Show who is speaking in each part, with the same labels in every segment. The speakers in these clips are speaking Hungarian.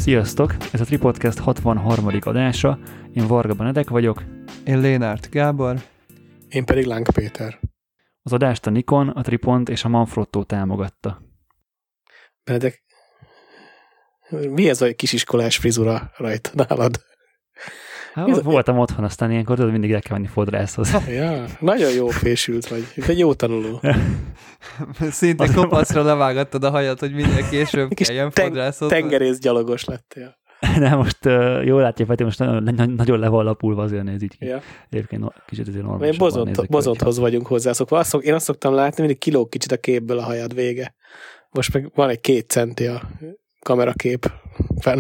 Speaker 1: Sziasztok! Ez a Tripodcast 63. adása. Én Varga Benedek vagyok.
Speaker 2: Én Lénárt Gábor.
Speaker 3: Én pedig Láng Péter.
Speaker 1: Az adást a Nikon, a Tripont és a Manfrotto támogatta.
Speaker 3: Benedek, mi ez a kisiskolás frizura rajta nálad?
Speaker 1: Hát, voltam otthon, aztán ilyenkor tudod, mindig el kell menni fodrászhoz.
Speaker 3: Ja, nagyon jó fésült vagy. Egy jó tanuló.
Speaker 2: Szinte kopaszra levágattad a hajat, hogy minél később kelljen fodrászhoz.
Speaker 3: Tengerészgyalogos lettél.
Speaker 1: De most jól látja, Peti, most nagyon le van lapulva, azért néz így ki.
Speaker 3: Ja.
Speaker 1: Egyébként kicsit azért normálisabban nézek.
Speaker 3: Bozonthoz vagyunk hozzászokva. Én azt szoktam látni, mindig kilóg kicsit a képből a hajad vége. Most meg van egy 2 centi a kamerakép fenn.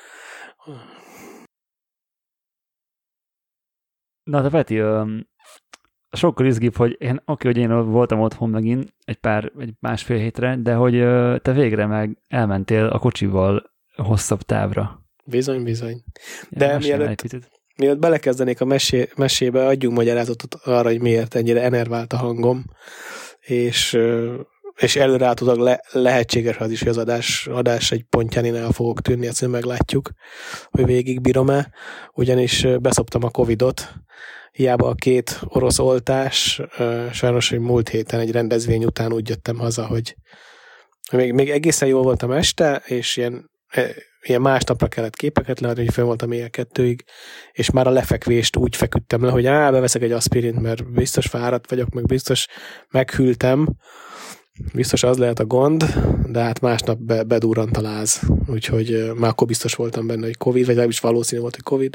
Speaker 1: Na, de Peti, sokkal izgibb, hogy én voltam otthon megint egy másfél hétre, de hogy te végre meg elmentél a kocsival hosszabb távra.
Speaker 3: Bizony. De mielőtt belekezdenék a mesébe, adjunk magyarázatot arra, hogy miért ennyire enervált a hangom, és előreállítólag lehetséges az is, hogy az adás egy pontján én el fogok tűnni, ezt meglátjuk, hogy végigbírom-e, ugyanis beszoptam a Covidot, hiába a 2 orosz oltás, sajnos, hogy múlt héten egy rendezvény után úgy jöttem haza, hogy még egészen jól voltam este, és ilyen másnapra kellett képeket leadni, hogy fönn voltam éjjel 2-ig, és már a lefekvést úgy feküdtem le, hogy beveszek egy aspirint, mert biztos fáradt vagyok, meg biztos meghűltem, biztos az lehet a gond, de hát másnap bedurrant a láz, úgyhogy már akkor biztos voltam benne, hogy Covid, vagy legalábbis valószínű volt, hogy Covid.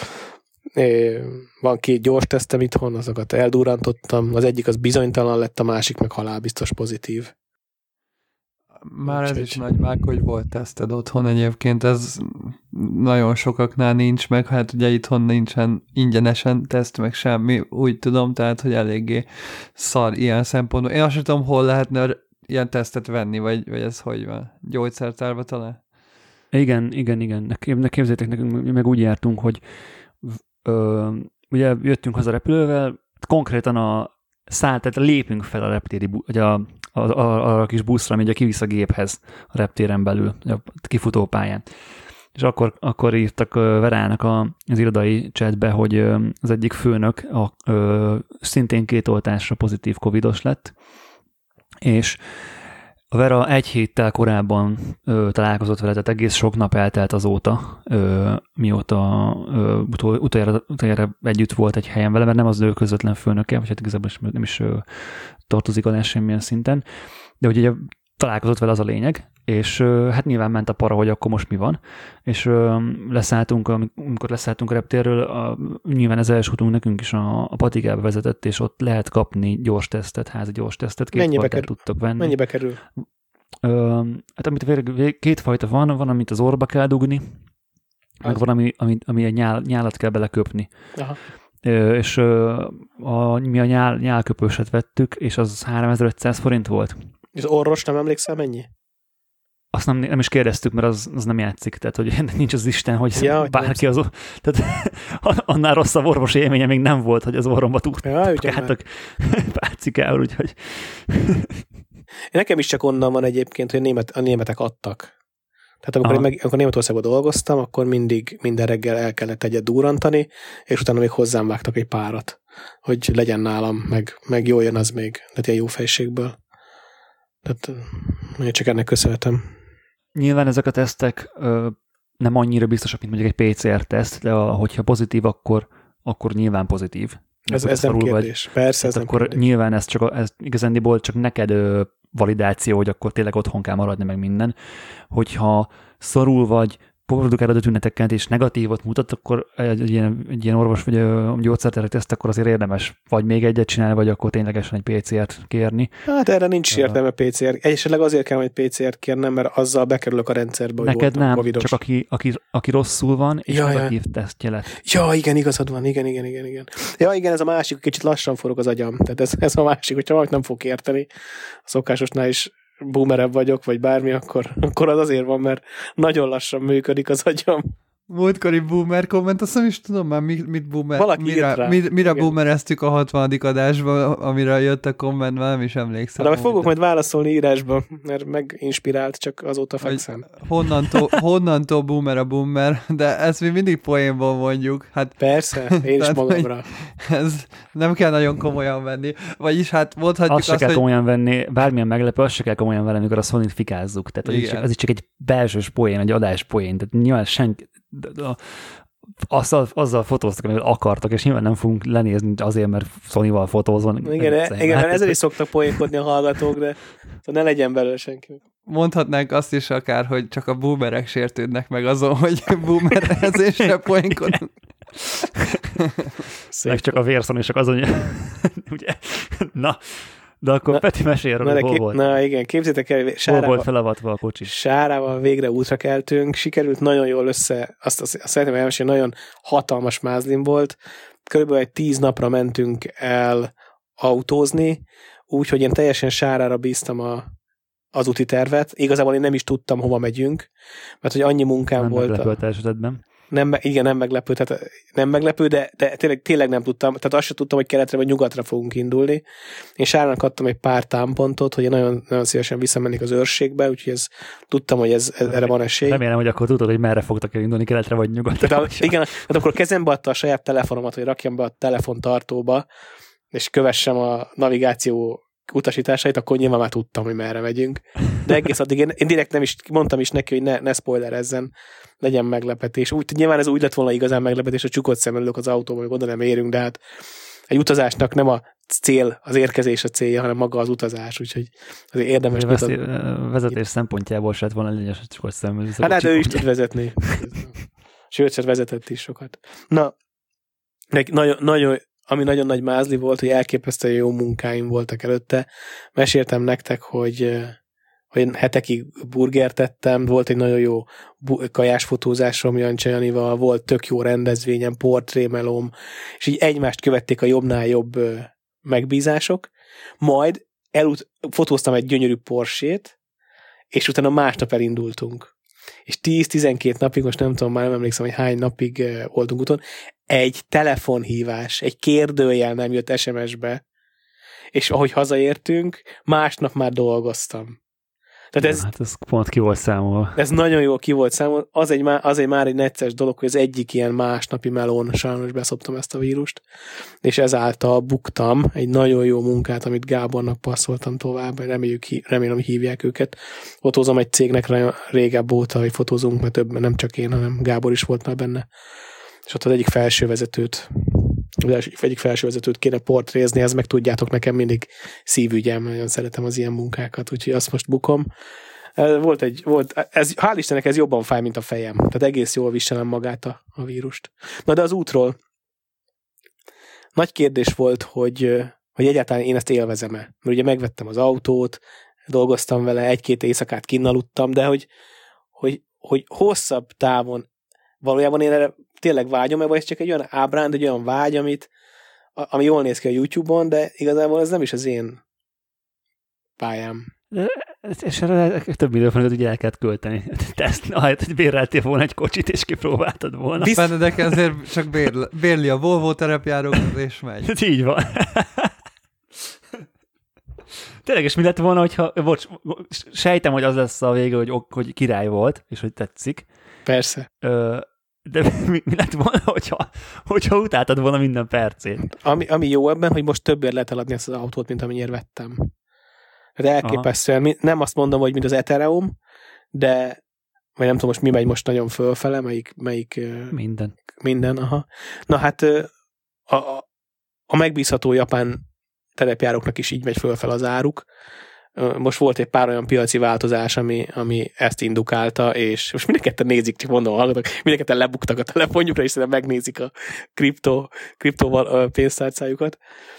Speaker 3: Van 2 gyors tesztem itthon, azokat eldurrantottam, az egyik az bizonytalan lett, a másik meg halálbiztos pozitív.
Speaker 2: Már ez is nagy mák, hogy volt teszted otthon egyébként, ez nagyon sokaknál nincs meg, hát ugye itthon nincsen ingyenesen teszt, meg semmi, úgy tudom, tehát, hogy eléggé szar ilyen szempontból. Én azt sem tudom, hol lehetne ilyen tesztet venni, vagy ez hogy van? Gyógyszertárba talán?
Speaker 1: Igen. Képzeljétek, nekünk meg úgy jártunk, hogy ugye jöttünk haza repülővel, konkrétan tehát lépünk fel a reptéri, a kis buszra, ami ugye kivisz a géphez a reptéren belül, a kifutópályán. És akkor írtak Verának az irodai chatbe, hogy az egyik főnök szintén 2 oltásra pozitív covidos lett, és a Vera 1 héttel korábban találkozott vele, tehát egész sok nap eltelt azóta, mióta utoljára együtt volt egy helyen vele, mert nem az ő közvetlen főnöke, vagy hát igazából nem is tartozik alá semmilyen szinten, de hogy ugye találkozott vele az a lényeg, és hát nyilván ment a para, hogy akkor most mi van, és amikor leszálltunk a reptérről, nyilván ez első utunk nekünk is a patikába vezetett, és ott lehet kapni gyors tesztet, házi gyors tesztet, 2 fajtát tudtok venni.
Speaker 3: Mennyibe kerül?
Speaker 1: Hát amit 2 fajta van, amit az orba kell dugni, meg van, ami egy nyálat kell beleköpni. Aha. És mi a nyálköpőset vettük, és az 3500 forint volt.
Speaker 3: És az orvos nem emlékszel mennyi?
Speaker 1: Azt nem is kérdeztük, mert az nem játszik, tehát hogy nincs az Isten, hogy bárki az... Tehát annál rosszabb orvos élménye még nem volt, hogy az orromba tudkáltak pálcikával, úgyhogy...
Speaker 3: Nekem is csak onnan van egyébként, hogy a németek adtak. Tehát amikor Németországban dolgoztam, akkor minden reggel el kellett egyet durrantani, és utána még hozzám vágtak egy párat, hogy legyen nálam, meg jól jön az még, tehát ilyen jó fejségből. Tehát én csak ennek köszönhetem.
Speaker 1: Nyilván ezek a tesztek nem annyira biztosak, mint mondjuk egy PCR-teszt, de hogyha pozitív, akkor nyilván pozitív.
Speaker 3: Ez nem kérdés. Persze, ez nem
Speaker 1: akkor
Speaker 3: kérdés.
Speaker 1: Nyilván ez igazándiból csak neked validáció, hogy akkor tényleg otthon kell maradni, meg minden. Hogyha szorul vagy, produkálod a tüneteket, és negatívot mutat, akkor egy ilyen orvos vagy gyógyszertári teszt, akkor azért érdemes vagy még egyet csinálni, vagy akkor ténylegesen egy PCR-t kérni.
Speaker 3: Hát erre nincs értelme PCR. Esetleg azért kell, hogy PCR-t kérnem, mert azzal bekerülök a rendszerbe, hogy
Speaker 1: neked nem,
Speaker 3: covidos.
Speaker 1: Csak aki rosszul van, és negatív tesztje lett.
Speaker 3: Ja, igen, igazad van, igen. Ja, igen, ez a másik, kicsit lassan forog az agyam. Tehát ez a másik, hogyha valaki nem fog érteni, a szokásosnál is boomerebb vagyok, vagy bármi, akkor az azért van, mert nagyon lassan működik az agyam.
Speaker 2: múltkori boomer komment, azt nem is tudom már, mit boomer, mire boomereztük a 60. adásban, amire jött a komment, már nem is emlékszem.
Speaker 3: De fogok majd válaszolni írásba, mert meginspirált, csak azóta fekszem.
Speaker 2: Honnantól boomer a boomer, de ezt mi mindig poénból mondjuk. Hát,
Speaker 3: persze, én is magamra.
Speaker 2: Ez nem kell nagyon komolyan venni. Vagyis hát mondhatjuk
Speaker 1: azt kell komolyan venni, bármilyen meglepő, azt se kell komolyan venni, amikor a Sony-t fikázzuk. Tehát ez csak egy belsős poén, egy adás poén. Tehát nyilván senki azzal fotóztak, amivel akartak, és nyilván nem fogunk lenézni azért, mert Sony-val fotózon.
Speaker 3: Igen, ezzel is szoktak poénkodni a hallgatók, de ne legyen belőle senki.
Speaker 2: Mondhatnánk azt is akár, hogy csak a boomerek sértődnek meg azon, hogy boomerezésre poénkodunk.
Speaker 1: Meg csak a vérszonésok azon, ugye? Na, de akkor Peti mesélről, hol volt?
Speaker 3: Na igen, képzétek el,
Speaker 1: hol volt felavatva a kocsi?
Speaker 3: Sárával végre útra keltünk, sikerült nagyon jól össze, azt szeretném elmesélni, nagyon hatalmas mázlim volt, körülbelül egy 10 napra mentünk el autózni, úgyhogy én teljesen Sárára bíztam az úti tervet, igazából én nem is tudtam, hova megyünk, mert hogy annyi munkám
Speaker 1: nem
Speaker 3: volt.
Speaker 1: Nem meglepő esetben.
Speaker 3: Nem meglepő, tehát nem meglepő, de tényleg nem tudtam, tehát azt sem tudtam, hogy keletre vagy nyugatra fogunk indulni. Én Sárának adtam egy pár támpontot, hogy én nagyon, nagyon szívesen visszamennék az őrségbe, úgyhogy tudtam, hogy erre van esély.
Speaker 1: Remélem, hogy akkor tudod, hogy merre fogtak elindulni, keletre vagy nyugatra.
Speaker 3: Tehát, igen, tehát akkor kezembe adta a saját telefonomat, hogy rakjam be a telefontartóba, és kövessem a navigáció utasításait, akkor nyilván már tudtam, hogy merre megyünk. De egész addig én direkt nem is mondtam is neki, hogy ne spoilerezzen, legyen meglepetés. Nyilván ez úgy lett volna igazán meglepetés, hogy csukott szemmel ülök az autóban, hogy oda nem érünk, de hát egy utazásnak nem a cél, az érkezés a célja, hanem maga az utazás, úgyhogy azért érdemes.
Speaker 1: Vezetés szempontjából se lett volna lényes, hogy csukott szemmel.
Speaker 3: Hát ő is tud vezetni. Sőt, vezetett is sokat. Na, ami nagyon nagy mázli volt, hogy elképesztően jó munkáim voltak előtte. Meséltem nektek, hogy hetekig burgert ettem, volt egy nagyon jó kajásfotózásom Jancsa Janival, volt tök jó rendezvényem, portrémelom, és így egymást követték a jobbnál jobb megbízások. Majd fotóztam egy gyönyörű Porsét, és utána másnap elindultunk. És 10-12 napig, most nem tudom, már nem emlékszem, hogy hány napig voltunk úton, egy telefonhívás, egy kérdőjel nem jött SMS-be, és ahogy hazaértünk, másnap már dolgoztam. Tehát
Speaker 1: ez pont ki volt számolva.
Speaker 3: Ez nagyon jól ki volt számolva. Az már egy necces dolog, hogy az egyik ilyen másnapi melón sajnos beszoptam ezt a vírust, és ezáltal buktam egy nagyon jó munkát, amit Gábornak passzoltam tovább, remélem, hívják őket. Fotózom egy cégnek régebb óta, hogy fotózunk, mert több, nem csak én, hanem Gábor is volt már benne. És ott az egyik felsővezetőt kéne portrézni, ez meg tudjátok, nekem mindig szívügyem, nagyon szeretem az ilyen munkákat, úgyhogy azt most bukom. Ez, hál' Istennek ez jobban fáj, mint a fejem. Tehát egész jól viselem magát a vírust. Na de az útról nagy kérdés volt, hogy egyáltalán én ezt élvezem-e. Mert ugye megvettem az autót, dolgoztam vele, 1-2 éjszakát kinnaludtam, de hogy hosszabb távon valójában én erre tényleg vágyom-e, vagy ez csak egy olyan ábránd, egy olyan vágy, ami jól néz ki a YouTube-on, de igazából ez nem is az én pályám.
Speaker 1: És erre több millió forintot ugye el kellett költeni. Te ezt, ahelyett, hogy béreltél volna egy kocsit, és kipróbáltad volna.
Speaker 2: Benedek ezért csak bérli a Volvo terepjárókat, és megy.
Speaker 1: Így van. Tényleg, és mi lett volna, hogyha, sejtem, hogy az lesz a vége, hogy király volt, és hogy tetszik.
Speaker 3: Persze.
Speaker 1: De mi lett volna, hogyha utáltad volna minden percét?
Speaker 3: Ami jó ebben, hogy most többért lehet eladni ezt az autót, mint amennyire vettem. De elképesztően, nem azt mondom, hogy mint az Ethereum, de vagy nem tudom most mi megy most nagyon fölfele, melyik minden, aha. Na hát a megbízható japán terepjáróknak is így megy fölfel az áruk. Most volt egy pár olyan piaci változás, ami ezt indukálta, és most mindenketten nézik, csak mondom, hallgatok, mindenketten lebuktak a telefonjukra, és szerintem megnézik a kriptóval pénztárcájukat.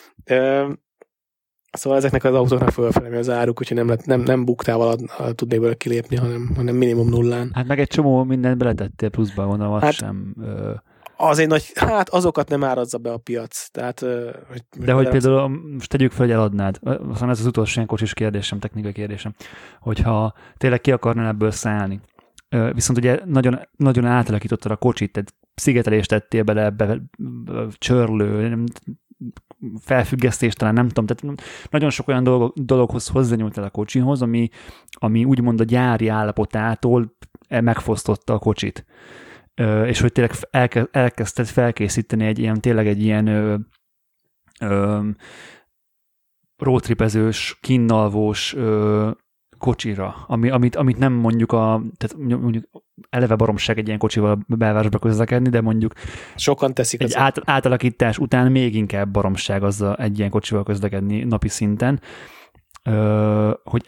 Speaker 3: Szóval ezeknek az autóknak fölfelé az áruk, úgyhogy nem buktával tudnék belőle kilépni, hanem minimum nullán.
Speaker 1: Hát meg egy csomó mindent beletettél pluszba, gondolom, azt sem...
Speaker 3: Az egy nagy, azokat nem árazza be a piac. Tehát,
Speaker 1: hogy például, most tegyük fel, hogy eladnád, aztán ez az utolsó ilyen kocsis kérdésem, technikai kérdésem, hogyha tényleg ki akarnál ebből szállni, viszont ugye nagyon, nagyon átalakítottad a kocsit, tehát szigetelést tettél bele ebbe, csörlő, felfüggesztés, talán nem tudom, tehát nagyon sok olyan dologhoz hozzányúltál a kocsihoz, ami úgymond a gyári állapotától megfosztotta a kocsit. És hogy tényleg elkezdted felkészíteni tényleg egy ilyen roadtripezős, kinnalvós kocsira, amit nem tehát mondjuk eleve baromság egy ilyen kocsival belvárosba közlekedni, de mondjuk
Speaker 3: sokan teszik
Speaker 1: egy átalakítás után még inkább baromság egy ilyen kocsival közlekedni napi szinten, hogy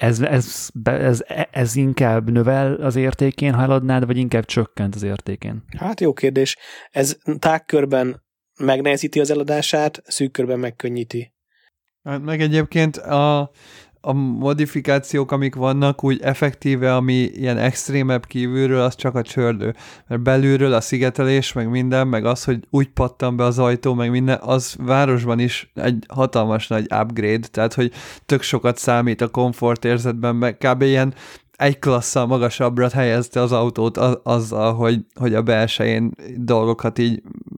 Speaker 1: ez inkább növel az értékén, ha eladnád, vagy inkább csökkent az értékén?
Speaker 3: Hát jó kérdés. Ez tágkörben megnehezíti az eladását, szűk körben megkönnyíti.
Speaker 2: Hát meg egyébként a modifikációk, amik vannak, úgy effektíve, ami ilyen extrémebb kívülről, az csak a csördő. Mert belülről a szigetelés, meg minden, meg az, hogy úgy pattan be az ajtó, meg minden, az városban is egy hatalmas nagy upgrade, tehát, hogy tök sokat számít a komfortérzetben, meg kb. Ilyen egy klasszal magasabbra helyezte az autót azzal, hogy a belsején dolgokat így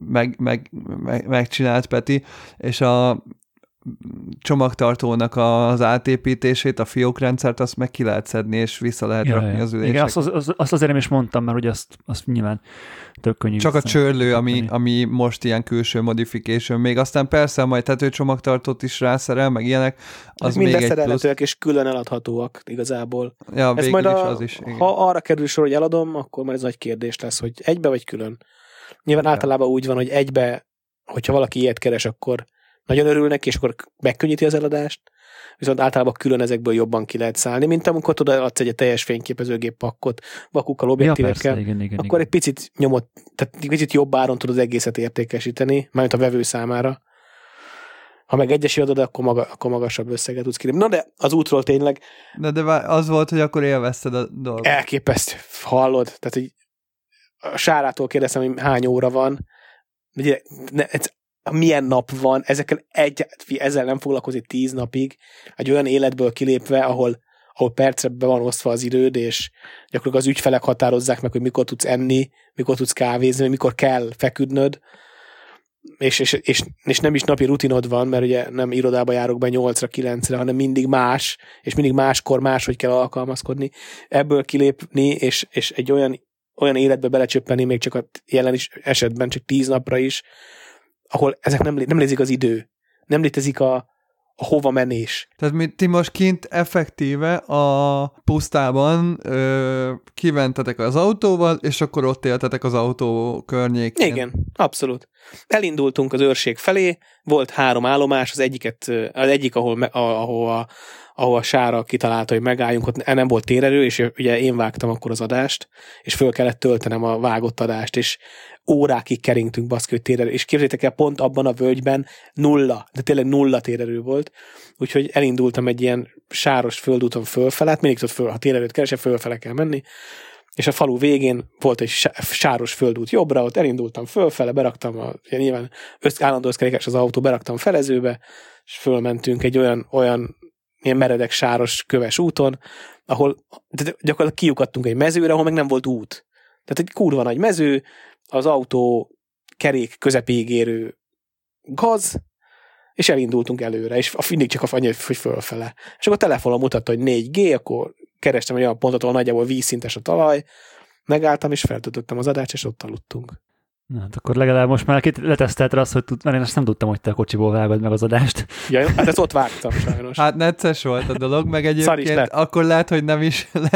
Speaker 2: megcsinált Peti, és a csomagtartónak az átépítését, a fiókrendszert, azt meg ki lehet szedni, és vissza lehet rakni az ülések.
Speaker 1: Igen, azt azért nem is mondtam, mert ugye azt nyilván tök könnyű.
Speaker 2: Csak a csörlő, ami most ilyen külső modification. Még aztán persze majd tetőcsomagtartót is rászerel, meg ilyenek. Az még egy
Speaker 3: szerelhetőek és külön eladhatóak igazából.
Speaker 2: Ja, ez majd az is. Igen.
Speaker 3: Ha arra kerül sor, hogy eladom, akkor már ez nagy kérdés lesz, hogy egybe vagy külön. Nyilván általában úgy van, hogy egybe, hogyha valaki ilyet keres, akkor nagyon örülnek, és akkor megkönnyíti az eladást, viszont általában külön ezekből jobban ki lehet szállni, mint amikor adsz egy teljes fényképezőgép pakkot, vakukkal, objektívekkel,
Speaker 1: igen,
Speaker 3: akkor egy picit nyomott, tehát egy picit jobb áron tudod az egészet értékesíteni, mármint a vevő számára. Ha meg egyesi adod, akkor magasabb összeget tudsz kérni. Na de az útról tényleg...
Speaker 2: De az volt, hogy akkor élvezted a dolgot.
Speaker 3: Elképesztő, hallod? Tehát, hogy a Sárától kérdeztem, hogy hány óra van, ugye, milyen nap van, ezzel nem foglalkozik 10 napig, egy olyan életből kilépve, ahol percre be van osztva az időd, és gyakorlatilag az ügyfelek határozzák meg, hogy mikor tudsz enni, mikor tudsz kávézni, mikor kell feküdnöd, és nem is napi rutinod van, mert ugye nem irodába járok be 8-ra, 9-re, hanem mindig más, és mindig máskor máshogy kell alkalmazkodni. Ebből kilépni, és egy olyan életbe belecsöppenni, még csak a jelen is esetben csak 10 napra is, ahol ezek nem létezik az idő. Nem létezik a hova menés.
Speaker 2: Tehát ti most kint effektíve a pusztában kiventetek az autóval, és akkor ott éltetek az autó környékén.
Speaker 3: Igen, abszolút. Elindultunk az őrség felé, volt 3 állomás, az egyik, ahol a Sára kitalálta, hogy megálljunk, ott nem volt térerő, és ugye én vágtam akkor az adást, és föl kellett töltenem a vágott adást, és órákig keringtünk baszki, hogy térerő, és képzeljétek el, pont abban a völgyben 0, de tényleg 0 térerő volt, úgyhogy elindultam egy ilyen sáros földúton fölfele, hát mindig tudod ha térerőt keresel, fölfele kell menni, és a falu végén volt egy sáros földút jobbra, ott elindultam fölfele, beraktam nyilván állandó összkerékes az autó, beraktam felezőbe, és fölmentünk egy olyan ilyen meredek sáros köves úton, ahol gyakorlatilag kiukadtunk egy mezőre, ahol meg nem volt út. Tehát egy kurva nagy mező, az autó kerék közepéig érő gaz, és elindultunk előre, és mindig csak annyi, hogy fölfele. És akkor a telefonon mutatta, hogy 4G, akkor kerestem egy olyan pontot, ahol nagyjából vízszintes a talaj, megálltam, és feltöltöttem az adást, és ott aludtunk.
Speaker 1: Na, hát akkor legalább most már letesztelted azt, hogy mert én azt nem tudtam, hogy te a kocsiból vágod meg az adást.
Speaker 3: Ja, hát ezt ott vágtam sajnos.
Speaker 2: Hát necces volt a dolog, meg egyébként akkor lehet, hogy nem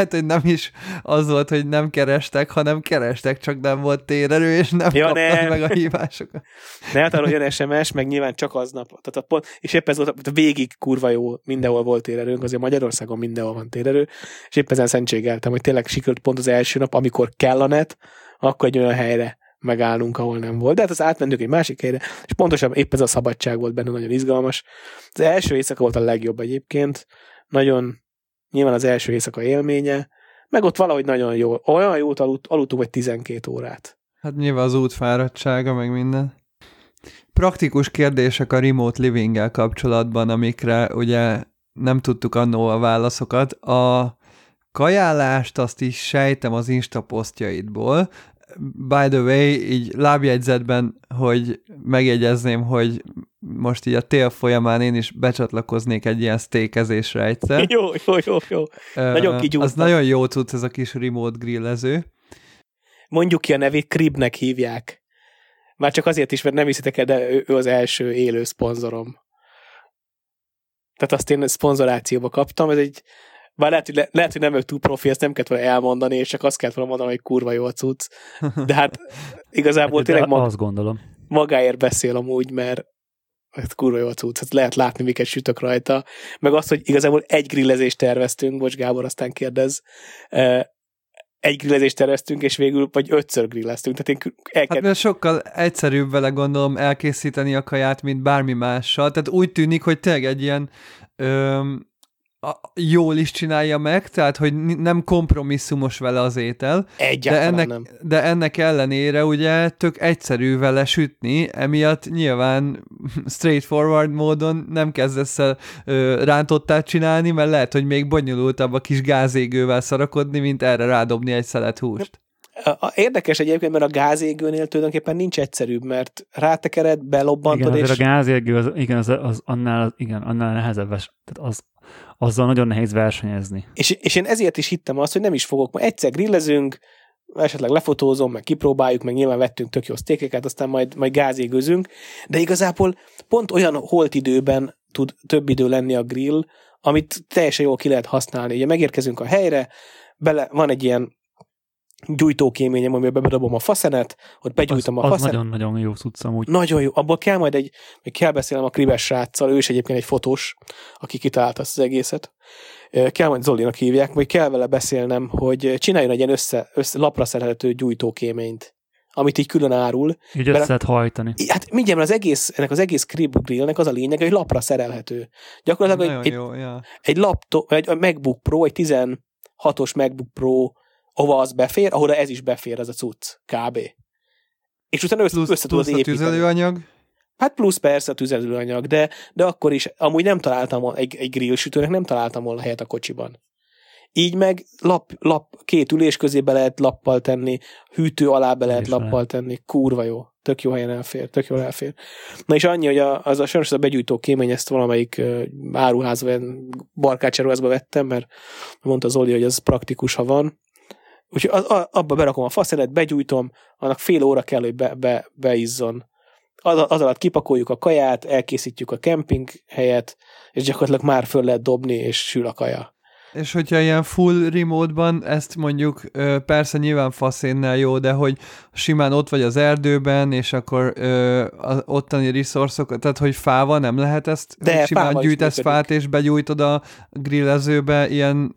Speaker 2: is az volt, hogy nem kerestek, hanem kerestek, csak nem volt térerő, és nem kaptad meg a hívásokat.
Speaker 3: Ne, hát arról jön SMS, meg nyilván csak aznap. És épp ez volt, végig kurva jó, mindenhol volt térerőnk, azért Magyarországon mindenhol van térerő, és épp ezen szentségeltem, hogy tényleg sikerült pont az első nap, amikor kell a net, akkor egy olyan helyre megállnunk, ahol nem volt. De hát az átmentünk egy másik helyre, és pontosan épp ez a szabadság volt benne, nagyon izgalmas. Az első éjszaka volt a legjobb egyébként, nagyon, nyilván az első éjszaka élménye, meg ott valahogy nagyon jó, olyan jót aludtunk, vagy 12 órát.
Speaker 2: Hát nyilván az útfáradtsága, meg minden. Praktikus kérdések a remote living-gel kapcsolatban, amikre ugye nem tudtuk annó a válaszokat. A kajálást azt is sejtem az Insta posztjaidból. By the way, így lábjegyzetben, hogy megjegyezném, hogy most így a tél folyamán én is becsatlakoznék egy ilyen steakezésre egyszer.
Speaker 3: Jó. Nagyon kigyújtam.
Speaker 2: Az nagyon jó cucc, ez a kis remote grillező.
Speaker 3: Mondjuk ki a nevét, Cribnek hívják. Már csak azért is, mert nem hiszitek el, de ő az első élő szponzorom. Tehát azt én szponzorációba kaptam, ez egy bár lehet, hogy nem vagyok túl profi, ezt nem kellett volna elmondani, és csak azt kellett volna mondani, hogy kurva jó a cucc. De hát igazából tényleg
Speaker 1: azt gondolom.
Speaker 3: Magáért beszél amúgy, mert kurva jó a cucc. Hát lehet látni, miket sütök rajta. Meg azt, hogy igazából egy grillezést terveztünk, bocs Gábor, aztán kérdez. Egy grillezést terveztünk, és végül vagy 5-ször grilleztünk. Tehát
Speaker 2: Hát mert sokkal egyszerűbb vele gondolom elkészíteni a kaját, mint bármi mással. Tehát úgy tűnik, hogy tényleg egy ilyen jól is csinálja meg, tehát hogy nem kompromisszumos vele az étel. De ennek ellenére ugye tök egyszerű vele sütni, emiatt nyilván straightforward módon nem kezdesz el rántottát csinálni, mert lehet, hogy még bonyolultabb a kis gázégővel szarakodni, mint erre rádobni egy szelet húst.
Speaker 3: Érdekes egyébként, mert a gázégőnél tulajdonképpen nincs egyszerűbb, mert rátekered, belobbantod,
Speaker 1: igen, és... a gázégő az annál nehezebb, tehát azzal nagyon nehéz versenyezni.
Speaker 3: És én ezért is hittem azt, hogy nem is fogok. Ma egyszer grillezünk, esetleg lefotózom, meg kipróbáljuk, meg nyilván vettünk tök jó sztékeket, aztán majd gázégőzünk, de igazából pont olyan holt időben tud több idő lenni a grill, amit teljesen jól ki lehet használni. Ugye megérkezünk a helyre, van egy ilyen gyújtókéményem, amiben bedobom a faszenet, ott begyújtom a faszenet.
Speaker 1: Az nagyon-nagyon jó cucc amúgy.
Speaker 3: Nagyon jó. Abból kell majd még kell beszélnem a Kribes sráccal, ő is egyébként egy fotós, aki kitalálta ezt az egészet. Kell majd Zolinak hívják, vagy kell vele beszélnem, hogy csináljon egy ilyen lapra szerelhető gyújtókéményt, amit így külön árul.
Speaker 1: Így össze lehet hajtani.
Speaker 3: Hát mindjárt, mert ennek az egész Crib grillnek az a lényeg, hogy lapra szerelhető. Gyakorlatilag egy laptop, egy MacBook Pro, egy 16-os MacBook Pro, ahova az befér, ahol ez is befér, ez a cucc, kb. És utána össze tudod építeni.
Speaker 2: Plusz a tüzelőanyag?
Speaker 3: Hát plusz persze a tüzelőanyag, de akkor is, amúgy nem találtam egy grillsütőnek, nem találtam volna helyet a kocsiban. Így meg két ülés közébe lehet lappal tenni, hűtő alá be lehet lappal tenni, kurva jó. Tök jó helyen elfér, tök jól elfér. Na és annyi, hogy sajnos az a begyújtó kémény, ezt valamelyik áruházban, barkácsáruházba vettem, mert mondta Zoli, hogy ez praktikus, ha van. Úgyhogy abba berakom a faszelet, begyújtom, annak fél óra kell, hogy beizzon. Az alatt kipakoljuk a kaját, elkészítjük a kemping helyet, és gyakorlatilag már föl lehet dobni, és sül a kaja.
Speaker 2: És hogyha ilyen full remote-ban, ezt mondjuk persze nyilván faszénnel jó, de hogy simán ott vagy az erdőben, és akkor az ottani resource-okat, tehát hogy fával nem lehet ezt,
Speaker 3: de
Speaker 2: simán gyűjtesz fát, és begyújtod a grillezőbe ilyen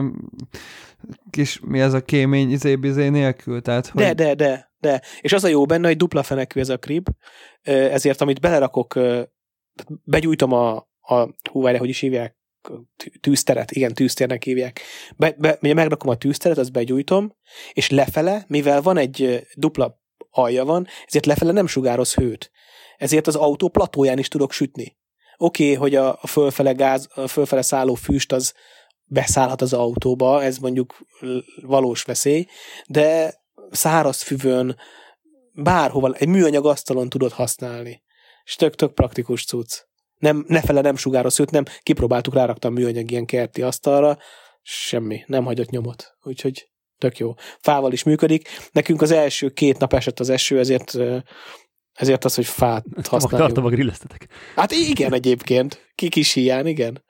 Speaker 2: kis, mi ez a kémény izé nélkül? Tehát, hogy...
Speaker 3: De. És az a jó benne, hogy dupla fenekű ez a Crib, ezért amit belerakok, begyújtom hogy is hívják? Tűzteret, igen, tűztérnek hívják. Ugye megrakom a tűzteret, azt begyújtom, és lefele, mivel van egy dupla alja van, ezért lefele nem sugároz hőt. Ezért az autó platóján is tudok sütni. Oké, hogy a fölfele szálló füst az beszállhat az autóba, ez mondjuk valós veszély, de száraz füvön, bárhova, egy műanyag asztalon tudod használni. És tök praktikus cucc. Nefele nem sugároz hőt, nem, kipróbáltuk, ráraktam műanyag ilyen kerti asztalra, semmi, nem hagyott nyomot. Úgyhogy tök jó. Fával is működik. Nekünk az első 2 nap esett az eső, ezért az, hogy fát használjuk.
Speaker 1: Tartom a grilleztetek.
Speaker 3: Hát igen, egyébként. Kis hiány, igen.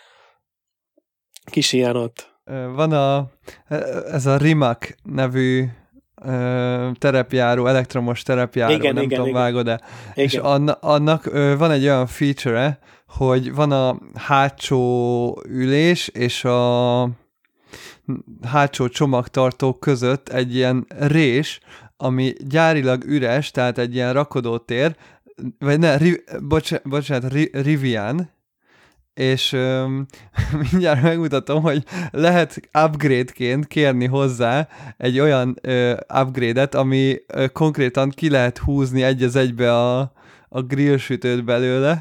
Speaker 3: Kis hiány ott.
Speaker 2: Van ez a Rimac nevű terepjáró, elektromos terepjáró, nem tudom, vágod-e. És annak van egy olyan feature-e, hogy van a hátsó ülés és a hátsó csomagtartó között egy ilyen rés, ami gyárilag üres, tehát egy ilyen rakodótér, vagy ne, bocsánat, Rivian, és mindjárt megmutatom, hogy lehet upgrade-ként kérni hozzá egy olyan upgrade-et, ami konkrétan ki lehet húzni egy az egybe a grillsütőt belőle.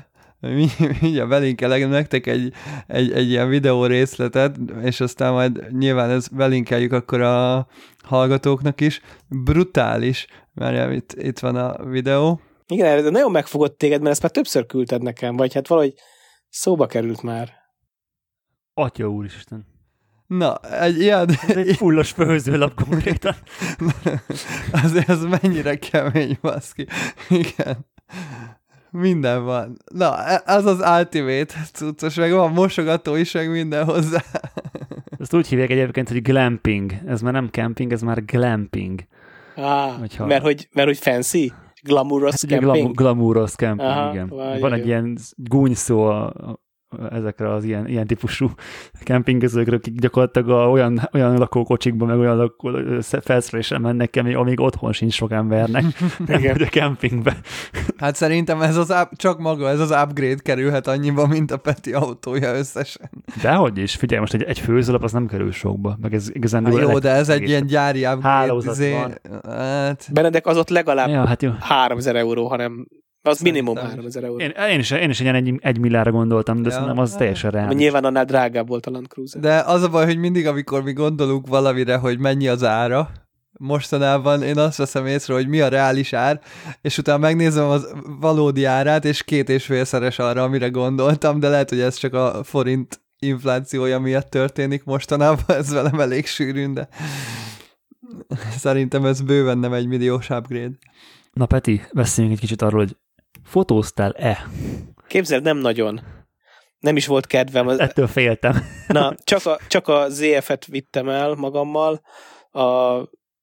Speaker 2: mindjárt belinkelek nektek egy ilyen videó részletet, és aztán majd nyilván ezt belinkeljük akkor a hallgatóknak is. Brutális, mert itt van a videó.
Speaker 3: Igen, de nagyon megfogott téged, mert ezt már többször küldted nekem, vagy hát valahogy szóba került már.
Speaker 1: Atya úristen.
Speaker 2: Na, egy ilyen...
Speaker 1: Ez egy fullos főzőlap konkrétan.
Speaker 2: Az mennyire kemény, baszki. Igen. Minden van. Na, az az ultimate cuccos, meg van mosogató is, meg minden hozzá.
Speaker 1: Ezt úgy hívják egyébként, hogy glamping. Ez már nem camping, ez már glamping.
Speaker 3: Mert hogy fancy? Glamorous camping?
Speaker 1: Glamorous camping,
Speaker 3: aha,
Speaker 1: igen. Van egy ilyen gúnyszó ezekre az ilyen típusú kempingezőkre, akik gyakorlatilag olyan lakókocsikban, meg olyan felszereléssel mennek, amíg otthon sincs sok embernek, nem a kempingbe.
Speaker 2: Hát szerintem csak maga ez az upgrade kerülhet annyiba, mint a Peti autója összesen.
Speaker 1: Dehogy is, figyelj, most egy főzőlap az nem kerül sokba, meg ez igazán...
Speaker 2: Jó, de ez egy ilyen gyári upgrade.
Speaker 1: Hálózat van.
Speaker 2: Hát...
Speaker 3: Benedek az ott legalább
Speaker 1: ja, hát
Speaker 3: 3000 euró, hanem az minimum 3000 euró.
Speaker 1: Én is ilyen 1 milliárdra gondoltam, de szerintem az teljesen reális.
Speaker 3: Nyilván annál drágább volt a Land Cruiser.
Speaker 2: De az a baj, hogy mindig, amikor mi gondolunk valamire, hogy mennyi az ára, mostanában én azt veszem észre, hogy mi a reális ár, és utána megnézem az valódi árát, és 2,5-szeres arra, amire gondoltam, de lehet, hogy ez csak a forint inflációja miatt történik mostanában, ez velem elég sűrűn, de szerintem ez bőven nem 1 milliós upgrade.
Speaker 1: Na Peti, beszéljünk egy kicsit arról, hogy fotóztál-e?
Speaker 3: Képzeld, nem nagyon. Nem is volt kedvem.
Speaker 1: Ettől féltem.
Speaker 3: Na, csak a ZF-et vittem el magammal, a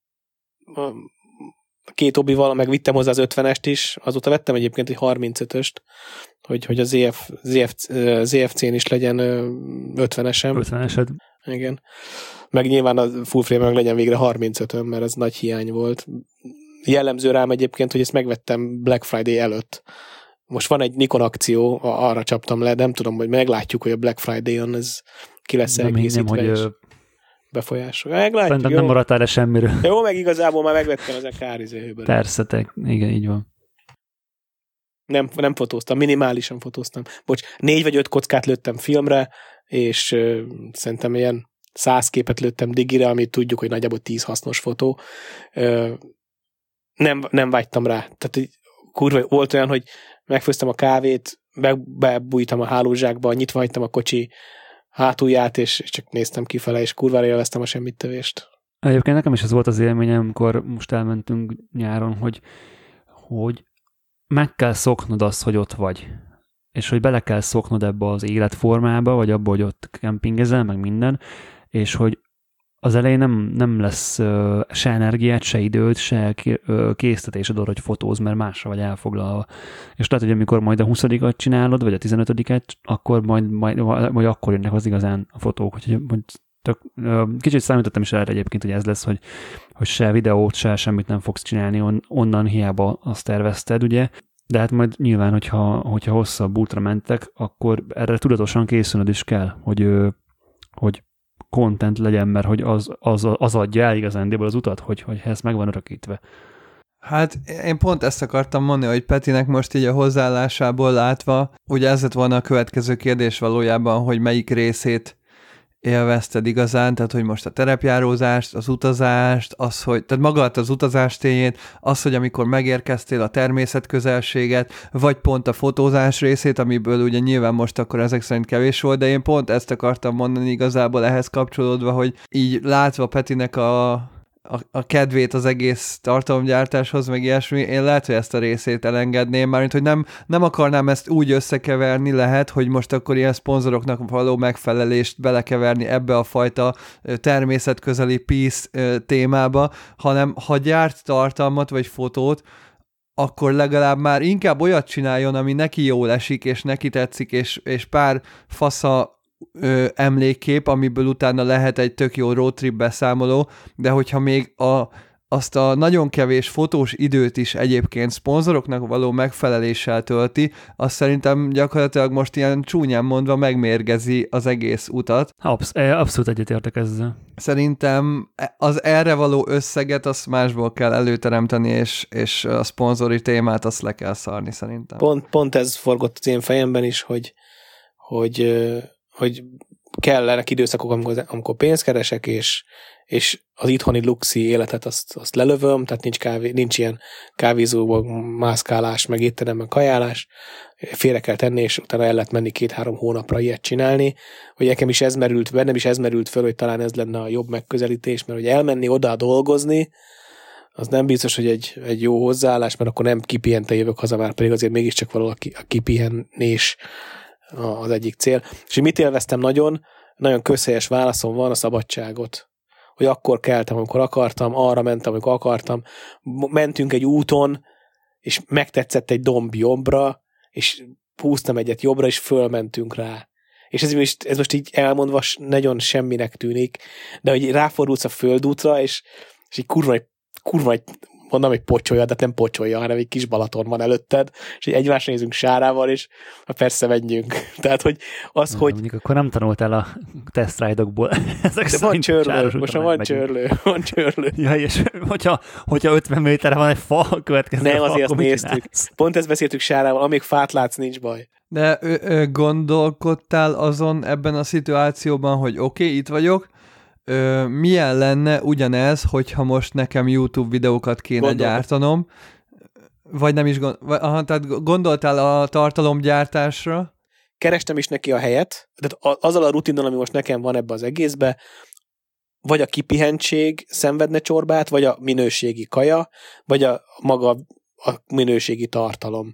Speaker 3: két obival, meg vittem hozzá az 50-est is, azóta vettem egyébként egy 35-öst, hogy a ZFC-n is legyen 50-esem.
Speaker 1: 50-esed.
Speaker 3: Igen. Meg nyilván a full frame-en legyen végre 35-öm, mert ez nagy hiány volt. Jellemző rám egyébként, hogy ezt megvettem Black Friday előtt. Most van egy Nikon akció, arra csaptam le, nem tudom, hogy meglátjuk, hogy a Black Friday-on ez ki lesz egészítve, és befolyásolja. Meglátjuk,
Speaker 1: nem maradtál le semmiről.
Speaker 3: Jó, meg igazából már megvettem ezen kárizőhőből.
Speaker 1: Persze, igen, így van.
Speaker 3: Nem fotóztam, minimálisan fotóztam. Bocs, 4 vagy 5 kockát lőttem filmre, és szerintem ilyen 100 képet lőttem digire, amit tudjuk, hogy nagyjából 10 hasznos fotó. Nem vágytam rá. Tehát kurva, volt olyan, hogy megfőztem a kávét, bebújtam a hálózsákba, nyitva hagytam a kocsi hátulját, és csak néztem kifele, és kurvára élveztem a semmittevést.
Speaker 1: Egyébként nekem is ez volt az élményem, amikor most elmentünk nyáron, hogy meg kell szoknod azt, hogy ott vagy. És hogy bele kell szoknod ebbe az életformába, vagy abba, hogy ott kempingezel, meg minden, és hogy az elején nem lesz se energiát, se időt, se késztetésed arra, hogy fotóz, mert másra vagy elfoglalva. És lehet, hogy amikor majd a 20-at csinálod, vagy a 15-et, akkor majd akkor jönnek az igazán a fotók. Hogy kicsit számítottam is erre egyébként, hogy ez lesz, hogy se videót, se semmit nem fogsz csinálni, onnan hiába azt tervezted, ugye. De hát majd nyilván, hogyha hosszabb útra mentek, akkor erre tudatosan készülnöd is kell, hogy content legyen, mert hogy az adja el igazándiból az utat, hogy ez meg van örökítve.
Speaker 2: Hát én pont ezt akartam mondani, hogy Petinek most így a hozzáállásából látva, ugye ez lett volna a következő kérdés valójában, hogy melyik részét élvezted igazán, tehát hogy most a terepjárózást, az utazást, tehát magát az utazás tényét, az, hogy amikor megérkeztél a természetközelséget, vagy pont a fotózás részét, amiből ugye nyilván most akkor ezek szerint kevés volt, de én pont ezt akartam mondani igazából ehhez kapcsolódva, hogy így látva Petinek a kedvét az egész tartalomgyártáshoz, meg ilyesmi, én lehet, hogy ezt a részét elengedném, mármint, hogy nem akarnám ezt úgy összekeverni, lehet, hogy most akkor ilyen szponzoroknak való megfelelést belekeverni ebbe a fajta természetközeli peace témába, hanem ha gyárt tartalmat vagy fotót, akkor legalább már inkább olyat csináljon, ami neki jól esik, és neki tetszik, és pár fasza emlékkép, amiből utána lehet egy tök jó roadtrip beszámoló, de hogyha még azt a nagyon kevés fotós időt is egyébként szponzoroknak való megfeleléssel tölti, azt szerintem gyakorlatilag most ilyen csúnyán mondva megmérgezi az egész utat.
Speaker 1: Abszolút egyetértek ezzel.
Speaker 2: Szerintem az erre való összeget azt másból kell előteremteni, és a szponzori témát azt le kell szarni szerintem.
Speaker 3: Pont ez forgott az én fejemben is, hogy kellenek időszakok, amikor pénzt keresek, és az itthoni luxi életet azt lelövöm, tehát nincs ilyen kávézóban mászkálás, meg étteremben kajálás, félre kell tenni, és utána el lehet menni 2-3 hónapra ilyet csinálni, hogy bennem is ez merült föl, hogy talán ez lenne a jobb megközelítés, mert hogy elmenni oda dolgozni, az nem biztos, hogy egy jó hozzáállás, mert akkor nem kipihenten jövök haza, már pedig azért mégiscsak valaki a kipihenés az egyik cél. És hogy mit élveztem nagyon közhelyes válaszom van, a szabadságot. Hogy akkor keltem, amikor akartam, arra mentem, amikor akartam. Mentünk egy úton, és megtetszett egy domb jobbra, és húztam egyet jobbra, és fölmentünk rá. És ez most így elmondva nagyon semminek tűnik, de hogy ráfordulsz a földútra, és így kurva mondom, hogy pocsolja, de nem pocsolja, hanem egy kis Balaton van előtted, és egymásra nézünk Sárával, és persze menjünk. Tehát, hogy az, hogy...
Speaker 1: Mondjuk akkor nem tanultál a tesztrájdokból.
Speaker 3: De van csörlő, most van csörlő.
Speaker 1: Ja, és hogyha 50 méterre van egy fa, a következő
Speaker 3: nem,
Speaker 1: fa,
Speaker 3: azért
Speaker 1: akkor
Speaker 3: azt néztük. Pont ezt beszéltük Sárával, amíg fát látsz, nincs baj.
Speaker 2: De gondolkodtál azon ebben a szituációban, hogy oké, itt vagyok, milyen lenne ugyanez, hogyha most nekem YouTube videókat kéne gyártanom, vagy nem is tehát gondoltál a tartalomgyártásra?
Speaker 3: Kerestem is neki a helyet, tehát azzal a rutinnal, ami most nekem van ebbe az egészbe, vagy a kipihentség szenvedne csorbát, vagy a minőségi kaja, vagy a maga a minőségi tartalom.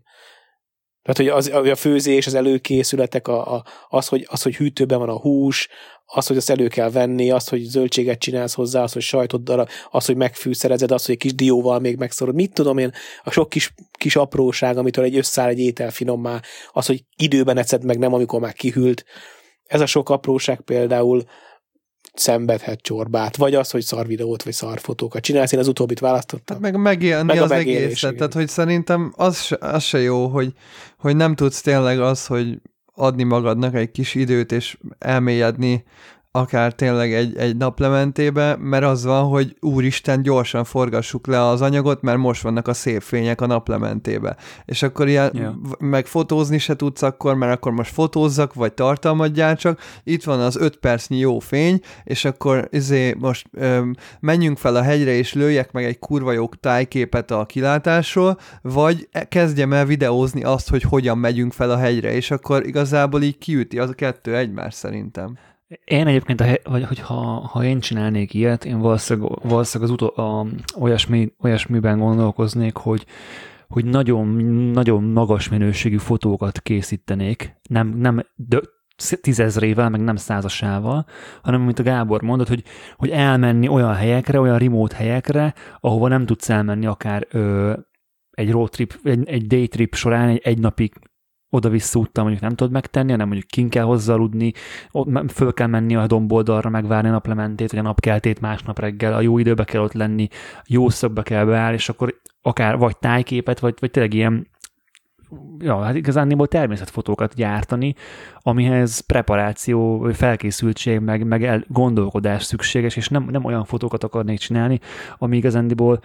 Speaker 3: Tehát, hogy a főzés, az előkészületek, az, hogy hűtőben van a hús, az, hogy azt elő kell venni, az, hogy zöldséget csinálsz hozzá, az, hogy sajtot darab, az, hogy megfűszerezed, az, hogy egy kis dióval még megszorod. Mit tudom én, a sok kis apróság, amitől összeáll egy étel finommá, az, hogy időben eszed meg, nem amikor már kihűlt. Ez a sok apróság például szenvedhet csorbát, vagy az, hogy szar videót, vagy szar fotókat csinálsz, én az utóbbit választottam.
Speaker 2: Hát meg megélni az egészet, tehát hogy szerintem az se jó, hogy nem tudsz tényleg az, hogy adni magadnak egy kis időt, és elmélyedni akár tényleg egy naplementébe, mert az van, hogy úristen, gyorsan forgassuk le az anyagot, mert most vannak a szép fények a naplementébe. És akkor ilyen meg fotózni se tudsz akkor, mert akkor most fotózzak, vagy tartalmat gyártsak, itt van az 5 percnyi jó fény, és akkor most menjünk fel a hegyre, és lőjek meg egy kurva jó tájképet a kilátásról, vagy kezdjem el videózni azt, hogy hogyan megyünk fel a hegyre, és akkor igazából így kiüti az a kettő egymást szerintem.
Speaker 1: Én egyébként, ha én csinálnék ilyet, én valószínűleg olyasmiben gondolkoznék, hogy nagyon, nagyon magas minőségű fotókat készítenék, nem 10,000-ével, meg nem 100-asával, hanem, mint a Gábor mondott, hogy elmenni olyan helyekre, olyan remote helyekre, ahova nem tudsz elmenni akár egy road trip, egy day trip során, egy napig oda-vissza úttal mondjuk nem tudod megtenni, hanem mondjuk kint kell hozzá aludni, föl kell menni a domboldalra, megvárni a naplementét, vagy a napkeltét másnap reggel, a jó időbe kell ott lenni, jó szögbe kell beállni, és akkor akár vagy tájképet, vagy tényleg ilyen, hát igazándiból természetfotókat gyártani, amihez preparáció, vagy felkészültség, meg gondolkodás szükséges, és nem olyan fotókat akarnék csinálni, ami igazándiból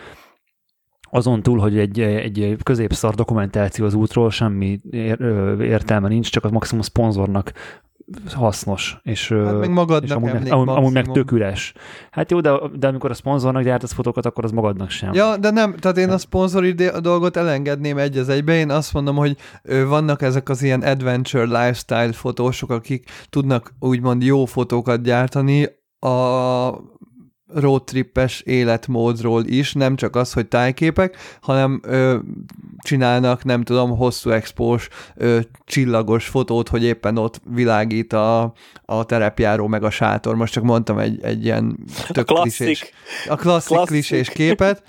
Speaker 1: azon túl, hogy egy középszar dokumentáció az útról, semmi értelme nincs, csak az maximum szponzornak hasznos, és,
Speaker 2: hát meg magadnak
Speaker 1: és amúgy meg tök üres. Hát jó, de amikor a szponzornak gyártasz fotókat, akkor az magadnak sem.
Speaker 2: Ja, de nem, tehát én a szponzori dolgot elengedném egy az egybe, én azt mondom, hogy vannak ezek az ilyen adventure lifestyle fotósok, akik tudnak úgymond jó fotókat gyártani a roadtrippes életmódról is, nem csak az, hogy tájképek, hanem csinálnak, nem tudom, hosszú expós, csillagos fotót, hogy éppen ott világít a terepjáró meg a sátor. Most csak mondtam egy ilyen tök klasszik klisés képet.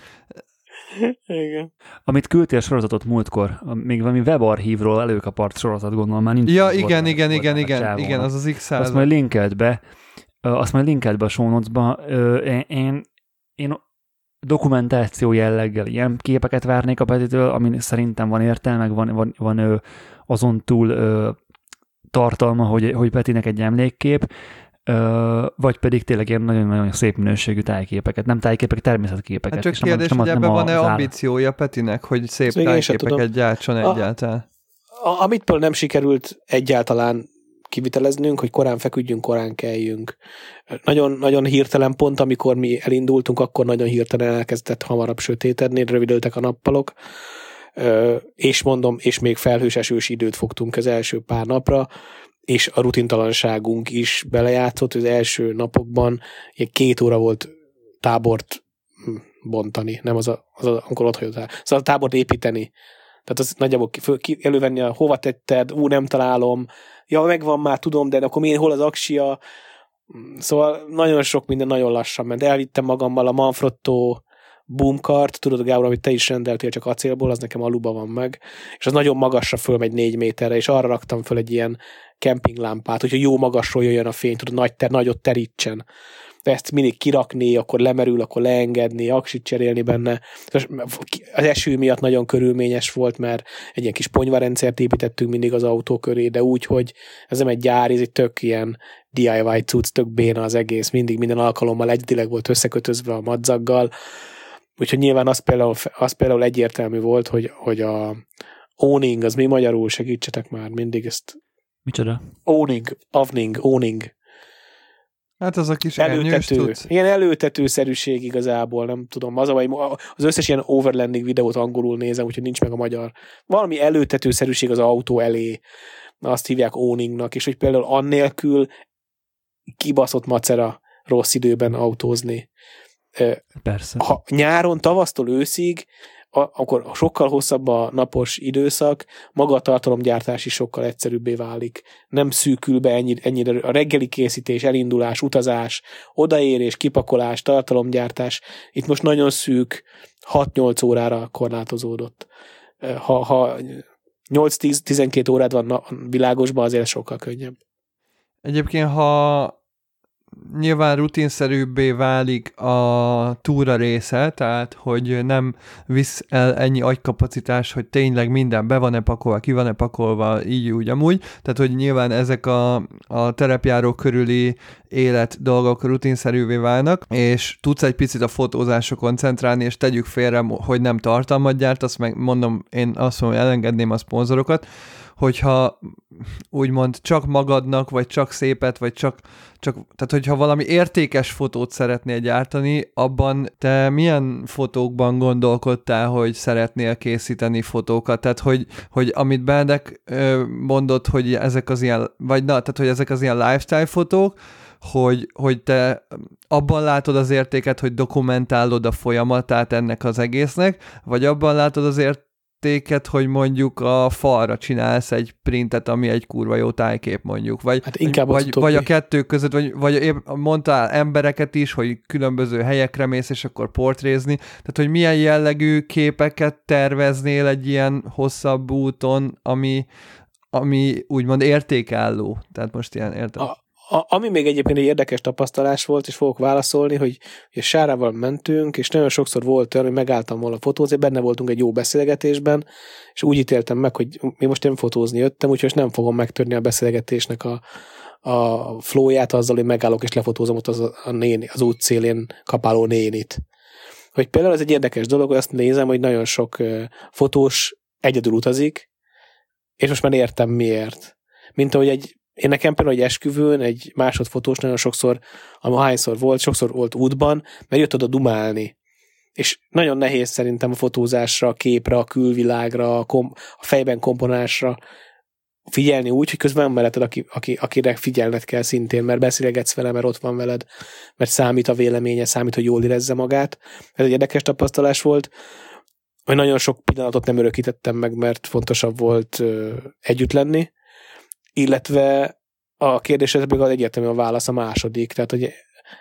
Speaker 3: Igen.
Speaker 1: Amit küldtél a sorozatot múltkor, még valami webarchívról előkapart sorozat, gondolom már nincs.
Speaker 2: Ja, igen, az az X100.
Speaker 1: Azt majd linkeld be a show notes-ba. Én dokumentáció jelleggel ilyen képeket várnék a Petitől, ami szerintem van értelme, van azon túl tartalma, hogy Petinek egy emlékkép, vagy pedig tényleg ilyen nagyon-nagyon szép minőségű tájképeket, nem tájképeket, természetképeket.
Speaker 2: Hát csak kérdés, hogy ebben van-e ambíciója Petinek, hogy szép tájképeket gyártson egyáltalán?
Speaker 3: Amit nem sikerült egyáltalán kiviteleznünk, hogy korán feküdjünk, korán keljünk. Nagyon, nagyon hirtelen pont, amikor mi elindultunk, akkor nagyon hirtelen elkezdett hamarabb sötétedni, rövidültek a nappalok, és mondom, és még felhős esős időt fogtunk az első pár napra, és a rutintalanságunk is belejátszott, az első napokban 2 óra volt tábort bontani, nem amikor ott hagyott el. Szóval a tábort építeni. Tehát az nagyjából elővenni, hova tetted, nem találom, ja, megvan már, tudom, de akkor hol az aksia? Szóval nagyon sok minden nagyon lassan ment. Elvittem magammal a Manfrotto boomkart, tudod, Gábor, amit te is rendeltél csak acélból, az nekem aluba van meg, és az nagyon magasra fölmegy 4 méterre, és arra raktam föl egy ilyen kempinglámpát, hogyha jó magasról jöjjön a fény, tudod, nagyot terítsen. De ezt mindig kirakni, akkor lemerül, akkor leengedni, aksit cserélni benne. Az eső miatt nagyon körülményes volt, mert egy ilyen kis ponyvarendszert építettünk mindig az autó köré, de úgy, hogy ez nem egy gyár, ez egy tök ilyen DIY cucc, tök béna az egész, mindig minden alkalommal egyedileg volt összekötözve a madzaggal. Úgyhogy nyilván az például egyértelmű volt, hogy a owning, az mi magyarul, segítsetek már mindig ezt.
Speaker 1: Micsoda?
Speaker 3: Owning.
Speaker 2: Hát az a kis előtető.
Speaker 3: Ilyen előtetőszerűség igazából, nem tudom. Az összes ilyen overlanding videót angolul nézem, úgyhogy nincs meg a magyar. Valami előtetőszerűség az autó elé. Azt hívják owningnak, és hogy például annélkül kibaszott macera rossz időben autózni.
Speaker 1: Persze.
Speaker 3: Ha nyáron, tavasztól őszig, akkor sokkal hosszabb a napos időszak, maga a tartalomgyártás is sokkal egyszerűbbé válik. Nem szűkül be ennyire a reggeli készítés, elindulás, utazás, odaérés, kipakolás, tartalomgyártás. Itt most nagyon szűk, 6-8 órára korlátozódott. Ha 8-10-12 órád van világosban, azért sokkal könnyebb.
Speaker 2: Egyébként, ha nyilván rutinszerűbbé válik a túra része, tehát hogy nem visz el ennyi agykapacitás, hogy tényleg minden be van-e pakolva, ki van-e pakolva, így úgy amúgy. Tehát, hogy nyilván ezek a terepjáró körüli élet dolgok rutinszerűvé válnak, és tudsz egy picit a fotózásra koncentrálni, és tegyük félre, hogy nem tartalmat gyárt, azt meg mondom, én azt mondom, elengedném a szponzorokat, hogyha úgymond csak magadnak, vagy csak szépet, vagy csak tehát hogyha valami értékes fotót szeretnél gyártani, abban te milyen fotókban gondolkodtál, hogy szeretnél készíteni fotókat? Tehát, hogy amit Benedek mondott, hogy ezek az ilyen, hogy ezek az ilyen lifestyle fotók, hogy te abban látod az értéket, hogy dokumentálod a folyamatát ennek az egésznek, vagy abban látod az értéket, hogy mondjuk a falra csinálsz egy printet, ami egy kurva jó tájkép mondjuk, vagy,
Speaker 3: hát inkább
Speaker 2: vagy a kettő között, vagy mondtál embereket is, hogy különböző helyekre mész, és akkor portrézni, tehát hogy milyen jellegű képeket terveznél egy ilyen hosszabb úton, ami úgymond értékálló, tehát most ilyen értem.
Speaker 3: Ami még egyébként egy érdekes tapasztalás volt, és fogok válaszolni, hogy Sárával mentünk, és nagyon sokszor volt olyan, hogy megálltam volna fotózni, benne voltunk egy jó beszélgetésben, és úgy ítéltem meg, hogy mi most nem fotózni jöttem, úgyhogy nem fogom megtörni a beszélgetésnek a flowját azzal, hogy megállok és lefotózom ott az út szélén kapáló nénit. Hogy például ez egy érdekes dolog, hogy azt nézem, hogy nagyon sok fotós egyedül utazik, és most már értem miért. Mint ahogy én nekem például egy esküvőn, egy másodfotós nagyon sokszor, ahányszor volt, sokszor volt útban, mert jött oda dumálni. És nagyon nehéz szerintem a fotózásra, a képre, a külvilágra, a fejben komponálásra figyelni úgy, hogy közben van melletted, akire figyelned kell szintén, mert beszélgetsz vele, mert ott van veled, mert számít a véleménye, számít, hogy jól érezze magát. Ez egy érdekes tapasztalás volt, hogy nagyon sok pillanatot nem örökítettem meg, mert fontosabb volt együtt lenni, illetve a kérdésre pedig az egyértelműen a válasz a második, tehát hogy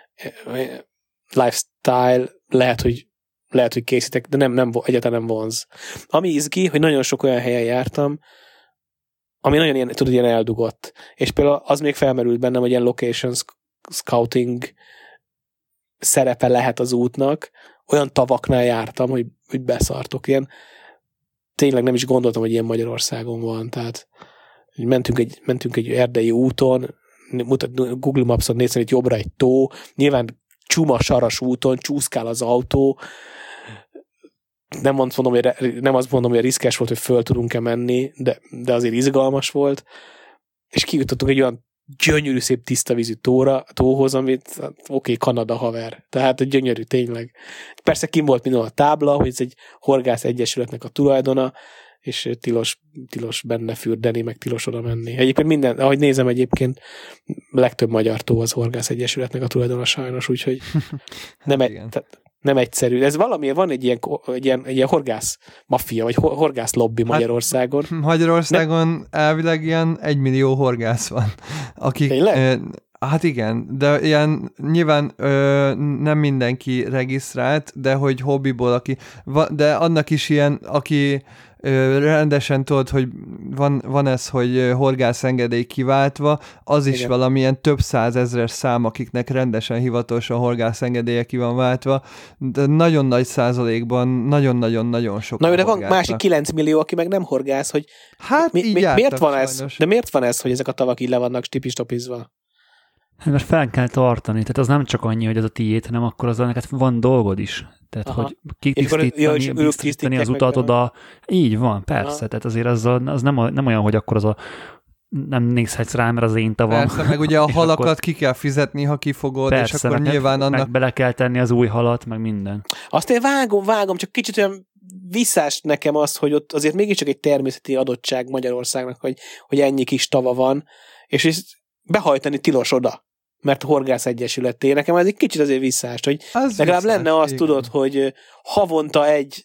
Speaker 3: lifestyle lehet, hogy készítek, de nem egyáltalán nem vonz. Ami izgi, hogy nagyon sok olyan helyen jártam, ami nagyon ilyen eldugott. És például az még felmerült bennem, hogy ilyen location scouting szerepe lehet az útnak. Olyan tavaknál jártam, hogy beszartok. Ilyen, tényleg nem is gondoltam, hogy ilyen Magyarországon van. Tehát mentünk egy erdei úton, Google Maps-on néztem, itt jobbra egy tó, nyilván csuma saras úton, csúszkál az autó, nem azt mondom, hogy riszkes volt, hogy föl tudunk-e menni, de azért izgalmas volt, és kijutottunk egy olyan gyönyörű, szép tiszta vízű tóhoz, amit oké, Kanada haver. Tehát gyönyörű, tényleg. Persze kim volt minden a tábla, hogy ez egy horgász egyesületnek a tulajdona, és tilos benne fürdeni, meg tilos oda menni. Egyébként minden, ahogy nézem egyébként, legtöbb magyar tó az horgász egyesületnek a tulajdona sajnos, úgyhogy nem egyszerű. Ez valami, van egy ilyen horgász maffia, vagy horgász lobby Magyarországon.
Speaker 2: Magyarországon elvileg ilyen 1 millió horgász van. Akik, hát igen, de ilyen nyilván nem mindenki regisztrált, de hogy hobbiból, de annak is ilyen, aki rendesen tudod, hogy van ez, hogy horgászengedély kiváltva, az is valamilyen több százezres szám, akiknek rendesen hivatalosan horgászengedélye ki van váltva, de nagyon nagy százalékban nagyon-nagyon sok.
Speaker 3: Na, de van másik 9 millió, aki meg nem horgász, hogy
Speaker 2: hát
Speaker 3: miért van ez? De miért van ez, hogy ezek a tavak így le vannak stipiztopizva?
Speaker 1: Hát mert fel kell tartani, tehát az nem csak annyi, hogy az a tiéd, hanem akkor azzal neked van dolgod is. Tehát, hogy kitisztítani az utat oda. Így van, persze. Tehát azért az nem olyan, hogy akkor az nem nézhetsz rá, mert az én tavam.
Speaker 2: Persze, meg ugye a halakat akkor ki kell fizetni, ha kifogod, persze, és akkor nyilván annak...
Speaker 1: meg bele kell tenni az új halat, meg minden.
Speaker 3: Azt én vágom, csak kicsit olyan visszás nekem az, hogy ott azért mégiscsak egy természeti adottság Magyarországnak, hogy ennyi kis tava van, és behajtani tilos oda, mert horgász egyesületé. Nekem ez egy kicsit azért visszás, hogy az legalább visszás, lenne azt, tudod, hogy havonta egy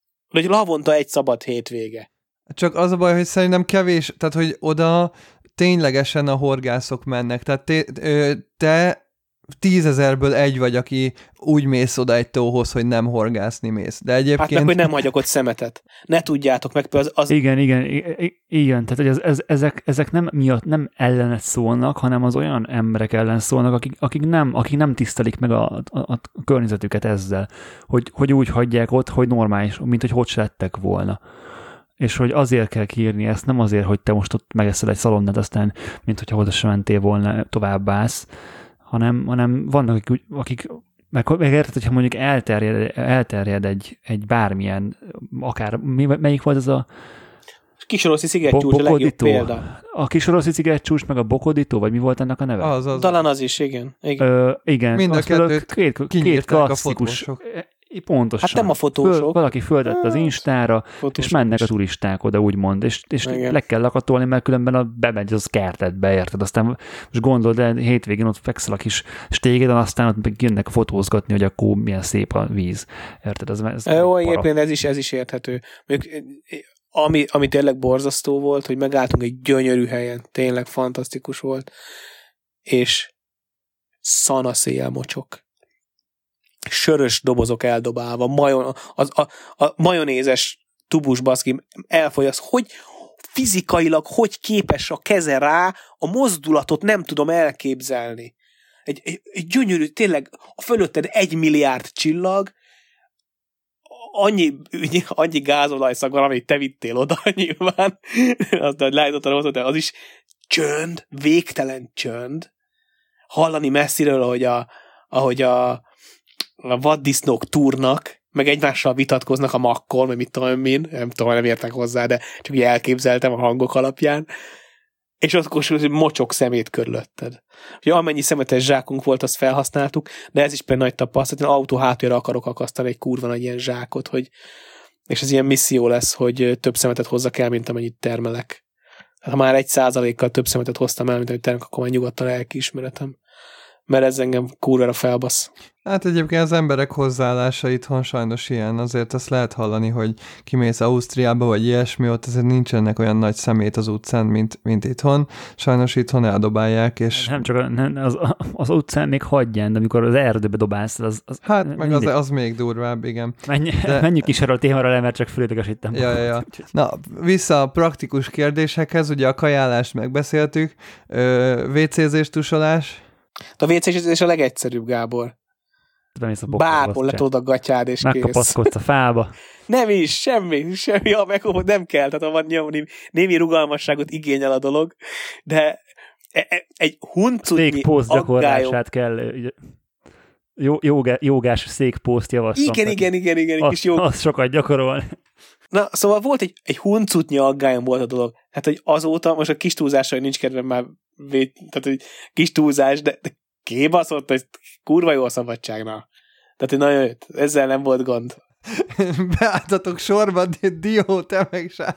Speaker 3: szabad hétvége.
Speaker 2: Csak az a baj, hogy szerintem kevés, tehát hogy oda ténylegesen a horgászok mennek. Tehát te 10 000-ből egy vagy, aki úgy mész oda egy tóhoz, hogy nem horgászni mész. De egyébként... Hát
Speaker 3: meg, hogy nem hagyok ott szemetet. Ne tudjátok meg.
Speaker 1: Igen, tehát hogy ezek nem ellenet szólnak, hanem az olyan emberek ellen szólnak, akik nem tisztelik meg a környezetüket ezzel. Hogy úgy hagyják ott, hogy normális, mint hogy se lettek volna. És hogy azért kell kiírni ezt, nem azért, hogy te most ott megeszel egy szalonnát, aztán, mint hogyha oda sem mentél volna, továbbállsz, hanem vannak, akik megérted, hogyha mondjuk elterjed egy bármilyen, akár, melyik volt ez a
Speaker 3: Kisoroszi szigetcsúcs a legjobb példa.
Speaker 1: A Kisoroszi szigetcsúcs, meg a Bokodító, vagy mi volt ennek a neve?
Speaker 3: Talán az is, igen.
Speaker 1: Igen.
Speaker 2: Mind a kettőt
Speaker 1: két klasszikus. Pontosan.
Speaker 3: Hát nem a fotósok.
Speaker 1: Valaki földett az Instára, és mennek a turisták oda, úgymond, és le kell lakatolni, mert különben bemegy az kertedbe, érted? Aztán most gondold, de hétvégén ott fekszel a kis stégeden, aztán ott jönnek fotózgatni, hogy akkor milyen szép a víz. Érted?
Speaker 3: Jó, egyébként ez is érthető. Ami tényleg borzasztó volt, hogy megálltunk egy gyönyörű helyen, tényleg fantasztikus volt, és szanaszéjjel mocsok. Sörös dobozok eldobálva, a majonézes tubus baszki elfolyaszt, hogy fizikailag hogy képes a keze rá, a mozdulatot nem tudom elképzelni. Egy gyönyörű, tényleg a fölötted 1 milliárd csillag, annyi gázolajszag van, amit te vittél oda nyilván, aztán leállítottam, de az is csönd, végtelen csönd, hallani messziről, ahogy a vaddisznók túrnak, meg egymással vitatkoznak a makkol, meg mit tudom én, nem értek hozzá, de csak úgy elképzeltem a hangok alapján, és akkor mocsok szemét körülötted. Ugye amennyi szemetes zsákunk volt, azt felhasználtuk, de ez is például nagy tapasztalat, én autó hátuljára akarok akasztani egy kurva nagy ilyen zsákot, és ez ilyen misszió lesz, hogy több szemetet hozzak el, mint amennyit termelek. Ha már 1%-kal több szemetet hoztam el, mint amit termelek, akkor már nyugodtan lelkiismeretem. Mert ez engem kurvára felbasz.
Speaker 2: Hát egyébként az emberek hozzáállása itthon sajnos ilyen, azért azt lehet hallani, hogy kimész Ausztriába, vagy ilyesmi, ott azért nincsenek olyan nagy szemét az utcán, mint itthon. Sajnos itthon eldobálják, és...
Speaker 1: Nem csak az utcán még hagyján, de amikor az erdőbe dobálsz, az
Speaker 2: hát meg az még durvább, igen.
Speaker 1: Menjünk is erről a témára le, mert csak fölédegesítem.
Speaker 2: Ja. Na, vissza a praktikus kérdésekhez, ugye a kajálást
Speaker 3: Bárhol letolod a gatyád, és kész.
Speaker 1: Megkapaszkodsz a fába.
Speaker 3: Nem is, semmi, ja, nem kell, tehát van némi rugalmasságot igényel a dolog, de egy huncutnyi
Speaker 1: székpószt gyakorlását kell, jogás székpószt javaslom.
Speaker 3: Igen, kis jó.
Speaker 1: Azt sokat gyakorolni.
Speaker 3: Na, szóval volt egy huncutnyi aggályom volt a dolog. Hát, hogy azóta, most a kis túlzásra nincs kedvem már, tehát, hogy kis túlzás, de kébaszott, hogy kurva jó a szabadságna. Tehát, hogy nagyon jött. Ezzel nem volt gond.
Speaker 2: Beálltatok sorba, Dió, te meg Sáre.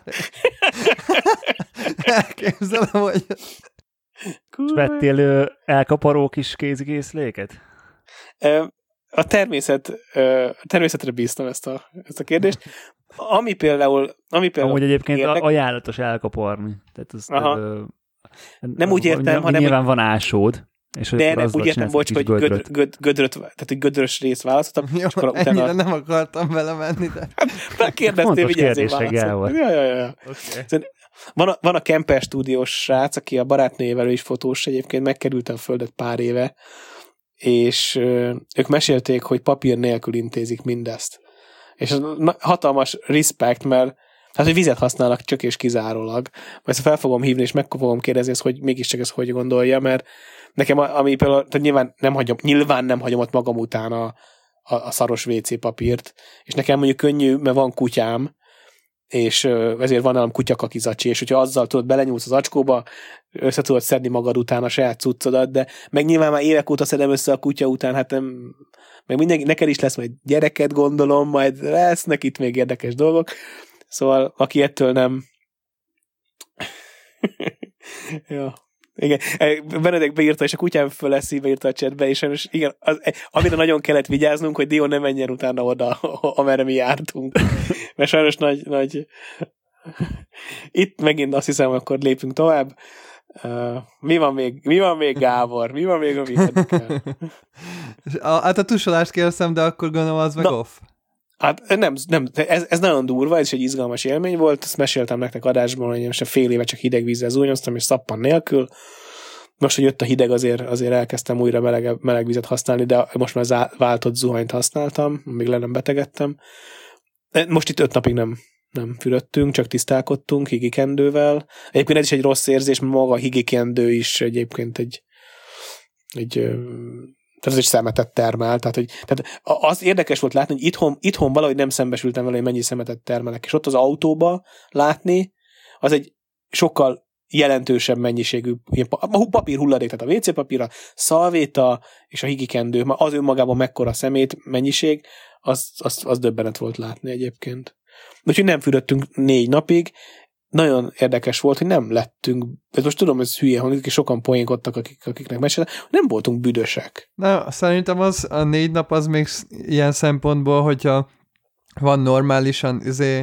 Speaker 2: Elképzelem, hogy...
Speaker 1: Vettél elkaparó kis kézikészléket?
Speaker 3: A természetre bíztam ezt a kérdést. Ami például
Speaker 1: amúgy egyébként ajánlatos elkaparni. Tehát azt,
Speaker 3: nem úgy értem, hanem...
Speaker 1: Nyilván van ásód. És
Speaker 3: de nem úgy értem, bocs, hogy gödröt, tehát hogy gödrös részt választottam.
Speaker 2: Jó, és akkor utána... nem akartam vele menni, de...
Speaker 3: Kérdeztél, vigyázzél
Speaker 1: válaszol.
Speaker 3: Ja. Okay. Van a Kemper stúdiós srác, aki a barátnőjével is fotós, egyébként megkerült a földet pár éve, és ők mesélték, hogy papír nélkül intézik mindezt. És hatalmas respect, mert hát, hogy vizet használnak csak és kizárólag. Majd fel fogom hívni, és meg fogom kérdezni ezt, hogy mégiscsak ezt hogy gondolja, mert nekem, ami például, tehát nyilván nem hagyom ott magam után a szaros WC papírt, és nekem mondjuk könnyű, mert van kutyám, és ezért van nálam kutyakakizacsi, és hogyha azzal tudod, belenyúlsz az acskóba, össze tudod szedni magad után a saját cuccodat, de meg nyilván már évek óta szedem össze a kutya után, hát nem, meg neked is lesz majd gyereket, gondolom, majd lesznek itt még érdekes dolgok, szóval aki ettől nem ja. Igen, Benedek beírta, és a kutyám föleszi, beírta a chatbe, és igen, amire nagyon kellett vigyáznunk, hogy Dion ne menjen utána oda, amerre mi jártunk. Mert sajnos nagy... Itt megint azt hiszem, akkor lépünk tovább. Mi van még, Gábor? Mi van még, ami érdekel?
Speaker 2: Hát a tusolást kérdeztem, de akkor gondolom az meg off.
Speaker 3: Hát nem, ez nagyon durva, ez is egy izgalmas élmény volt, ezt meséltem nektek adásban, hogy én most fél éve csak hideg vízzel zúnyoztam, és szappan nélkül. Most, hogy jött a hideg, azért elkezdtem újra meleg vizet használni, de most már váltott zuhanyt használtam, még le nem betegedtem. Most itt 5 napig nem fürödtünk, csak tisztálkodtunk higikendővel. Egyébként ez is egy rossz érzés, mert maga a higikendő is egyébként tehát ez is szemetet termel. Tehát az érdekes volt látni, hogy itthon valahogy nem szembesültem vele, hogy mennyi szemetet termelek. És ott az autóba látni, az egy sokkal jelentősebb mennyiségű papír hulladék, tehát a WC papír, a szalvéta és a higikendő, az önmagában mekkora szemét mennyiség, az döbbenet volt látni egyébként. Úgyhogy nem fürödtünk 4 napig, nagyon érdekes volt, hogy nem lettünk, most tudom, ez hülye hangzik, és sokan poénkodtak, akiknek meséltek, nem voltunk büdösek.
Speaker 2: Na, szerintem a 4 nap az még ilyen szempontból, hogyha van normálisan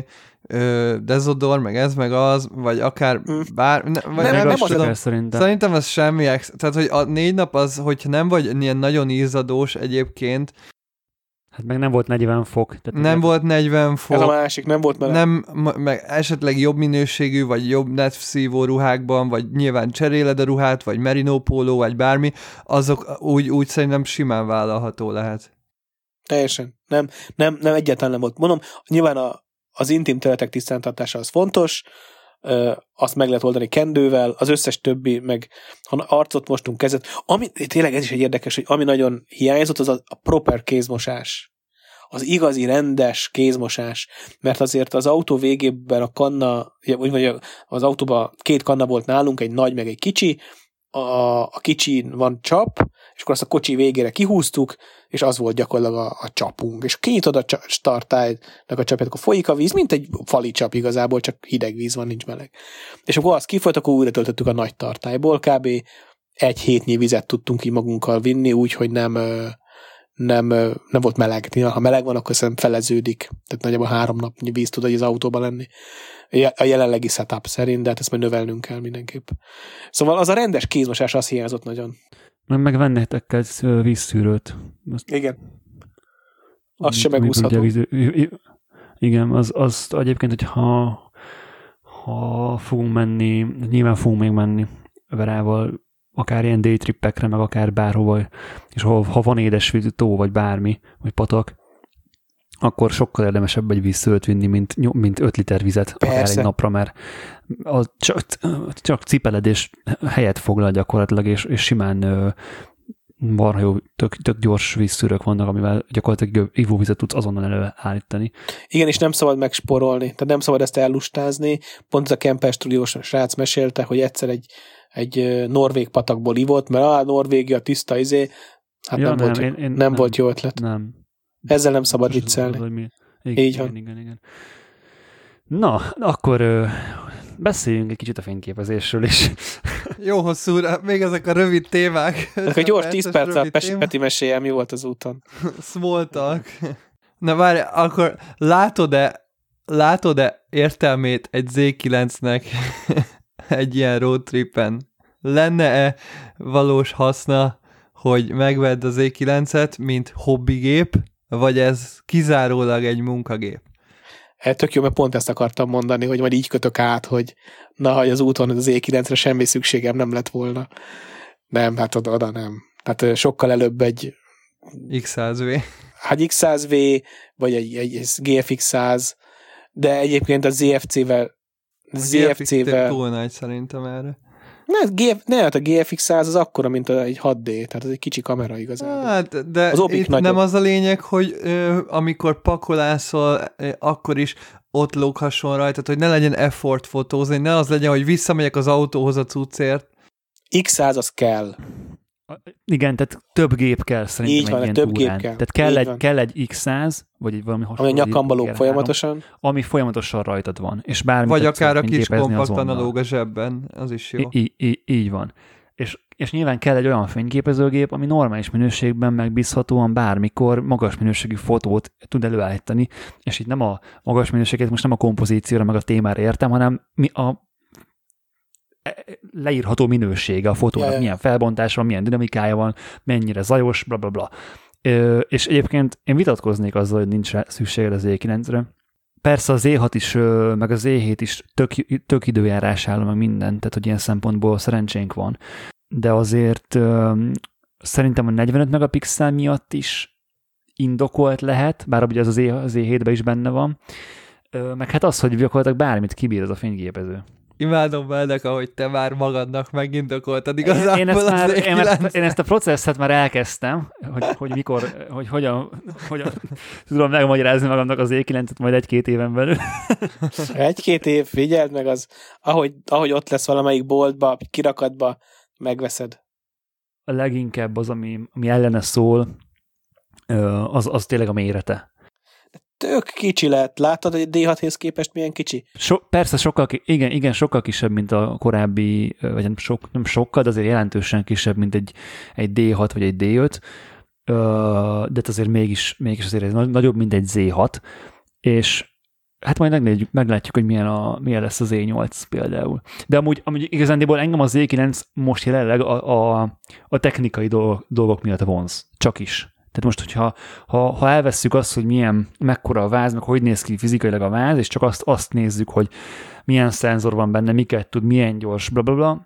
Speaker 2: dezodor, meg ez, meg az, vagy akár bár... Szerintem ez semmi tehát, hogy a 4 nap az, hogyha nem vagy ilyen nagyon izzadós egyébként,
Speaker 1: hát meg nem volt 40 fok.
Speaker 2: Nem volt 40 fok.
Speaker 3: Ez a másik, nem volt meleg.
Speaker 2: Meg esetleg jobb minőségű, vagy jobb netszívó ruhákban, vagy nyilván cseréled a ruhát, vagy merino póló, vagy bármi, azok úgy szerintem simán vállalható lehet.
Speaker 3: Teljesen. Nem egyáltalán nem volt. Mondom, nyilván az intim területek tisztántartása az fontos, azt meg lehet oldani kendővel, az összes többi, meg ha arcot mostunk, kezet. Tényleg ez is egy érdekes, hogy ami nagyon hiányzott, az a proper kézmosás. Az igazi, rendes kézmosás. Mert azért az autó végében a kanna, vagy az autóban 2 kanna volt nálunk, egy nagy, meg egy kicsi, a kicsin van csap, és akkor azt a kocsi végére kihúztuk, és az volt gyakorlatilag a csapunk. És kinyitod a tartálynak a csapját, akkor folyik a víz, mint egy fali csap igazából, csak hideg víz van, nincs meleg. És akkor az kifolyt, akkor újra töltöttük a nagy tartályból, kb. 1 hétnyi vizet tudtunk így magunkkal vinni, úgyhogy nem volt meleg. Ha meleg van, akkor szerintem feleződik. Tehát nagyjából 3 napnyi víz tud az autóban lenni. A jelenlegi setup szerint, de hát ezt majd növelnünk kell mindenképp. Szóval az a rendes kézmosás az hiányzott nagyon.
Speaker 1: Meg vennétek kell vízszűrőt.
Speaker 3: Igen. Az sem megúszható.
Speaker 1: Igen, az egyébként, hogy ha fogunk menni, nyilván fogunk még menni Verával akár ilyen daytrippekre, meg akár bárhova, és ha van édesvízű tó, vagy bármi, vagy patak, akkor sokkal érdemesebb egy vízszőlőt vinni, mint 5 liter vizet akár egy napra, mert csak cipeled, és helyet foglal gyakorlatilag, és simán marha jó, tök gyors vízszűrők vannak, amivel gyakorlatilag ivóvizet tudsz azonnal előállítani.
Speaker 3: Igen, és nem szabad megsporolni, tehát nem szabad ezt ellustázni. Pont a Kemper stúdiós srác mesélte, hogy egyszer egy norvég patakból ivott, mert Norvégia tiszta hát ja, nem volt jó ötlet. Nem. Ezzel nem szabad viccelni. Így van.
Speaker 1: Igen. Na, akkor beszéljünk egy kicsit a fényképezésről is.
Speaker 2: Jó hosszú, még ezek a rövid témák.
Speaker 3: A gyors 10 perc Peti mesélje, mi volt az úton.
Speaker 2: Small talk. Na várj, akkor látod-e értelmét egy Z9-nek egy ilyen roadtrippen? Lenne-e valós haszna, hogy megvedd az Z9-et, mint hobbigép, vagy ez kizárólag egy munkagép?
Speaker 3: Tök jó, mert pont ezt akartam mondani, hogy majd így kötök át, hogy hogy az úton az E9-re semmi szükségem nem lett volna. Nem, hát oda nem. Tehát sokkal előbb egy
Speaker 2: X100V.
Speaker 3: Hát X100V, vagy egy GFX 100, de egyébként a ZFC-vel
Speaker 2: túl nagy szerintem erre.
Speaker 3: Hát a GFX 100 az akkora, mint egy 6D, tehát ez egy kicsi kamera igazából.
Speaker 2: Hát, de az itt nem az a lényeg, hogy amikor pakolászol, akkor is ott lóghasson rajta, hogy ne legyen effort fotózni, ne az legyen, hogy visszamegyek az autóhoz a cuccért.
Speaker 3: X100 az kell.
Speaker 1: Igen, tehát több gép kell szerintem.
Speaker 3: Így van,
Speaker 1: egy ilyen
Speaker 3: több
Speaker 1: túrán.
Speaker 3: gép kell.
Speaker 1: Tehát kell egy X100, vagy egy valami hasonló.
Speaker 3: Ami a nyakamba lóg folyamatosan.
Speaker 1: Ami folyamatosan rajtad van. És bármit
Speaker 2: vagy akár a kis kompakt analóg a zsebben, az is jó.
Speaker 1: Így van. És nyilván kell egy olyan fényképezőgép, ami normális minőségben megbízhatóan bármikor magas minőségű fotót tud előállítani, és itt nem a magas minőséget, most nem a kompozícióra, meg a témára értem, hanem a leírható minősége a fotónak, milyen felbontása van, milyen dinamikája van, mennyire zajos, blablabla. És egyébként én vitatkoznék azzal, hogy nincs szükséged az E9-re. Persze az E6 is, meg az E7 is tök időjárás áll, meg minden, tehát hogy ilyen szempontból szerencsénk van. De azért szerintem a 45 megapixel miatt is indokolt lehet, bár ugye az E7-ben is benne van, meg hát az, hogy gyakorlatilag bármit kibír ez a fényképező.
Speaker 2: Imádom veled, ahogy te már magadnak megindokoltad igazából.
Speaker 1: Én ezt a processzet már elkezdtem, hogy mikor, hogy hogyan tudom megmagyarázni magamnak az E9-et majd 1-2 éven belül.
Speaker 3: 1-2 év, figyeld meg, az, ahogy ott lesz valamelyik boltba, kirakatba, megveszed.
Speaker 1: A leginkább az, ami ellene szól, az tényleg a mérete.
Speaker 3: Tök kicsi lett. Láttad, hogy egy D6-hez képest milyen kicsi?
Speaker 1: Persze sokkal kisebb, mint a korábbi, vagy nem sokkal, de azért jelentősen kisebb, mint egy D6 vagy egy D5, de azért mégis azért ez nagyobb, mint egy Z6, és hát majd meglátjuk, hogy milyen lesz az E8 például. De amúgy igazándiból engem az E9 most jelenleg a technikai dolgok miatt vonz. Csak is. Tehát most, hogyha ha elvesszük azt, hogy mekkora a váz, meg hogy néz ki fizikailag a váz, és csak azt nézzük, hogy milyen szenzor van benne, miket tud, milyen gyors, blablabla,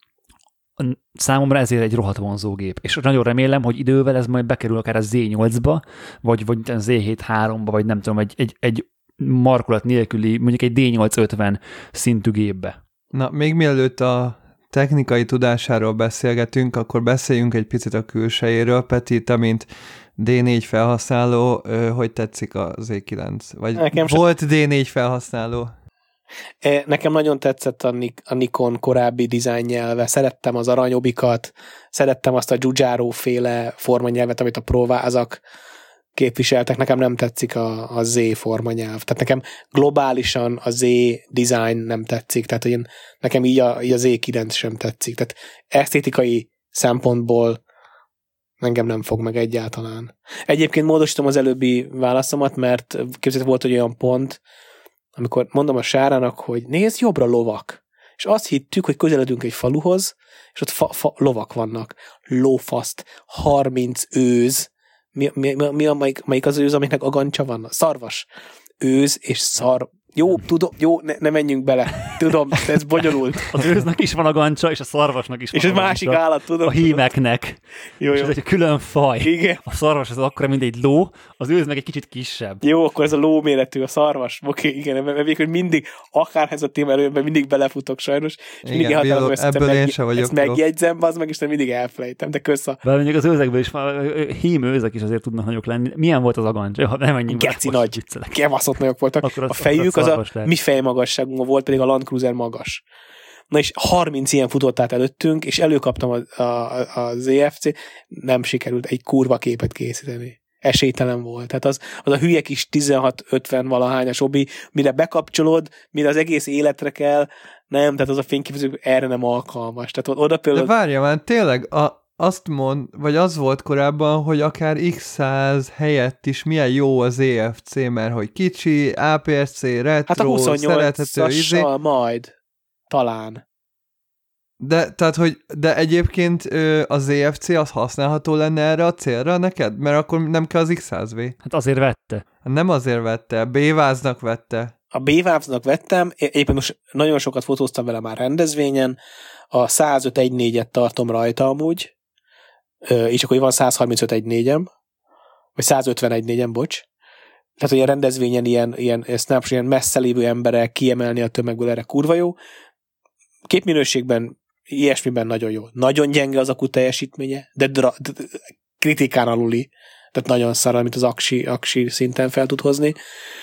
Speaker 1: számomra ezért egy rohadt vonzó gép. És nagyon remélem, hogy idővel ez majd bekerül akár a Z8-ba, vagy a Z7-3-ba, vagy nem tudom, egy markolat nélküli, mondjuk egy D850 szintű gépbe.
Speaker 2: Na, még mielőtt a technikai tudásáról beszélgetünk, akkor beszéljünk egy picit a külsejéről. Peti, te mint D4 felhasználó, hogy tetszik az E9? Vagy volt D4 felhasználó?
Speaker 3: Nekem nagyon tetszett a Nikon korábbi dizájnnyelve. Szerettem az aranyobikat, szerettem azt a Giugiaro-féle formanyelvet, amit a Provázak képviseltek. Nekem nem tetszik a Z formanyelv. Tehát nekem globálisan a Z design nem tetszik. Tehát nekem így a Z9 sem tetszik. Tehát esztétikai szempontból engem nem fog meg egyáltalán. Egyébként módosítom az előbbi válaszomat, mert képzeld, volt egy olyan pont, amikor mondom a Sárának, hogy nézd, jobbra lovak. És azt hittük, hogy közeledünk egy faluhoz, és ott lovak vannak. Lófaszt, 30 őz. Mi melyik az őz, amiknek agancsa van? Szarvas. Őz és Jó, tudom, jó, ne menjünk bele. Tudom, ez bonyolult.
Speaker 1: Az őznek is van a gancsa, és a szarvasnak is van
Speaker 3: és a gancsa. És egy másik állat, tudom.
Speaker 1: A hímeknek.
Speaker 3: Jó.
Speaker 1: És ez egy külön faj.
Speaker 3: Igen.
Speaker 1: A szarvas az akkora, mint egy ló, az őz meg egy kicsit kisebb.
Speaker 3: Jó, akkor ez a ló méretű, a szarvas. Oké, igen, mert mindig, akár ez a téma előben mindig belefutok sajnos. És
Speaker 2: igen, ebből én sem vagyok.
Speaker 3: Ezt megjegyzem, az meg is nem mindig elfelejtem, de kösz a...
Speaker 1: De mondjuk az őzekből is már hím őzek is azért tudnak nagyok lenni. Milyen volt az a gancsa? Nem menjünk bele.
Speaker 3: Geci nagy. Kevaszott nagyok voltak. A fejük az a mi fejmagasságunkon volt, pedig a Land Cruiser magas. Na és 30 ilyen futott át előttünk, és előkaptam az EFC, nem sikerült egy kurva képet készíteni. Esélytelen volt. Tehát az a hülye kis 16-50 valahányas obi, mire bekapcsolod, mire az egész életre kell, nem, tehát az a fényképező erre nem alkalmas. Tehát oda például...
Speaker 2: De várja már, tényleg azt mond, vagy az volt korábban, hogy akár X100 helyett is milyen jó az EFC, mert hogy kicsi, APS-C, retro,
Speaker 3: hát
Speaker 2: szerethető
Speaker 3: majd. Talán.
Speaker 2: De egyébként az EFC az használható lenne erre a célra neked? Mert akkor nem kell az X100V.
Speaker 1: Hát azért vette.
Speaker 2: Nem azért vette, B-váznak vette.
Speaker 3: A B-váznak vettem, éppen most nagyon sokat fotóztam vele már rendezvényen, a 105.1.4-et tartom rajta amúgy, és akkor van 135.1.4-em, vagy 150.1.4-em, bocs. Tehát, hogy a rendezvényen ilyen messze lévő emberek kiemelni a tömegből, erre kurva jó. Képminőségben, ilyesmiben nagyon jó. Nagyon gyenge az akku teljesítménye, de kritikán aluli. Tehát nagyon szar, amit az aksi szinten fel tud hozni.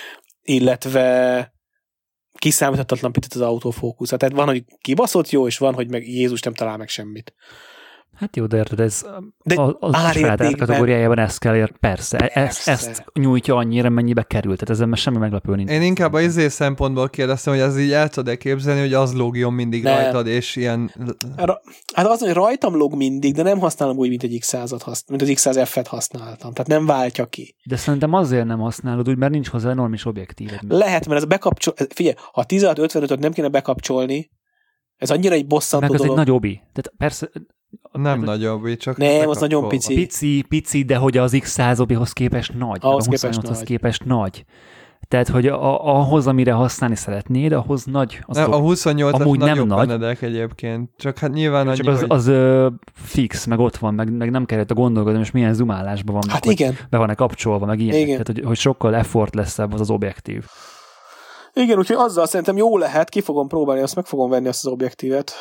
Speaker 3: Illetve kiszámíthatatlan picit az autofókusz. Tehát van, hogy kibaszott jó, és van, hogy meg Jézus nem talál meg semmit.
Speaker 1: Hát jó, de érted, ez a saját árkategóriájában ezt kell ér, persze. Ezt nyújtja annyira, mennyibe került, tehát ezen már semmi meglepő nincs.
Speaker 2: Én inkább az szempontból kérdeztem, hogy ez így el tudod-e képzelni, hogy az lógjon mindig rajtad, és ilyen...
Speaker 3: Hát az, hogy rajtam lóg mindig, de nem használom úgy, mint egy X100-at mint az X100F-et használtam. Tehát nem váltja ki.
Speaker 1: De szerintem azért nem használod úgy, mert nincs hozzá normális objektív.
Speaker 3: Lehet, mert ez bekapcsol... Figyelj, ha 16-55-öt nem kéne bekapcsolni, ez annyira egy bosszantó dolog.
Speaker 1: Meg az egy nagy obi. Tehát persze...
Speaker 2: Nem nagyobb, csak...
Speaker 3: Nem, az nagyon pici.
Speaker 1: Pici, de hogy az X100 obihoz képest nagy.
Speaker 3: Ahhoz
Speaker 1: képest nagy. Tehát, hogy ahhoz, amire használni szeretnéd, ahhoz nagy.
Speaker 2: A 28-as nagyobb Benedek egyébként. Csak hát nyilván
Speaker 1: csak az fix, meg ott van, meg nem kellett a gondolkodni, most milyen zoomálásban van.
Speaker 3: Hát
Speaker 1: meg,
Speaker 3: igen.
Speaker 1: Be van-e kapcsolva, meg ilyenek. Igen. Tehát, hogy sokkal effortlessebb az objektív.
Speaker 3: Igen, úgyhogy azzal szerintem jó lehet, ki fogom próbálni, azt meg fogom venni azt az objektívet.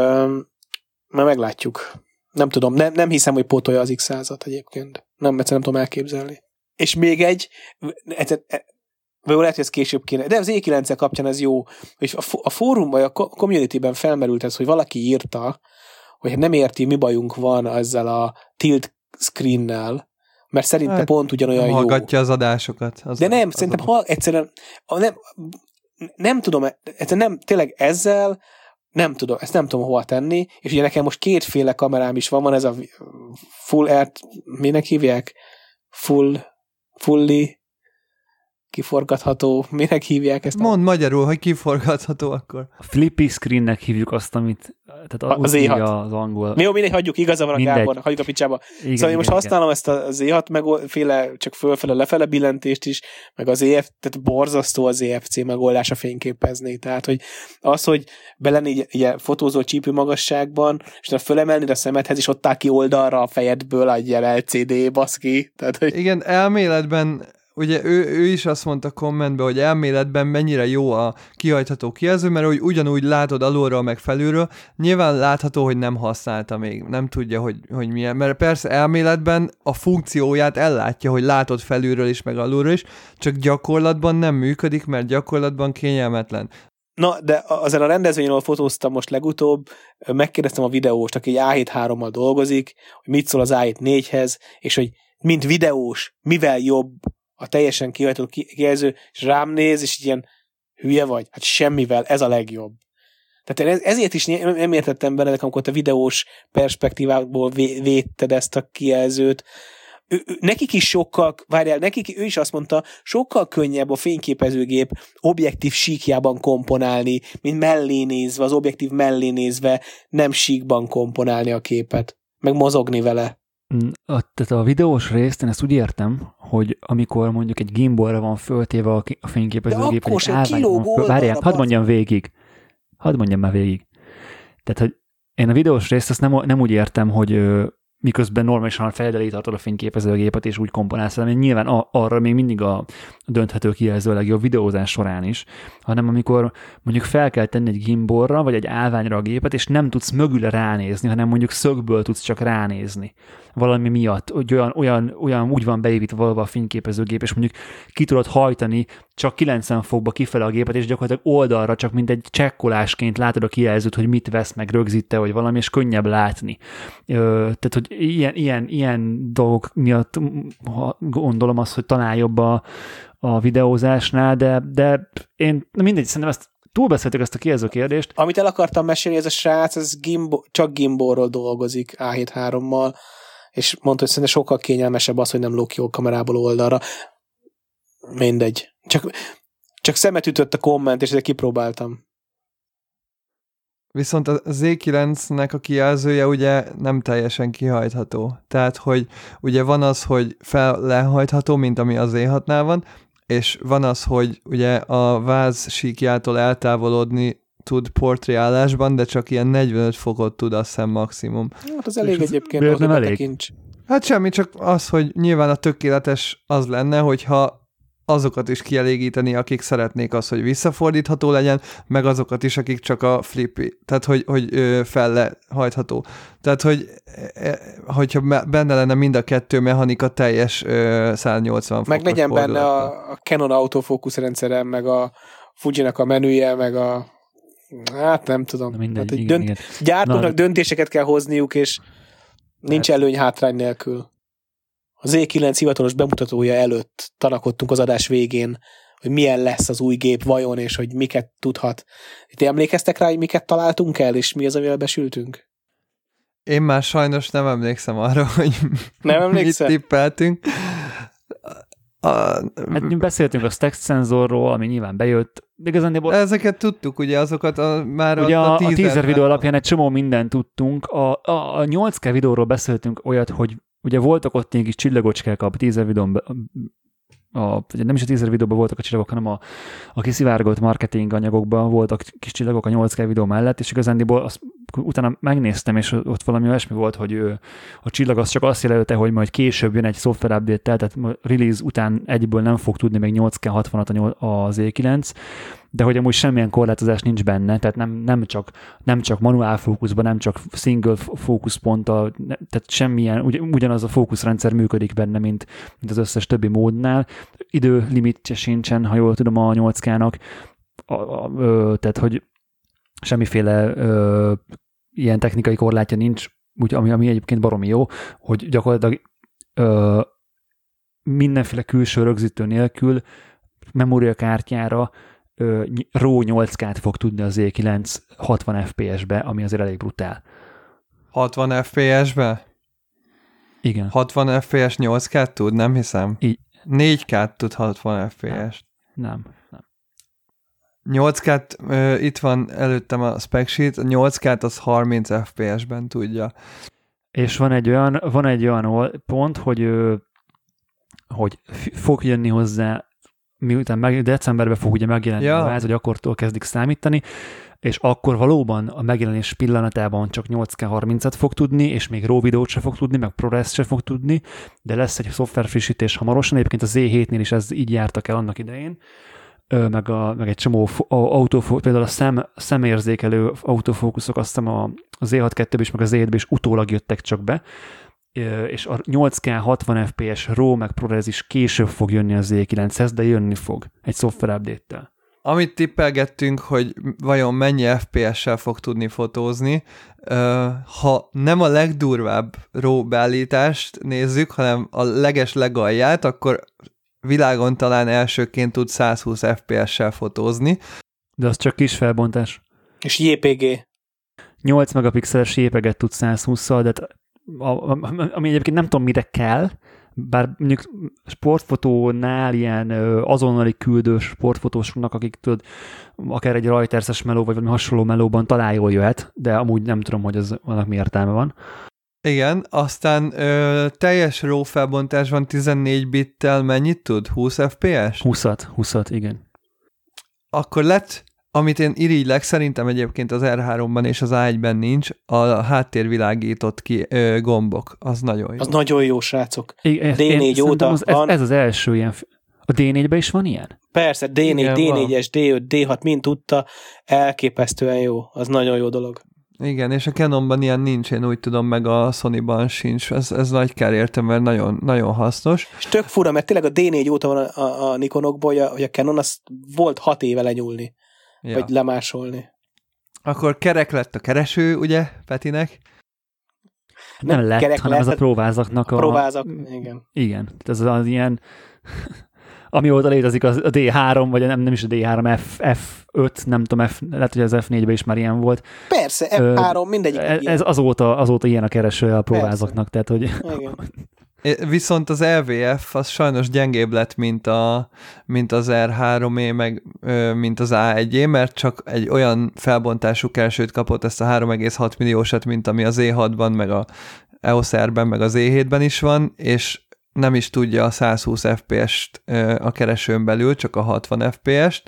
Speaker 3: Mert meglátjuk. Nem tudom, nem hiszem, hogy pótolja az X100-at egyébként. Nem, egyszerűen nem tudom elképzelni. És még egy, vagy lehet, hogy ez később kéne, de az E9-el kapcsán ez jó, és a fórumban, a community-ben felmerült ez, hogy valaki írta, hogy nem érti, mi bajunk van ezzel a tilt screen-nel, mert szerinte hát, pont ugyanolyan jó.
Speaker 2: Hallgatja az adásokat.
Speaker 3: De nem, szerintem egyszerűen nem tudom, egyszerűen nem, tényleg ezzel nem tudom, ezt nem tudom hova tenni, és ugye nekem most kétféle kamerám is van ez a full art, minek hívják? Fully kiforgatható, minek hívják ezt?
Speaker 2: Mondd magyarul, hogy kiforgatható akkor.
Speaker 1: A flippy screennek hívjuk azt, amit tehát
Speaker 3: az E6.
Speaker 1: Az angol.
Speaker 3: Jó, mindegy, hagyjuk, igaza van a Gábornak, hagyjuk a picsába. Igen, szóval én most használom ezt az E6, meg csak fölfele-lefele billentést is, meg az tehát borzasztó az EFC megoldása fényképezni. Tehát, hogy az, hogy belenni egy fotózó csípő magasságban, és fölemelni a szemedhez, és ott áll ki oldalra a fejedből egy ilyen LCD baszki. Tehát, hogy...
Speaker 2: Igen, elméletben ugye ő is azt mondta kommentben, hogy elméletben mennyire jó a kihajtható kijelző, mert hogy ugyanúgy látod alulról meg felülről, nyilván látható, hogy nem használta még, nem tudja, hogy milyen, mert persze elméletben a funkcióját ellátja, hogy látod felülről is, meg alulról is, csak gyakorlatban nem működik, mert gyakorlatban kényelmetlen.
Speaker 3: Na, de azért a rendezvényen, ahol fotóztam most legutóbb, megkérdeztem a videóst, aki A7-3-mal dolgozik, hogy mit szól az A7 4-hez, és hogy mint videós, mivel jobb a teljesen kihajtott kijelző, és rám néz, és ilyen hülye vagy, hát semmivel, ez a legjobb. Tehát ezért is nem értettem benne, amikor a videós perspektívából védted ezt a kijelzőt. Nekik is sokkal, ő is azt mondta, sokkal könnyebb a fényképezőgép objektív síkjában komponálni, mint mellé nézve, az objektív mellé nézve nem síkban komponálni a képet, meg mozogni vele.
Speaker 1: Tehát a videós részt, én ezt úgy értem, hogy amikor mondjuk egy gimbalra van föltéve a fényképezőgép,
Speaker 3: vagy egy állványra van
Speaker 1: várjál, hadd mondjam már végig. Tehát, hogy én a videós részt azt nem úgy értem, hogy miközben normálisan fejed elé tartod a fényképezőgépet, és úgy komponálsz, hanem nyilván arra még mindig a dönthető kijelző a legjobb videózás során is, hanem amikor mondjuk fel kell tenni egy gimbalra, vagy egy állványra a gépet, és nem tudsz mögül ránézni, hanem mondjuk szögből tudsz csak ránézni. Valami miatt, hogy olyan úgy van beépítve valahol a fényképezőgép, és mondjuk ki tudod hajtani csak 90 fokba kifele a gépet, és gyakorlatilag oldalra csak mint egy csekkolásként látod a kijelzőt, hogy mit vesz meg, rögzíte, vagy valami, és könnyebb látni. Tehát, hogy ilyen dolgok miatt gondolom azt, hogy talán jobb a videózásnál, de én mindegy, szerintem ezt túlbeszéltük ezt a kijelző kérdést.
Speaker 3: Amit el akartam mesélni, ez a srác, ez csak gimbalról dolgozik A7-3-mal, és mondta, hogy szerintem sokkal kényelmesebb az, hogy nem lók ki kamerából oldalra. Mindegy. Csak szemet ütött a komment, és ezért kipróbáltam.
Speaker 2: Viszont a Z9-nek a kijelzője ugye nem teljesen kihajtható. Tehát, hogy ugye van az, hogy lehajtható, mint ami az Z6-nál van, és van az, hogy ugye a váz síkjától eltávolodni tud portréállásban, de csak ilyen 45 fokot tud, azt hiszem maximum.
Speaker 3: Hát az elég egyébként.
Speaker 1: Nem elég.
Speaker 2: Hát semmi, csak az, hogy nyilván a tökéletes az lenne, hogyha azokat is kielégíteni, akik szeretnék azt, hogy visszafordítható legyen, meg azokat is, akik csak a flippy, tehát hogy fellehajtható. Tehát, hogyha benne lenne mind a kettő mechanika teljes 180 fokos
Speaker 3: meg legyen benne a Canon autofókusz rendszere, meg a Fujinak a menüje, meg hát nem tudom.
Speaker 1: Mindegy,
Speaker 3: igen. Gyártóknak döntéseket kell hozniuk, és nincs előny hátrány nélkül. Az Z9 hivatalos bemutatója előtt tanakodtunk az adás végén, hogy milyen lesz az új gép vajon, és hogy miket tudhat. Ti emlékeztek rá, hogy miket találtunk el, és mi az, amivel besültünk?
Speaker 2: Én már sajnos nem emlékszem arra, hogy mit tippeltünk.
Speaker 1: Hát beszéltünk a stack szenzorról, ami nyilván bejött.
Speaker 2: De ezeket tudtuk, ugye azokat már
Speaker 1: ugye a teaser videó alapján egy csomó mindent tudtunk. A 8K videóról beszéltünk olyat, hogy ugye voltak ott ilyen kis csillagocskák a teaser videón, nem is a teaser videóban voltak a csillagok, hanem a kiszivárgott marketing anyagokban voltak kis csillagok a 8K videó mellett, és igazándiból utána megnéztem, és ott valami olyasmi volt, hogy a csillag az csak azt jelölte, hogy majd később jön egy szoftver update-tel, tehát release után egyből nem fog tudni még 8K 60-at az E9, de hogy amúgy semmilyen korlátozás nincs benne, tehát nem csak manuál fókuszban, nem csak single fókuszponttal, tehát semmilyen, ugyanaz a fókuszrendszer működik benne, mint az összes többi módnál. Időlimitje sincsen, ha jól tudom, a 8K-nak, tehát hogy semmiféle ilyen technikai korlátja nincs, ami egyébként baromi jó, hogy gyakorlatilag mindenféle külső rögzítő nélkül memóriakártyára RAW 8K-t fog tudni az Z9 60 FPS-be, ami azért elég brutál.
Speaker 2: 60 FPS-be?
Speaker 1: Igen.
Speaker 2: 60 FPS 8K-t tud? Nem hiszem. 4K-t tud 60 FPS-t.
Speaker 1: Nem.
Speaker 2: 8K-t, itt van előttem a spec sheet, a 8K-t az 30 FPS-ben tudja.
Speaker 1: És van egy olyan pont, hogy fog jönni hozzá, miután decemberben fog ugye megjelenni a váz, hogy akkortól kezdik számítani, és akkor valóban a megjelenés pillanatában csak 8K 30-at fog tudni, és még RAW videót se fog tudni, meg ProRes se fog tudni, de lesz egy szoftver frissítés hamarosan, egyébként a Z7-nél is ez így jártak el annak idején, meg egy csomó például a szemérzékelő autofókuszok, azt hiszem a Z6-2-ben is, meg a Z7-ben is utólag jöttek csak be, és a 8K 60 FPS RAW meg ProRes is később fog jönni a Z9-hez, de jönni fog egy szoftver update-tel.
Speaker 2: Amit tippelgettünk, hogy vajon mennyi FPS-sel fog tudni fotózni, ha nem a legdurvább RAW beállítást nézzük, hanem a legalját, akkor világon talán elsőként tud 120 FPS-sel fotózni.
Speaker 1: De az csak kis felbontás.
Speaker 3: És JPG.
Speaker 1: 8 megapixeles JPG-et tud 120-szal, de ami egyébként nem tudom, mire kell, bár mondjuk sportfotónál ilyen azonnali küldő sportfotósoknak, akik tudod, akár egy Reuters-es meló, vagy valami hasonló melóban talán jól jöhet, de amúgy nem tudom, hogy annak mi értelme van.
Speaker 2: Igen, aztán teljes RAW felbontás van 14 bittel, mennyit tud? 20 FPS?
Speaker 1: 20-at, igen.
Speaker 2: Akkor lett, amit én irigylek, szerintem egyébként az R3-ban és az A1-ben nincs, a háttérvilágított gombok. Az nagyon jó.
Speaker 3: Az nagyon jó, srácok. D4 óta van.
Speaker 1: Ez az első ilyen... A D4-ben is van ilyen?
Speaker 3: Persze, D4, igen, D4-es, D5, D6 mind tudta. Elképesztően jó. Az nagyon jó dolog.
Speaker 2: Igen, és a Canonban ilyen nincs, én úgy tudom, meg a Sonyban sincs. Ez nagy kár értem, mert nagyon, nagyon hasznos.
Speaker 3: És tök fura, mert tényleg a D4 óta van a Nikonokból, hogy a Canon az volt 6 éve lenyúlni. Ja. Vagy lemásolni.
Speaker 2: Akkor kerek lett a kereső, ugye, Petinek?
Speaker 1: Nem lett, hanem ez a próvázaknak a...
Speaker 3: Próvázak, igen.
Speaker 1: Igen, ez az ilyen... Amióta létezik a D3, vagy nem is a D3, F5, nem tudom, lehet, hogy az F4-ben is már ilyen volt.
Speaker 3: Persze, F3, mindegyik.
Speaker 1: Ez azóta ilyen a keresője a próvázaknak, tehát hogy...
Speaker 3: Igen.
Speaker 2: Viszont az LVF az sajnos gyengébb lett, mint az R3-é, meg mint az A1-é, mert csak egy olyan felbontású keresőt kapott, ezt a 3,6 milliósat, mint ami az E6-ban, meg a EOS R-ben, meg az E7-ben is van, és nem is tudja a 120 FPS-t a keresőn belül, csak a 60 FPS-t.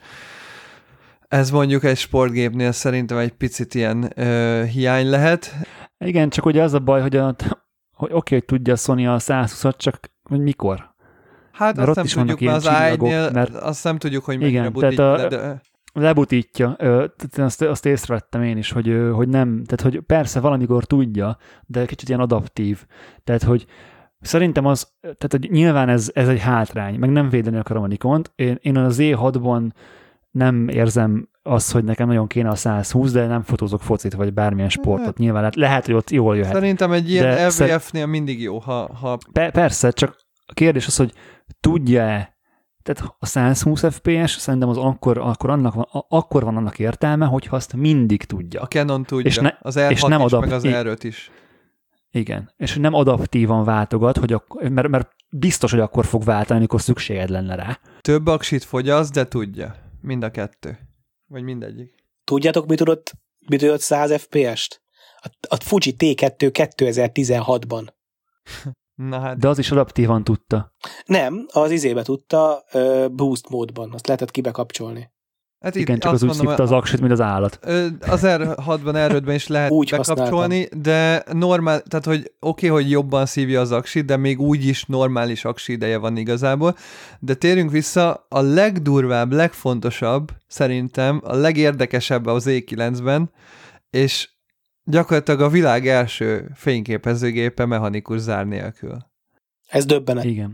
Speaker 2: Ez mondjuk egy sportgépnél szerintem egy picit ilyen hiány lehet.
Speaker 1: Igen, csak ugye az a baj, hogy oké, hogy tudja a Sony a 120-at, csak hogy mikor?
Speaker 2: Hát
Speaker 1: mert
Speaker 2: azt nem tudjuk, az A1-nél, mert azt nem tudjuk, hogy mennyire butítja le, de...
Speaker 1: Lebutítja. Azt észrevettem én is, hogy nem, tehát hogy persze valamikor tudja, de kicsit ilyen adaptív. Tehát, hogy szerintem tehát hogy nyilván ez egy hátrány, meg nem védeni akarom a Nikont. Én az E6-ban nem érzem azt, hogy nekem nagyon kéne a 120, de nem fotózok focit, vagy bármilyen sportot. Nyilván lehet, hogy ott jól jöhet.
Speaker 2: Szerintem egy ilyen LVF-nél mindig jó, ha...
Speaker 1: Persze, csak a kérdés az, hogy tudja-e, tehát a 120 FPS szerintem az akkor van annak értelme, hogyha azt mindig tudja.
Speaker 2: A Canon tudja, az R6 és nem is, meg az R5 is.
Speaker 1: Igen, és nem adaptívan váltogat, mert biztos, hogy akkor fog váltani, amikor szükséged lenne rá.
Speaker 2: Több aksit fogyaszt, de tudja. Mind a kettő. Vagy mindegyik.
Speaker 3: Tudjátok, mi tudott 100 FPS-t? A Fuji T2 2016-ban.
Speaker 2: Na hát.
Speaker 1: De az is adaptívan tudta.
Speaker 3: Nem, az izébe tudta boost módban. Azt lehetett kibekapcsolni.
Speaker 1: Hát igen, csak az úgy szívta az aksit, mint az állat.
Speaker 2: Az R6-ban, R5-ben is lehet úgy bekapcsolni, használtam. De normál, tehát hogy oké, hogy jobban szívja az aksit, de még úgy is normális aksi ideje van igazából. De térjünk vissza, a legdurvább, legfontosabb, szerintem a legérdekesebb az E9-ben, és gyakorlatilag a világ első fényképezőgépe mechanikus zár nélkül.
Speaker 3: Ez döbbenet.
Speaker 1: Igen.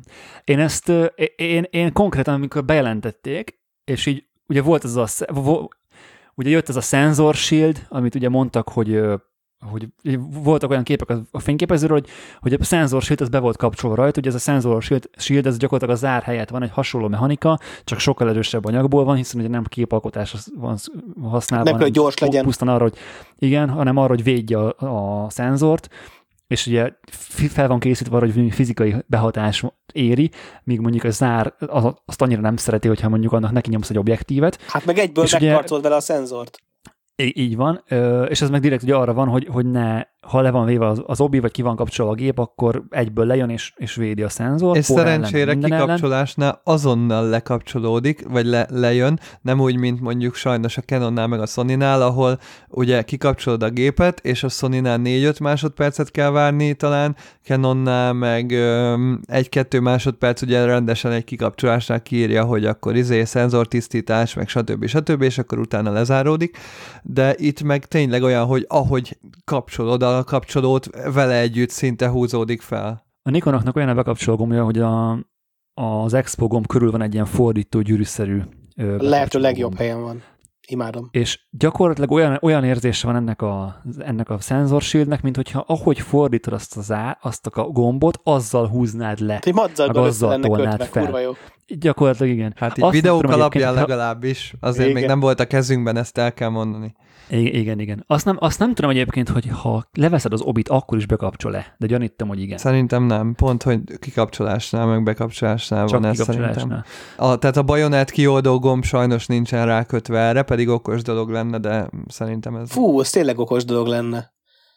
Speaker 1: Én konkrétan, amikor bejelentették, és így ugye ugye jött ez a Sensor Shield, amit ugye mondtak, hogy voltak olyan képek a fényképezőről, hogy a Sensor Shield az be volt kapcsolva rajta, ugye ez a Sensor Shield, ez gyakorlatilag a zár helyett van, egy hasonló mechanika, csak sokkal erősebb anyagból van, hiszen ugye nem képalkotás van használva,
Speaker 3: nem gyors legyen.
Speaker 1: Pusztán arra, hogy igen, hanem arra, hogy védje a szenzort, és ugye fel van készítve arra, hogy fizikai behatás éri, míg mondjuk a zár azt annyira nem szereti, hogyha mondjuk annak neki nyomsz egy objektívet.
Speaker 3: Hát meg egyből megkarcolod vele a szenzort.
Speaker 1: Így van, és ez meg direkt ugye arra van, hogy ne, ha le van véve az obi, vagy ki van kapcsolva a gép, akkor egyből lejön és védi a szenzort.
Speaker 2: És szerencsére kikapcsolásnál azonnal lekapcsolódik, vagy lejön, nem úgy, mint mondjuk sajnos a Canonnál meg a Sonynál, ahol ugye kikapcsolod a gépet, és a Sonynál 4-5 másodpercet kell várni talán, Canonnál meg 1-2 másodperc, ugye rendesen egy kikapcsolásnál kiírja, hogy akkor szenzortisztítás, meg stb. És akkor utána lezáródik. De itt meg tényleg olyan, hogy ahogy kapcsolod a kapcsolót, vele együtt szinte húzódik fel.
Speaker 1: A Nikonoknak olyan a bekapcsoló gombja, hogy az Expo gomb körül van egy ilyen fordító gyűrűszerű
Speaker 3: lehető legjobb helyen van. Imádom.
Speaker 1: És gyakorlatilag olyan érzése van ennek a Sensor Shieldnek, mint hogyha ahogy fordítod azt a gombot, azzal húznád le.
Speaker 3: Egy madzaggal össze lenne kötve, kurva jó.
Speaker 1: Gyakorlatilag igen.
Speaker 2: Hát így videók alapján legalábbis, azért igen. Még nem volt a kezünkben, ezt el kell mondani.
Speaker 1: Igen. Azt nem tudom egyébként, hogy ha leveszed az obit, akkor is bekapcsol-e, de gyanítom, hogy igen.
Speaker 2: Szerintem nem. Pont, hogy kikapcsolásnál, meg bekapcsolásnál
Speaker 1: csak
Speaker 2: van ez szerintem. Tehát a bajonett kioldó gomb sajnos nincsen rákötve erre, pedig okos dolog lenne, de szerintem ez...
Speaker 3: Fú, ez tényleg okos dolog lenne.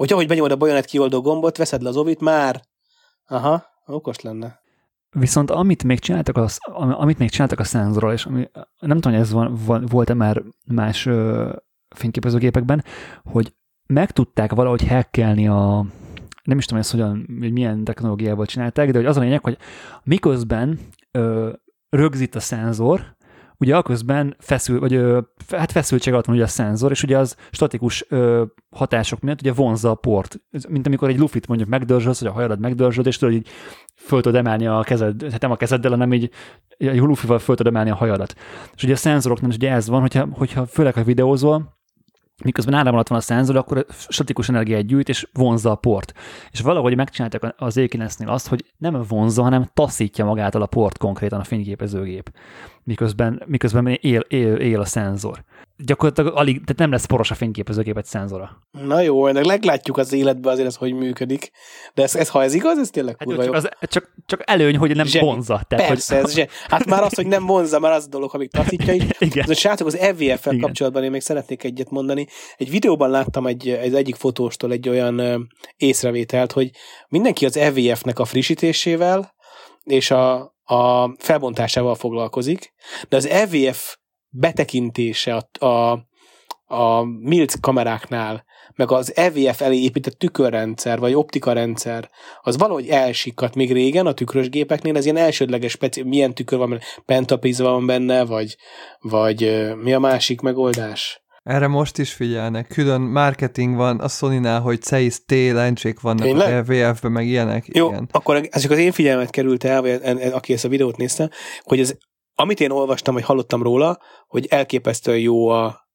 Speaker 3: hogy ahogy benyomod a bajonett kioldó gombot, veszed le az ovit, már okos lenne.
Speaker 1: Viszont amit még csináltak a szenzorral, és nem tudom, hogy ez volt-e már más fényképezőgépekben, hogy meg tudták valahogy hackelni nem is tudom, hogy milyen technológiával csinálták, de hogy az a lényeg, hogy miközben rögzít a szenzor, ugye aközben feszültség alatt van ugye a szenzor, és ugye az statikus hatások miatt ugye vonzza a port. Mint amikor egy lufit mondjuk megdörzsölsz, vagy a hajadat megdörzsöd, és tudod, így föl tudod emelni a kezed, hát nem a kezeddel, hanem így egy lufival föl tudod emelni a hajadat. És ugye a szenzoroknál is ugye ez van, hogyha főleg ha videózol, miközben áram alatt van a szenzor, akkor statikus energiát gyűjt, és vonzza a port. És valahogy megcsinálták az E9-nél azt, hogy nem vonzza, hanem taszítja magától a port konkrétan a fényképezőgép, miközben él a szenzor. Gyakorlatilag tehát nem lesz poros a fényképezőgép egy szenzora.
Speaker 3: Na jó, ennek meglátjuk az életben azért, hogy működik. De ha ez igaz, ez tényleg kurva jó.
Speaker 1: Csak előny, hogy nem vonzza. Tehát,
Speaker 3: persze, hogy... hát már az, hogy nem vonzza, már az a dolog, amíg taszítja is. Srácok, az EVF-fel kapcsolatban én még szeretnék egyet mondani. Egy videóban láttam egyik fotóstól egy olyan észrevételt, hogy mindenki az EVF-nek a frissítésével és a felbontásával foglalkozik, de az EVF betekintése a MILC kameráknál, meg az EVF elé épített tükörrendszer, vagy optikarendszer, az valahogy elsikadt még régen a tükrös gépeknél, ez ilyen elsődleges milyen tükör van benne, pentaprizma van benne, vagy mi a másik megoldás?
Speaker 2: Erre most is figyelnek. Külön marketing van a Sony-nál, hogy CEIS T lencsék vannak az EVF-ben, meg ilyenek.
Speaker 3: Jó,
Speaker 2: igen.
Speaker 3: Akkor ez csak az én figyelmet került el, vagy aki ezt a videót nézte, hogy amit én olvastam, vagy hallottam róla, hogy elképesztően jó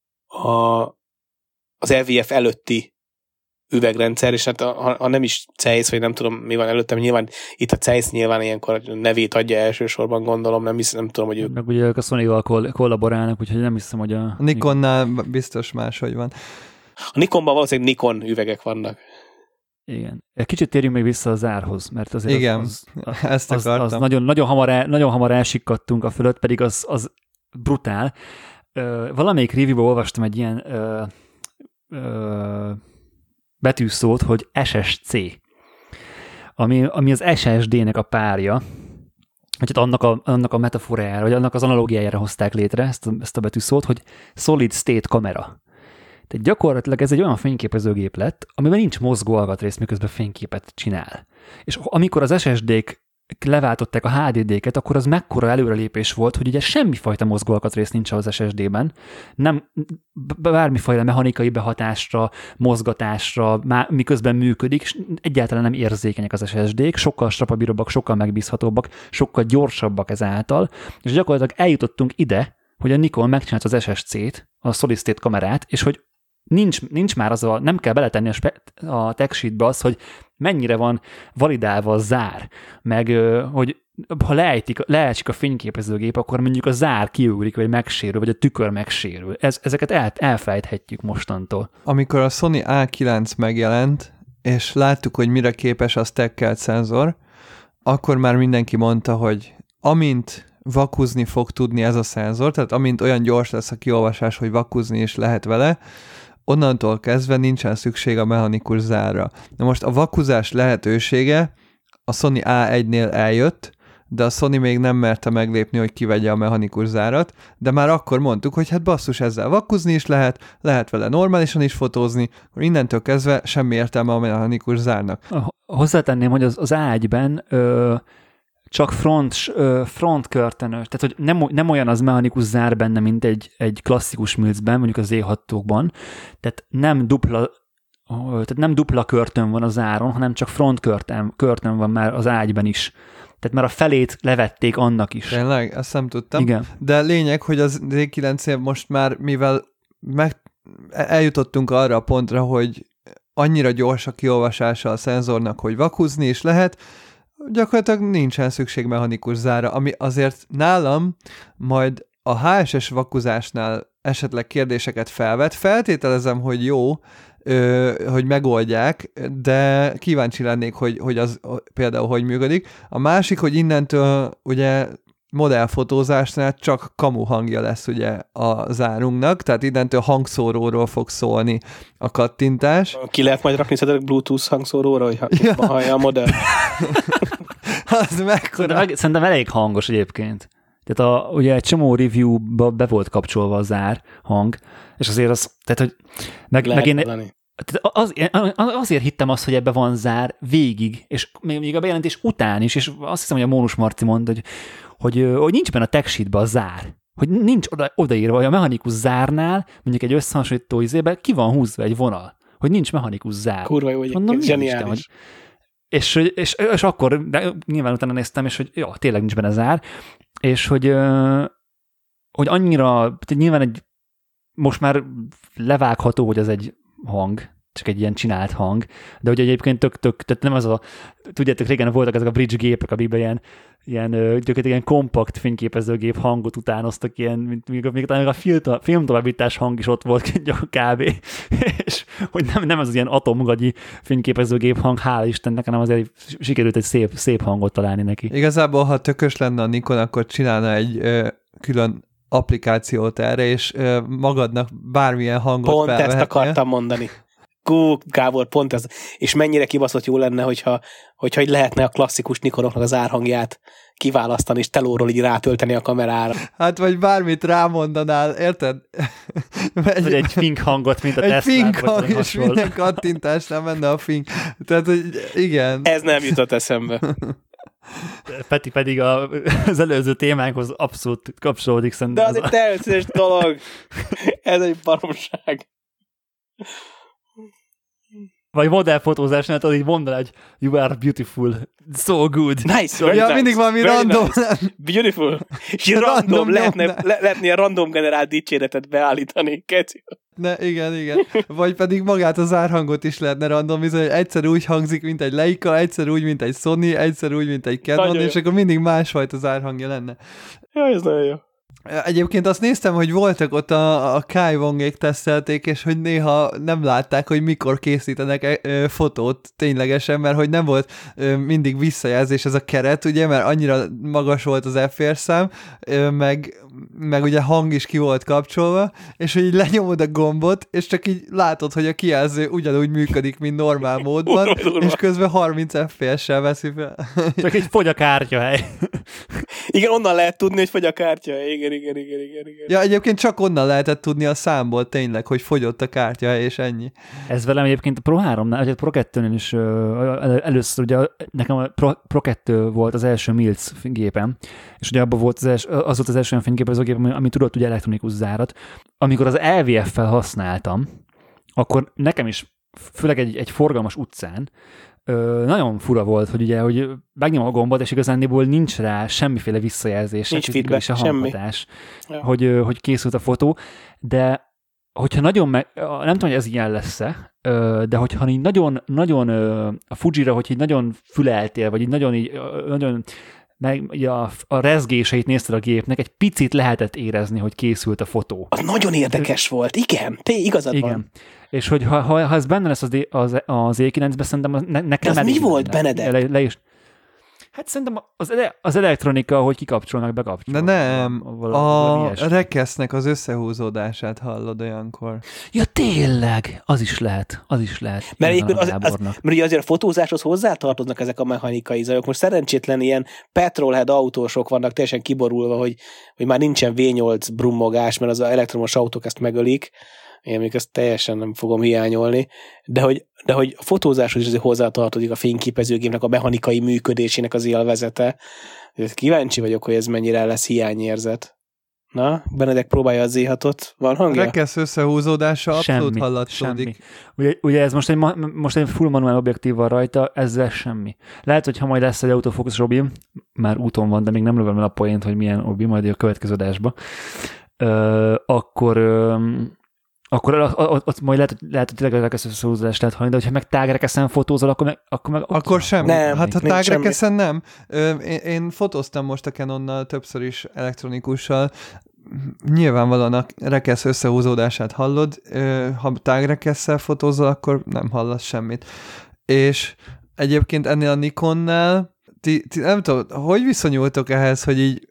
Speaker 3: az EVF előtti üvegrendszer, és hát ha nem is CEIS, vagy nem tudom, mi van előttem, nyilván itt a CEIS nyilván ilyenkor nevét adja elsősorban, gondolom, nem tudom, hogy ők...
Speaker 1: Meg ugye a Sony-val kollaborálnak, úgyhogy nem hiszem, hogy a
Speaker 2: Nikonnál biztos máshogy van.
Speaker 3: A Nikonban valószínűleg Nikon üvegek vannak.
Speaker 1: Igen. Kicsit térjünk még vissza az árhoz, mert azért
Speaker 2: igen, ezt akartam.
Speaker 1: Az nagyon hamar elsikkadtunk a fölött, pedig az brutál. Valamelyik review-ban olvastam egy ilyen betűszót, hogy SSC, ami az SSD-nek a párja, hogy annak a metaforájára, vagy annak az analógiájára hozták létre ezt a betűszót, hogy Solid State Camera. Tehát gyakorlatilag ez egy olyan fényképezőgép lett, amiben nincs mozgó alkatrész, miközben fényképet csinál. És amikor az SSD-k leváltották a HDD-ket, akkor az mekkora előrelépés volt, hogy ugye semmifajta mozgó alkatrész nincs az SSD-ben, nem bármifajta mechanikai behatásra, mozgatásra, miközben működik, és egyáltalán nem érzékenyek az SSD-k, sokkal strapabíróbbak, sokkal megbízhatóbbak, sokkal gyorsabbak ezáltal, és gyakorlatilag eljutottunk ide, hogy a Nikon megcsinált az SSC-t, a Solid State kamerát, és hogy nincs már nem kell beletenni a tech sheetbe az, hogy mennyire van validálva a zár, meg hogy ha leesik a fényképezőgép, akkor mondjuk a zár kiugrik, vagy megsérül, vagy a tükör megsérül. Ezeket elfejthetjük mostantól.
Speaker 2: Amikor a Sony A9 megjelent, és láttuk, hogy mire képes a stackelt szenzor, akkor már mindenki mondta, hogy amint vakuzni fog tudni ez a szenzor, tehát amint olyan gyors lesz a kiolvasás, hogy vakuzni is lehet vele, onnantól kezdve nincsen szükség a mechanikus zárra. Na most a vakuzás lehetősége a Sony A1-nél eljött, de a Sony még nem merte meglépni, hogy kivegye a mechanikus zárat, de már akkor mondtuk, hogy hát basszus, ezzel vakuzni is lehet vele normálisan is fotózni, akkor innentől kezdve semmi értelme a mechanikus zárnak.
Speaker 1: Hozzátenném, hogy az A1-ben csak front curtain-ös, tehát hogy nem olyan az mechanikus zár benne, mint egy klasszikus milcben, mondjuk az E6-okban, tehát nem dupla curtain van a záron, hanem csak front curtain van már az A1-ben is. Tehát már a felét levették annak is.
Speaker 2: Tényleg? Ezt nem tudtam.
Speaker 1: Igen.
Speaker 2: De lényeg, hogy az E9-nél most már, mivel eljutottunk arra a pontra, hogy annyira gyors a kiolvasása a szenzornak, hogy vakuzni is lehet, gyakorlatilag nincsen szükség mechanikus zárra, ami azért nálam majd a HSS vakuzásnál esetleg kérdéseket felvet. Feltételezem, hogy jó, hogy megoldják, de kíváncsi lennék, hogy az például hogy működik. A másik, hogy innentől ugye modellfotózásnál csak kamu hangja lesz ugye a zárunknak, tehát innentől hangszóróról fog szólni a kattintás.
Speaker 3: Ki lehet majd rakni szedek Bluetooth hangszóróra, hogy hallja a modell?
Speaker 2: Az mekkora?
Speaker 1: Szerintem elég hangos egyébként. Tehát ugye egy csomó review-ba be volt kapcsolva a zár hang, és azért az, tehát hogy meg én azért hittem azt, hogy ebbe van zár végig, és még a bejelentés után is, és azt hiszem, hogy a Mónus Marci mondta, hogy nincs benne a tech sheetben a zár. Hogy nincs odaírva, hogy a mechanikus zárnál, mondjuk egy összehasonlító izében ki van húzva egy vonal, hogy nincs mechanikus zár.
Speaker 3: Kurva jó, hogy zseniális.
Speaker 1: És akkor nyilván utána néztem, és hogy ja, tényleg nincs benne zár, és hogy annyira, nyilván most már levágható, hogy ez egy hang, csak egy ilyen csinált hang, de ugye egyébként tehát nem az tudjátok, régen voltak ezek a bridge gépek, amikben ilyen kompakt fényképezőgép hangot utánoztak, még a filmtovábbítás hang is ott volt kb. És hogy nem az ilyen atomgagyi fényképezőgép hang, hál' Istennek, hanem azért sikerült egy szép hangot találni neki.
Speaker 2: Igazából, ha tökös lenne a Nikon, akkor csinálna egy külön applikációt erre, és magadnak bármilyen hangot
Speaker 3: pont ezt akartam mondani. Gábor, pont ez. És mennyire kibaszott jó lenne, hogyha lehetne a klasszikus Nikonoknak az árhangját kiválasztani, és telóról így rátölteni a kamerára.
Speaker 2: Hát, vagy bármit rámondanál, érted?
Speaker 1: Vagy egy fink hangot, mint a
Speaker 2: Tesla. Egy fink hang, és
Speaker 1: hasonló.
Speaker 2: minden kattintásnál menne a fink. Tehát, hogy igen.
Speaker 3: Ez nem jutott eszembe.
Speaker 1: Peti pedig az előző témánkhoz abszolút kapcsolódik szerintem.
Speaker 3: De az egy természetes dolog. Ez egy baromság.
Speaker 1: Vagy modellfotózásnál tudod így mondani, hogy you are beautiful, so good.
Speaker 3: Nice,
Speaker 2: ja, nice. Mindig valami very random. Nice.
Speaker 3: Beautiful. És random lehetne ilyen random generált dicséretet beállítani. Keci.
Speaker 2: Igen. Vagy pedig magát az árhangot is lehetne randomizálni, hogy egyszer úgy hangzik, mint egy Leica, egyszer úgy, mint egy Sony, egyszer úgy, mint egy Canon, és akkor mindig másfajta zárhangja lenne.
Speaker 3: Ja, ez nagyon jó.
Speaker 2: Egyébként azt néztem, hogy voltak ott a Kai Wongék tesztelték, és hogy néha nem látták, hogy mikor készítenek fotót ténylegesen, mert hogy nem volt mindig visszajelzés ez a keret, ugye, mert annyira magas volt az FPS szám, meg ugye hang is ki volt kapcsolva, és hogy így lenyomod a gombot, és csak így látod, hogy a kijelző ugyanúgy működik, mint normál módban, és közben 30 FPS-sel veszi fel.
Speaker 1: Csak így fogy a kártyahely.
Speaker 3: Igen, onnan lehet tudni, hogy fogy a kártyahely. Igen.
Speaker 2: Ja, egyébként csak onnan lehetett tudni a számból tényleg, hogy fogyott a kártyahely, és ennyi.
Speaker 1: Ez velem egyébként a Pro 3-nál, vagy a Pro 2-nél is először ugye nekem a Pro 2 volt az első Mills gépem, és ugye abban volt az volt az első olyan fényképezőgép, ami tudott ugye elektronikus zárat. Amikor az LVF-fel használtam, akkor nekem is, főleg egy forgalmas utcán, nagyon fura volt, hogy ugye, hogy megnyom a gombot, és igazándiból nincs rá semmiféle visszajelzés,
Speaker 3: nincs feedback,
Speaker 1: se hanghatás, hogy készült a fotó, de hogyha nagyon nem tudom, hogy ez ilyen lesz-e, de hogyha így nagyon a Fujira, hogy így nagyon füleltél, vagy így nagyon meg a rezgéseit nézted a gépnek, egy picit lehetett érezni, hogy készült a fotó.
Speaker 3: Az nagyon érdekes volt, igen, te igazad van.
Speaker 1: És hogy ha ez benne lesz az E9-ben, szerintem nekem...
Speaker 3: De az mi volt, Benedek?
Speaker 1: Hát szerintem az elektronika, hogy kikapcsol, meg bekapcsol.
Speaker 2: De nem, a rekesznek az összehúzódását hallod olyankor.
Speaker 1: Ja, tényleg, az is lehet.
Speaker 3: Mert ugye azért a fotózáshoz hozzátartoznak ezek a mechanikai zajok. Most szerencsétlen ilyen petrolhead autósok vannak teljesen kiborulva, hogy már nincsen V8 brummogás, mert az elektromos autók ezt megölik. Én még ezt teljesen nem fogom hiányolni, de hogy a fotózáshoz is hozzátartozik a fényképezőgépnek a mechanikai működésének az élvezete. Kíváncsi vagyok, hogy ez mennyire lesz hiányérzet. Na, Benedek próbálja az Z6-ot. Van hangja?
Speaker 2: Rekesz összehúzódása abszolút hallatszódik.
Speaker 1: Ugye ez most egy full manuál objektív van rajta, ezzel semmi. Lehet, hogy ha majd lesz egy autofókuszos obim, már úton van, de még nem lövöm el a poént, hogy milyen obi, majd a következő adásba, akkor ott majd lehet, hogy tényleg rekesz összehúzódást lehet hallani, de hogyha meg tágrekeszen fotózol,
Speaker 2: akkor semmi.
Speaker 3: Nem,
Speaker 2: hát ha tágrekeszen nem. Én fotóztam most a Canonnal többször is elektronikussal, nyilvánvalóan a rekesz összehúzódását hallod, ha tágrekesszel fotózol, akkor nem hallasz semmit. És egyébként ennél a Nikonnál ti nem tudom, hogy viszonyultok ehhez, hogy így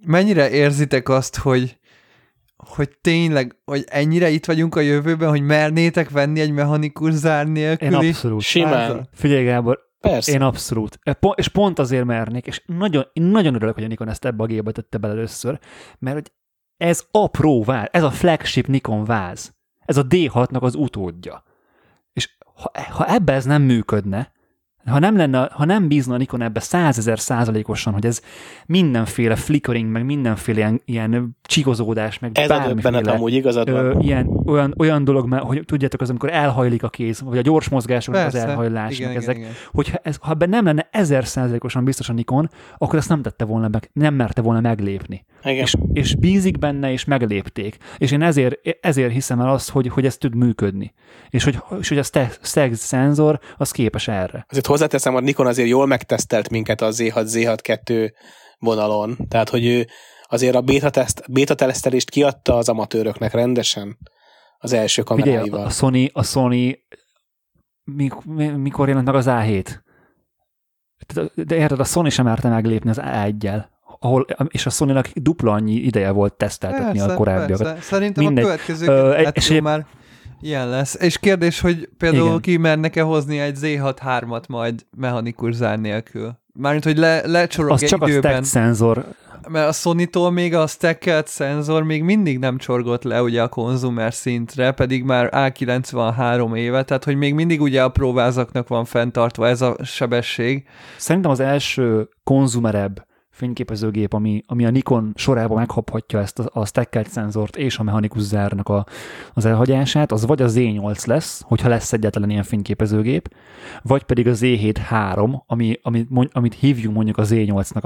Speaker 2: mennyire érzitek azt, hogy tényleg, hogy ennyire itt vagyunk a jövőben, hogy mernétek venni egy mechanikus zár nélküli?
Speaker 1: Én abszolút.
Speaker 3: Simán.
Speaker 1: Figyelj, Gábor,
Speaker 3: persze.
Speaker 1: Én abszolút. És pont azért mernék, és én nagyon örülök, hogy a Nikon ezt ebbe a gépbe tette bele először, mert hogy ez apró váz, ez a flagship Nikon váz. Ez a D6-nak az utódja. És ha ebbe ez nem működne, ha nem bízna a Nikon ebbe 100,000%-osan, hogy ez mindenféle flickering, meg mindenféle ilyen csigozódás, meg
Speaker 3: ez bármiféle amúgy igazad van.
Speaker 1: Olyan dolog, hogy tudjátok, az, amikor elhajlik a kéz, vagy a gyors mozgások az elhajlás,
Speaker 2: igen,
Speaker 1: meg ezek.
Speaker 2: Igen.
Speaker 1: Ha ebben nem lenne 1000%-osan biztos a Nikon, akkor ezt nem merte volna meglépni. És bízik benne, és meglépték. És én ezért hiszem el azt, hogy ez tud működni. És hogy a STAG szenzor az képes erre.
Speaker 3: Azért hozzáteszem, a Nikon azért jól megtesztelt minket a Z6-Z6-2 vonalon. Tehát, hogy ő azért a beta tesztelést kiadta az amatőröknek rendesen az első kameráival.
Speaker 1: Figyelj, a Sony mikor jelent meg az A7? De érted, a Sony sem merte meglépni az A1-jel. És a Sony-nak dupla annyi ideje volt teszteltetni a korábbiakat.
Speaker 2: Persze. Szerintem a következő generáció már ilyen lesz. És kérdés, hogy például ki mernek-e hozni egy Z6-3-at majd mechanikus zár nélkül? Mármint, hogy lecsorog
Speaker 1: az
Speaker 2: egy
Speaker 1: csak
Speaker 2: időben.
Speaker 1: A stack szenzor.
Speaker 2: Mert a Sony-tól még a stackelt szenzor még mindig nem csorgott le ugye a konzumer szintre, pedig már A93 éve, tehát hogy még mindig ugye a próvázaknak van fenntartva ez a sebesség.
Speaker 1: Szerintem az első konzumerebb fényképezőgép, ami a Nikon sorában meghabhatja ezt a stackelt szenzort és a mechanikus zárnak az elhagyását, az vagy a Z8 lesz, hogyha lesz egyáltalán ilyen fényképezőgép, vagy pedig a Z7-3, amit hívjunk mondjuk a Z8-nak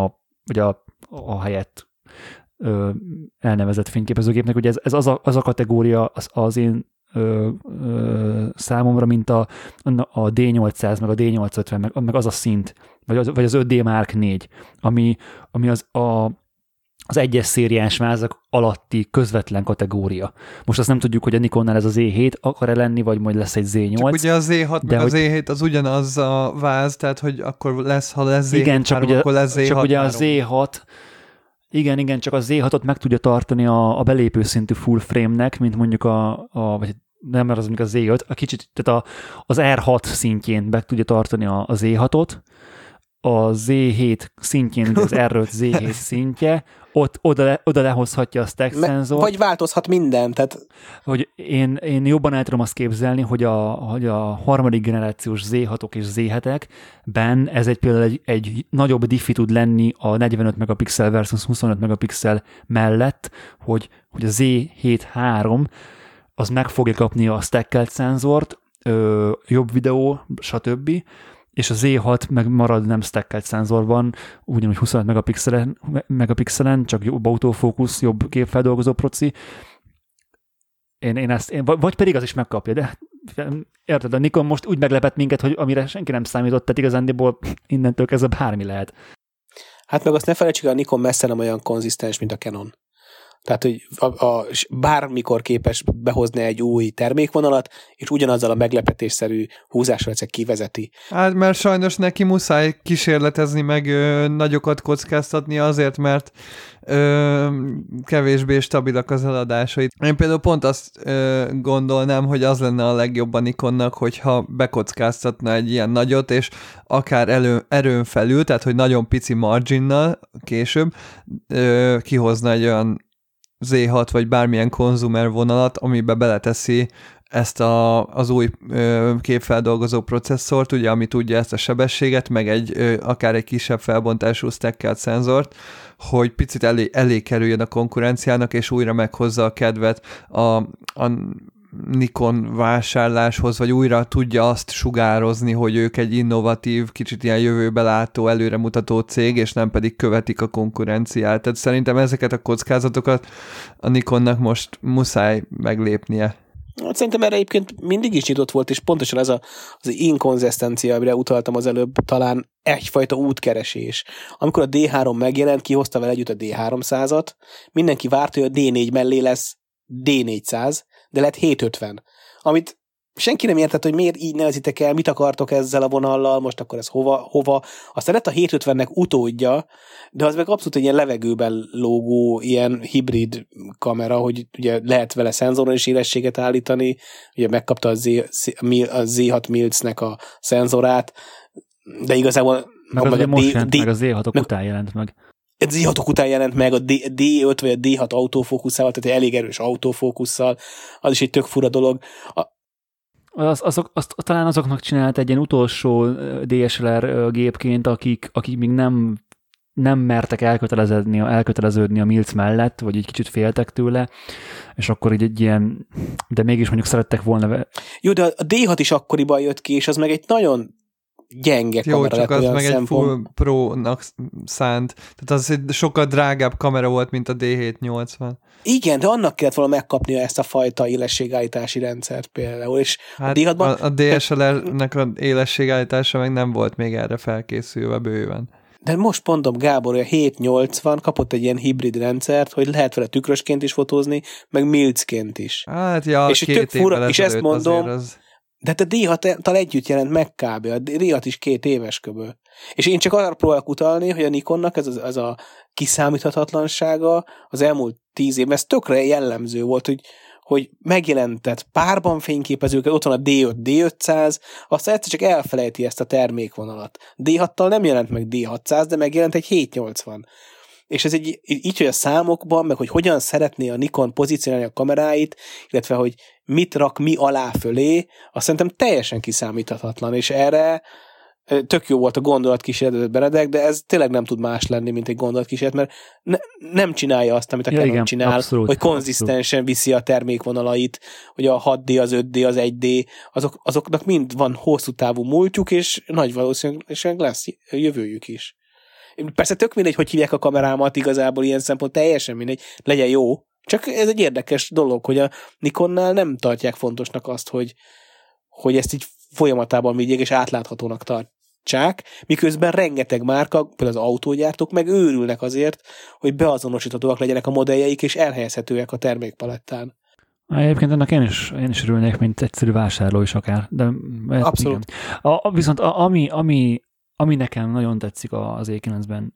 Speaker 1: a helyett elnevezett fényképezőgépnek. Ugye ez az a kategória az én számomra, mint a D800, meg a D850, meg az a szint, vagy az 5D Mark IV, ami az egyes szériás vázak alatti közvetlen kategória. Most azt nem tudjuk, hogy a Nikonnál ez az E7 akar-e lenni, vagy majd lesz egy Z8.
Speaker 2: Csak ugye az Z6 meg az E7 az ugyanaz a váz, tehát hogy akkor lesz, ha lesz Z7,
Speaker 1: igen,
Speaker 2: akkor lesz Z6.
Speaker 1: Csak ugye a Z6 igen, csak a Z6-ot meg tudja tartani a belépő szintű full frame-nek, mint mondjuk vagy nem, mert az mondjuk a Z5, a kicsit, tehát az R6 szintjén meg tudja tartani a Z6-ot, a Z7 szintjén az R5 Z7 szintje, oda lehozhatja a stack szenzort.
Speaker 3: Vagy változhat minden, tehát...
Speaker 1: Hogy én jobban el tudom azt képzelni, hogy a harmadik generációs Z6-ok és Z7-ekben ez például egy nagyobb diffi tud lenni a 45 megapixel versus 25 megapixel mellett, hogy a Z7-3 az meg fogja kapni a stackelt szenzort, jobb videó, stb., és a Z6 meg marad nem stackelt szenzorban, ugyanúgy 25 megapixelen, csak jobb autofókusz, jobb képfeldolgozó proci. Vagy pedig az is megkapja, de érted, a Nikon most úgy meglepett minket, hogy amire senki nem számított, tehát igazándiból innentől kezdve bármi lehet.
Speaker 3: Hát meg azt ne felejtsük, a Nikon messze nem olyan konzisztens, mint a Canon. Tehát, hogy bármikor képes behozni egy új termékvonalat, és ugyanazzal a meglepetésszerű húzással egyszer kivezeti.
Speaker 2: Hát, mert sajnos neki muszáj kísérletezni, meg nagyokat kockáztatni azért, mert kevésbé stabilak az eladásai. Én például pont azt gondolnám, hogy az lenne a legjobb a Nikonnak, hogyha bekockáztatna egy ilyen nagyot, és akár erőn felül, tehát hogy nagyon pici marginnal később kihozna egy olyan Z6 vagy bármilyen konzumer vonalat, amiben beleteszi ezt az új képfeldolgozó processzort, ugye, ami tudja ezt a sebességet, meg akár egy kisebb felbontású stackelt szenzort, hogy picit elé kerüljön a konkurenciának, és újra meghozza a kedvet a Nikon vásárláshoz, vagy újra tudja azt sugározni, hogy ők egy innovatív, kicsit ilyen jövőbe látó, előremutató cég, és nem pedig követik a konkurenciát. Tehát szerintem ezeket a kockázatokat a Nikonnak most muszáj meglépnie.
Speaker 3: Hát szerintem erre egyébként mindig is nyitott volt, és pontosan ez az inkonzisztencia, amire utaltam az előbb, talán egyfajta útkeresés. Amikor a D3 megjelent, kihozta vele együtt a D300-at, mindenki várta, hogy a D4 mellé lesz D400, de lett 750, amit senki nem értett, hogy miért így nevezitek el, mit akartok ezzel a vonallal, most akkor ez hova. Aztán lett a 750-nek utódja, de az meg abszolút egy ilyen levegőben lógó, ilyen hibrid kamera, hogy ugye lehet vele szenzoron is élességet állítani, ugye megkapta a Z6 Mills-nek a szenzorát, de igazából
Speaker 1: meg az most jelent meg, az Z6-ok után jelent meg.
Speaker 3: A Z6-ok után jelent meg, a D5 vagy a D6 autofókuszával, tehát elég erős autofókusszal, az is egy tök fura dolog.
Speaker 1: Azt talán azoknak csinált egy ilyen utolsó DSLR gépként, akik még nem mertek elköteleződni a Mills mellett, vagy egy kicsit féltek tőle, és akkor így egy ilyen, de mégis mondjuk szerettek volna.
Speaker 3: Jó, de a D6 is akkoriban jött ki, és az meg egy nagyon gyenge kamera.
Speaker 2: Jó, csak az meg egy full pro-nak szánt. Tehát az egy sokkal drágább kamera volt, mint a D780.
Speaker 3: Igen, de annak kellett volna megkapnia ezt a fajta élességállítási rendszert például. És
Speaker 2: hát a DSLR-nek az élességállítása meg nem volt még erre felkészülve bőven.
Speaker 3: De most mondom, Gábor, hogy a 780 kapott egy ilyen hibrid rendszert, hogy lehet vele tükrösként is fotózni, meg Mills-ként is.
Speaker 2: Hát ja,
Speaker 3: és tök fura, és ezt mondom, de hát a D6-tal együtt jelent meg kb. A D6 is 2 éves köböl. És én csak arra próbálok utalni, hogy a Nikonnak ez a kiszámíthatatlansága az elmúlt 10 évben, ez tökre jellemző volt, hogy megjelentett párban fényképezőket, ott van a D5, D500, aztán egyszer csak elfelejti ezt a termékvonalat. D6-tal nem jelent meg D600, de megjelent egy 780. És ez így, hogy a számokban, meg hogy hogyan szeretné a Nikon pozícionálni a kameráit, illetve hogy mit rak mi alá fölé, azt szerintem teljesen kiszámíthatatlan, és erre tök jó volt a gondolatkísérlet Benedek, de ez tényleg nem tud más lenni, mint egy gondolatkísérlet, mert nem csinálja azt, amit a Canon csinál, abszolút, hogy konzisztensen viszi a termékvonalait, hogy a 6D, az 5D, az 1D, azoknak mind van hosszú távú múltjuk, és nagy valószínűleg lesz jövőjük is. Persze tök mindegy, hogy hívják a kamerámat, igazából ilyen szempont teljesen mindegy, legyen jó, csak ez egy érdekes dolog, hogy a Nikonnál nem tartják fontosnak azt, hogy ezt így folyamatában vigyék, és átláthatónak tartsák, miközben rengeteg márka, például az autógyártók meg őrülnek azért, hogy beazonosíthatóak legyenek a modelljeik, és elhelyezhetőek a termékpalettán.
Speaker 1: Egyébként ennek én is örülnék, mint egyszerű vásárló is akár. De,
Speaker 3: abszolút.
Speaker 1: Viszont ami nekem nagyon tetszik az E9-ben,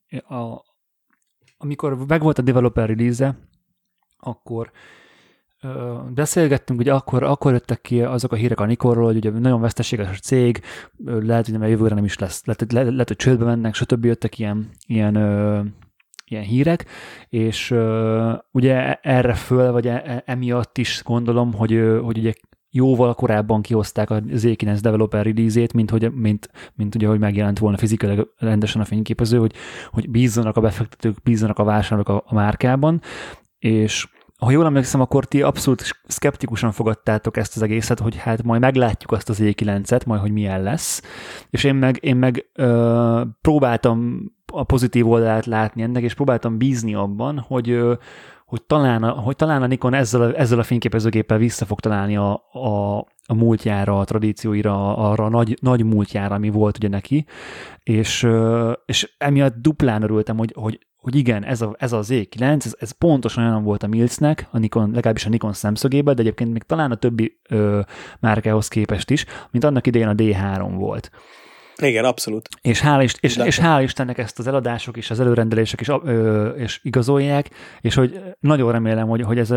Speaker 1: amikor megvolt a developer release-e, akkor beszélgettünk, ugye akkor jöttek ki azok a hírek a Nikonról, hogy ugye nagyon veszteséges a cég, lehet, hogy jövőre nem is lesz, lehet hogy csődbe mennek, stb. Jöttek ilyen hírek, és ugye erre föl, vagy emiatt is gondolom, hogy ugye jóval korábban kihozták az E9 developer release-ét, mint ugye, hogy megjelent volna fizikailag rendesen a fényképező, hogy bízzanak a befektetők, bízzanak a vásárlók a márkában, és ha jól emlékszem, akkor ti abszolút szkeptikusan fogadtátok ezt az egészet, hogy hát majd meglátjuk azt az E9-et, majd hogy milyen lesz, és én meg próbáltam a pozitív oldalát látni ennek, és próbáltam bízni abban, hogy talán a Nikon ezzel a fényképezőgéppel vissza fog találni a múltjára, a tradícióira, arra a nagy múltjára, ami volt ugye neki, és emiatt duplán örültem, hogy igen, ez az Z9, ez pontosan olyan volt a Millsnek, a Nikon, legalábbis a Nikon szemszögében, de egyébként még talán a többi márkához képest is, mint annak idején a D3 volt.
Speaker 3: Igen, abszolút.
Speaker 1: És hál' Istennek ezt az eladások és az előrendelések is igazolják, és hogy nagyon remélem, hogy ez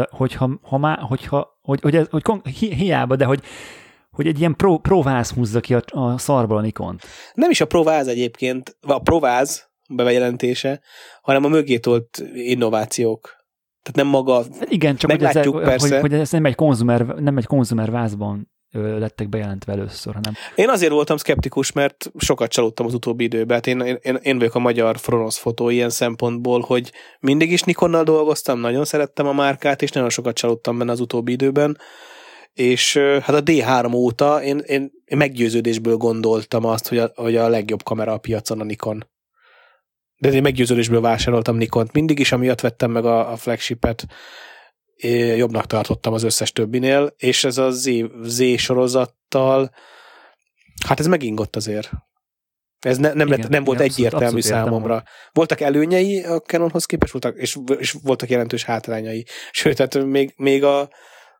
Speaker 1: hiába, de hogy egy ilyen prováz húzza ki a szarból a Nikont.
Speaker 3: Nem is a prováz egyébként, a prováz bejelentése, hanem a mögé tolt innovációk. Tehát nem maga.
Speaker 1: Igen, csak hogy ez nem egy konzumer vázban lettek bejelentve először, hanem.
Speaker 3: Én azért voltam szkeptikus, mert sokat csalódtam az utóbbi időben. Hát én vagyok a magyar Fronosz fotó ilyen szempontból, hogy mindig is Nikonnal dolgoztam, nagyon szerettem a márkát, és nagyon sokat csalódtam benne az utóbbi időben. És hát a D3 óta én meggyőződésből gondoltam azt, hogy a legjobb kamera a piacon a Nikon. De én meggyőződésből vásároltam Nikont. Mindig is, amiatt vettem meg a flagshipet, jobbnak tartottam az összes többinél, és ez a Z sorozattal, hát ez megingott azért. Ez nem volt egyértelmű számomra. Voltak előnyei a Canonhoz képest, és voltak jelentős hátrányai. Sőt, tehát még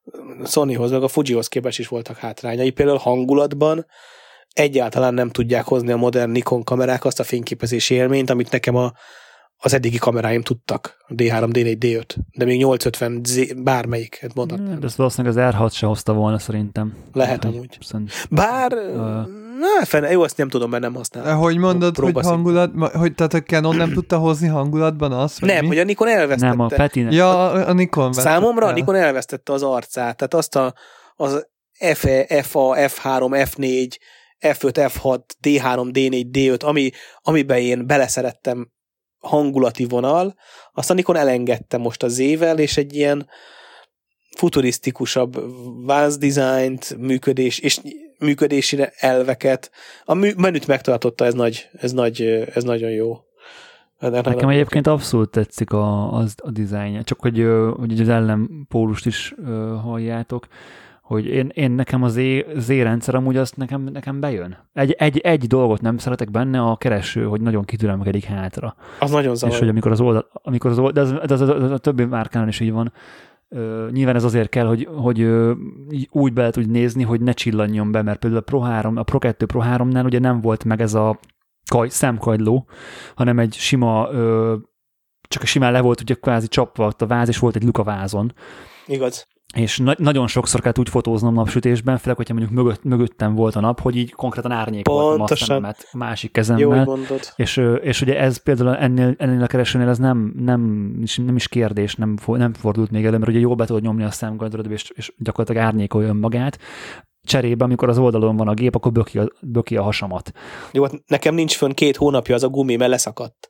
Speaker 3: Sonyhoz, meg a Fujihoz képest is voltak hátrányai. Például hangulatban egyáltalán nem tudják hozni a modern Nikon kamerák azt a fényképezési élményt, amit nekem az eddigi kameráim tudtak. A D3, D4, D5. De még 850 bármelyiket mondhatnám.
Speaker 1: De ezt valószínűleg az R6 se hozta volna szerintem.
Speaker 3: Lehet amúgy. Bár... jó, azt nem tudom, mert nem használom.
Speaker 2: Hogy mondod, hogy hangulat, hogy tehát a Canon nem tudta hozni hangulatban azt?
Speaker 3: Nem,
Speaker 2: mi?
Speaker 3: hogy a Nikon elvesztette.
Speaker 1: Nem, a Petinek.
Speaker 2: Ja, a Nikon vesztette.
Speaker 3: Számomra a Nikon elvesztette az arcát. Tehát azt az FE, FA, F3, F4, F5, F6, D3, D4, D5, amiben én beleszerettem hangulati vonal, azt a Nikon elengedte most az évvel, és egy ilyen futurisztikusabb Vance Design-t, működési elveket. A menüt megtartotta, ez nagyon jó.
Speaker 1: Nekem egyébként abszolút tetszik a dizájnja, csak hogy az ellenpólust is halljátok, hogy nekem az Z-rendszer amúgy azt nekem bejön. Egy dolgot nem szeretek benne, a kereső, hogy nagyon kitüremkedik hátra.
Speaker 3: Az nagyon zavar.
Speaker 1: És hogy amikor az oldal, de ez a többi márkánál is így van. Nyilván ez azért kell, hogy úgy be tudj nézni, hogy ne csillanjon be, mert például a Pro 2 Pro 3-nál ugye nem volt meg ez a szemkagyló, hanem egy sima, csak a simán le volt ugye kvázi csapva a váz, és volt egy luk a vázon.
Speaker 3: Igaz.
Speaker 1: És nagyon sokszor kellett úgy fotóznom napsütésben, főleg, hogyha mondjuk mögöttem volt a nap, hogy így konkrétan árnyékoltam a szememet a másik kezemmel.
Speaker 3: Jó, mondod.
Speaker 1: És ugye ez például ennél a keresőnél ez nem is kérdés, nem fordult még elő, mert ugye jól be tudod nyomni a szemkagylót, és gyakorlatilag árnyékolja magát. Cserébe, amikor az oldalon van a gép, akkor böki a hasamat.
Speaker 3: Jó, hát nekem nincs fönn 2 hónapja az a gumi, mert leszakadt.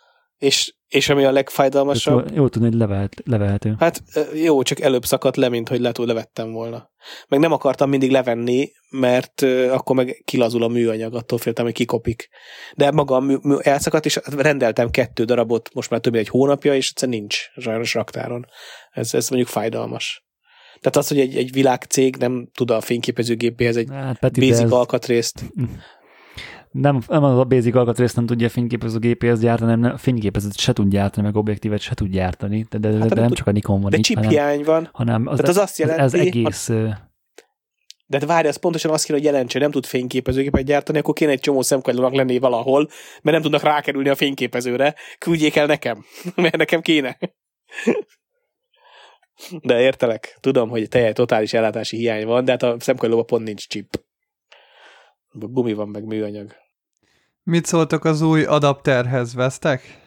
Speaker 3: És ami a legfájdalmasabb...
Speaker 1: Jó tudni, hogy levehető.
Speaker 3: Hát jó, csak előbb szakadt le, mint hogy levettem volna. Meg nem akartam mindig levenni, mert akkor meg kilazul a műanyag, attól féltem, hogy kikopik. De maga a elszakadt, és rendeltem 2 darabot, most már több mint 1 hónapja, és egyszerűen nincs sajnos raktáron. Ez mondjuk fájdalmas. Tehát az, hogy egy világcég nem tud a fényképezőgépéhez egy basic alkatrészt...
Speaker 1: Nem az a basic alkatrészt nem tudja a fényképezőgépéhez gyártani, hanem a fényképezőt se tud gyártani, meg objektívet se tud gyártani. De nem csak a Nikon van
Speaker 3: itt, chip hiány van.
Speaker 1: Hanem az azt jelenti, ez egész...
Speaker 3: De várj, az pontosan azt kéne, hogy jelentse, nem tud fényképezőgépet gyártani, akkor kéne egy csomó szemkagylónak lenni valahol, mert nem tudnak rákerülni a fényképezőre. Küldjék el nekem, mert nekem kéne. De értelek. Tudom, hogy totális ellátási hiány van, de hát a szemkagylóban pont nincs chip. Gumi van, meg műanyag.
Speaker 2: Mit szóltok az új adapterhez, vesztek?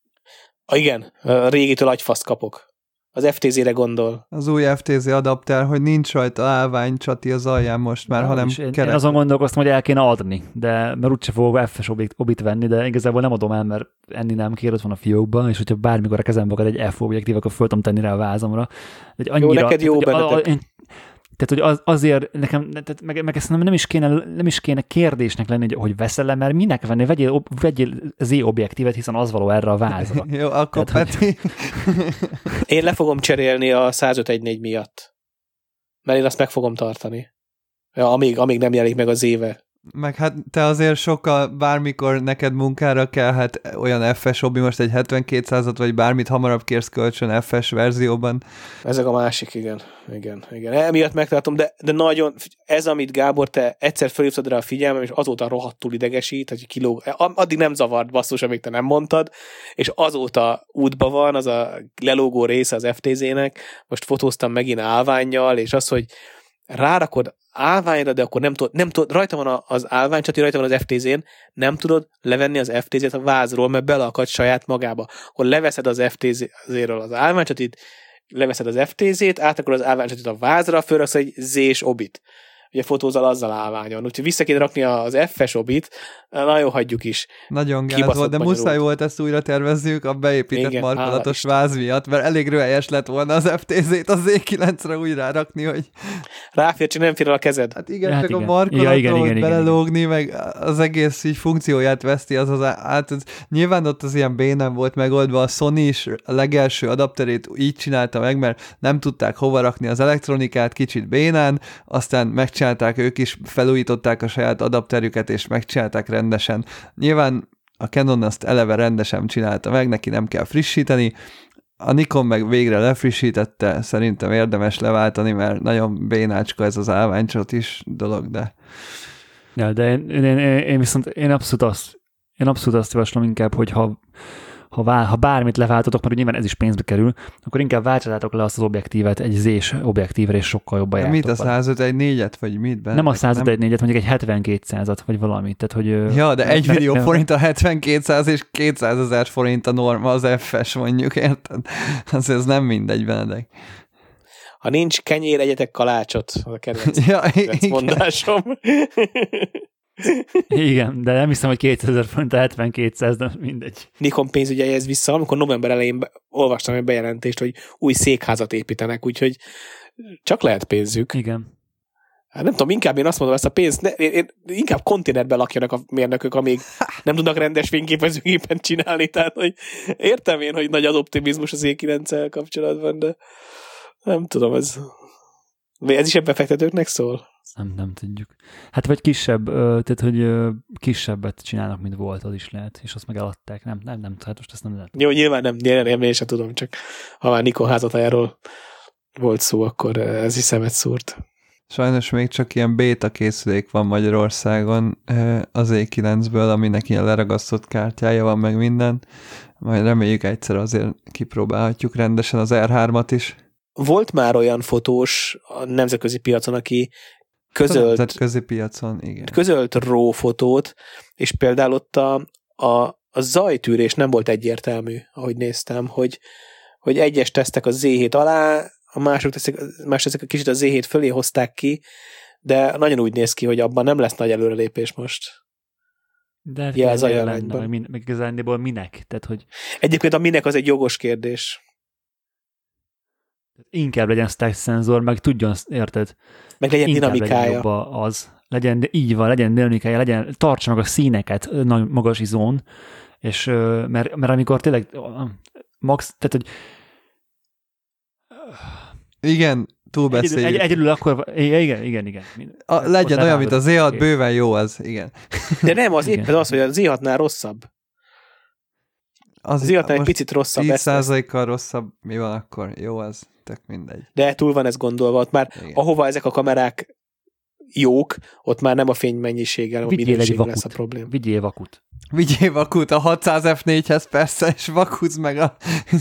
Speaker 3: Igen, a régitől agyfaszt kapok. Az FTZ-re gondol.
Speaker 2: Az új FTZ adapter, hogy nincs rajta állványcsati az alján most már, hanem
Speaker 1: kerek. Én azon gondolkoztam, hogy el kéne adni, mert úgyse fogok FS obit venni, de igazából nem adom el, mert enni nem kér, ott van a fiókban, és hogyha bármikor a kezembe akad egy F objektív, akkor föl tudom tenni rá a vázamra.
Speaker 3: Jó, neked jó bennetek.
Speaker 1: Tehát, hogy azért nekem, meg ezt nem is kéne kérdésnek lenni, hogy veszel-e, mert minek venni, vegyél Z-objektívet, hiszen az való erre a vázra.
Speaker 2: Jó, akkor Peti.
Speaker 3: Én le fogom cserélni a 105.1.4 miatt. Mert én azt meg fogom tartani. Ja, amíg nem jelenik meg az éve.
Speaker 2: Meg hát te azért sokkal bármikor neked munkára kell, hát olyan FS hobbi, most egy 7200-at vagy bármit hamarabb kérsz kölcsön FS verzióban.
Speaker 3: Ezek a másik, igen. Emiatt megtartom, de nagyon, ez amit Gábor, te egyszer felhívtad rá a figyelmem, és azóta rohadtul idegesít, hogy kilóg, addig nem zavart basszus, amíg te nem mondtad, és azóta útba van, az a lelógó része az FTZ-nek, most fotóztam megint állvánnyal, és az, hogy rárakod állványra, de akkor nem tudod, rajta van az állványcsati, rajta van az FTZ-n, nem tudod levenni az FTZ-t a vázról, mert beleakad saját magába. Akkor leveszed az FTZ-ről az állványcsatit, leveszed az FTZ-t, átrakolod az állványcsatit a vázra, fölraksz egy Z-s obit. Ugye fotózol azzal állványon. Úgyhogy vissza kéne rakni az F-es obit, na jó, hagyjuk is.
Speaker 2: Nagyon gáz volt, de muszáj volt ezt újra tervezzük a beépített igen, markolatos váz miatt, mert elég röhelyes lett volna az FTZ-t az Z9-re újra rakni, hogy...
Speaker 3: Ráfér, csak nem fér a kezed.
Speaker 2: Hát igen, csak a markolatról belelógni, meg az egész így funkcióját veszti, nyilván ott az ilyen bénán volt megoldva, a Sony is a legelső adapterét így csinálta meg, mert nem tudták hova rakni az elektronikát, kicsit bénán, aztán megcsinálták, ők is felújították a saját adapterüket, és megcsinálták rendesen. Nyilván a Canon azt eleve rendesen csinálta meg, neki nem kell frissíteni, A Nikon meg végre lefrissítette, szerintem érdemes leváltani, mert nagyon bénácska ez az állványcsot is dolog, de...
Speaker 1: Ja, de én viszont abszolút azt javaslom inkább, hogy ha bármit leváltotok, mert nyilván ez is pénzbe kerül, akkor inkább váltsatátok le azt az objektívet egy Z-s objektívre, és sokkal jobban jártok.
Speaker 2: Mit, a 105-1.4-et, vagy mit?
Speaker 1: Nem a 105-1.4-et, mondjuk egy 7200-at, vagy valamit. Tehát, hogy,
Speaker 2: ja, de 1 millió forint a 7200 és 200 000 forint a norma az F-es, mondjuk, érted? Ez nem mindegy, Benedek.
Speaker 3: Ha nincs kenyér, egyetek kalácsot, az a kedvenc mondásom.
Speaker 1: Igen, de nem hiszem, hogy 2000 forint a 7200, de mindegy.
Speaker 3: Nikon pénzügyeihez vissza, amikor november elején olvastam egy bejelentést, hogy új székházat építenek, úgyhogy csak lehet pénzük.
Speaker 1: Igen.
Speaker 3: Hát nem tudom, inkább én azt mondom, ezt a pénzt, inkább konténerben lakjanak a mérnökök, amíg nem tudnak rendes fényképezőgépen csinálni, tehát hogy értem én, hogy nagy az optimizmus az E9-el kapcsolatban, de nem tudom, ez is ebben befektetőknek szól?
Speaker 1: Nem tudjuk. Hát vagy kisebb, tehát hogy kisebbet csinálnak, mint volt, az is lehet, és azt meg eladták. Nem, hát most ezt nem lehet.
Speaker 3: Jó, nyilván nem, én sem tudom, csak ha már Nikon házatájáról volt szó, akkor ez is szemet szúrt.
Speaker 2: Sajnos még csak ilyen béta készülék van Magyarországon az E9-ből, aminek ilyen leragasztott kártyája van, meg minden. Majd reméljük egyszer azért kipróbálhatjuk rendesen az R3-at is. Volt
Speaker 3: már olyan fotós a nemzetközi piacon, aki
Speaker 2: nemzetközi piacon, igen.
Speaker 3: Közölt RAW fotót, és például ott a zajtűrés nem volt egyértelmű, ahogy néztem, hogy egyes tesztek a Z7 alá, a mások tesztek kicsit a Z7 fölé hozták ki, de nagyon úgy néz ki, hogy abban nem lesz nagy előrelépés most.
Speaker 1: De meg igazándiból minek? Tehát, hogy...
Speaker 3: Egyébként a minek az egy jogos kérdés.
Speaker 1: Inkább legyen stack szenzor, meg tudjon, érted?
Speaker 3: Meg legyen dinamikája.
Speaker 1: Legyen dinamikája, tartsa meg a színeket nagy magas izón, és mert amikor tényleg max, tehát, hogy
Speaker 2: igen, túlbeszéljük.
Speaker 1: Egyedül akkor, igen.
Speaker 2: Legyen olyan, mint a Z6, okay. Bőven jó az, igen.
Speaker 3: De nem, az éppen az, hogy a Z6-nál rosszabb. Az Z6-nál egy picit rosszabb.
Speaker 2: 10%-kal rosszabb, mi van akkor? Jó az, tök mindegy.
Speaker 3: De túl van ez gondolva, ott már igen. Ahova ezek a kamerák jók, ott már nem a fénymennyiséggel, a minőség lesz a probléma.
Speaker 1: Vigyél vakut.
Speaker 2: Vigyél vakut a 600 F4-hez persze, és vakuzz meg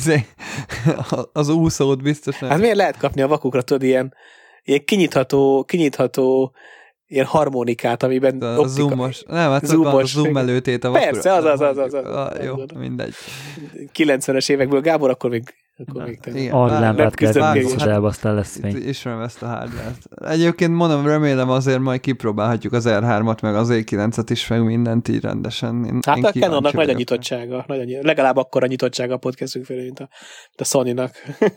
Speaker 2: az úszót biztos nem.
Speaker 3: Hát miért lehet kapni a vakukra, tudod, ilyen kinyitható ilyen harmonikát, amiben
Speaker 2: a zoomos. Nem, hát zoomos, van a zoom előtét a vakura.
Speaker 3: Persze, az.
Speaker 2: Jó, mindegy.
Speaker 3: 90-es évekből, Gábor, akkor még
Speaker 1: arra lámpát kell tenni, aztán lesz fény.
Speaker 2: Ismerem ezt a hardware-t. Egyébként mondom, remélem azért majd kipróbálhatjuk az R3-at, meg az E9-et is, meg mindent így rendesen.
Speaker 3: Hát a Canonnak nagy a nyitottsága. Legalább akkora nyitottsága a podcastünk felé, mint a Sony-nak.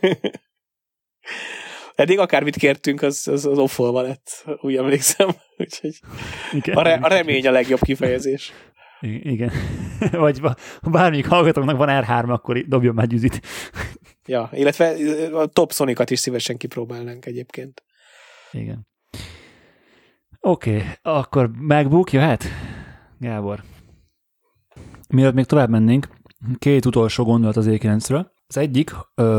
Speaker 3: Eddig akármit kértünk, az offolva lett, úgy emlékszem. Úgyhogy a remény a legjobb kifejezés.
Speaker 1: Igen. Vagy ha bármelyik hallgatóknak van R3, akkor dobjon már gyűzit.
Speaker 3: Ja, illetve a top Sony-kat is szívesen kipróbálnánk egyébként.
Speaker 1: Igen. Oké, akkor MacBook jöhet? Gábor. Mielőtt még tovább mennénk, 2 utolsó gondolat az E9-ről. Az egyik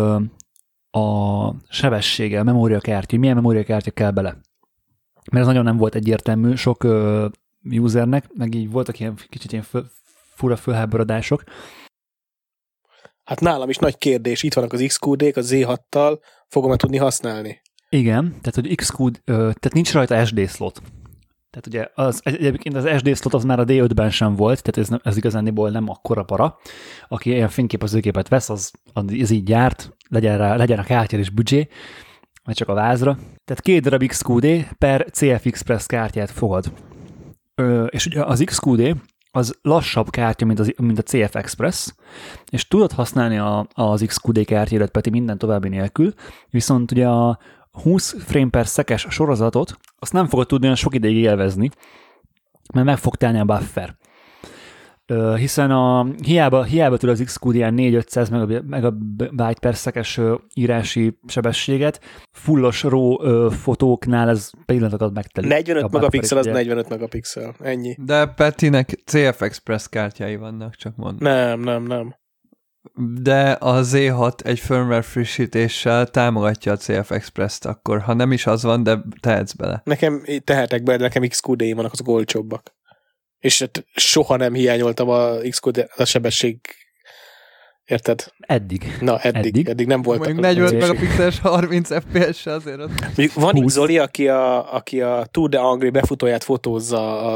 Speaker 1: a sebessége, a memóriakártya, milyen memóriakártya kell bele. Mert ez nagyon nem volt egyértelmű sok usernek, meg így voltak ilyen kicsit ilyen fura fölháborodások.
Speaker 3: Hát nálam is nagy kérdés, itt vannak az XQD-k, a Z6-tal, fogom-e tudni használni?
Speaker 1: Igen, tehát hogy XQD, tehát nincs rajta SD slot. Tehát ugye egyébként az SD slot az már a D5-ben sem volt, tehát ez igazániból nem akkora para. Aki ilyen fényképezőgépet vesz, az így gyárt, legyen a kártyád és büdzsé, vagy csak a vázra. Tehát 2 darab XQD per CF Express kártyát fogad. És ugye az XQD az lassabb kártya, mint a CF Express, és tudod használni az XQD kártyádat, Peti, minden további nélkül, viszont ugye a 20 frame per second sorozatot azt nem fogod tudni olyan sok ideig élvezni, mert meg fog telni a buffer. Hiszen hiába tud az XQD 4-500 megabyte per szekes írási sebességet, fullos RAW fotóknál ez pillanatokat megtelik.
Speaker 3: 45 megapixel az 45 megapixel, ennyi.
Speaker 2: De Petinek CF Express kártyái vannak, csak mondom.
Speaker 3: Nem.
Speaker 2: De a Z6 egy firmware frissítéssel támogatja a CF Express-t akkor, ha nem is az van, de tehetsz bele.
Speaker 3: Nekem tehetek bele, nekem XQD-im vannak, azok olcsóbbak. És soha nem hiányoltam a XQD, a sebesség. Érted?
Speaker 1: Eddig.
Speaker 3: Na, eddig nem voltak.
Speaker 2: Mondjuk 45 megapixeles 30 FPS-se azért ott.
Speaker 3: Van itt Zoli, aki a Tour de Angry befutóját fotózza.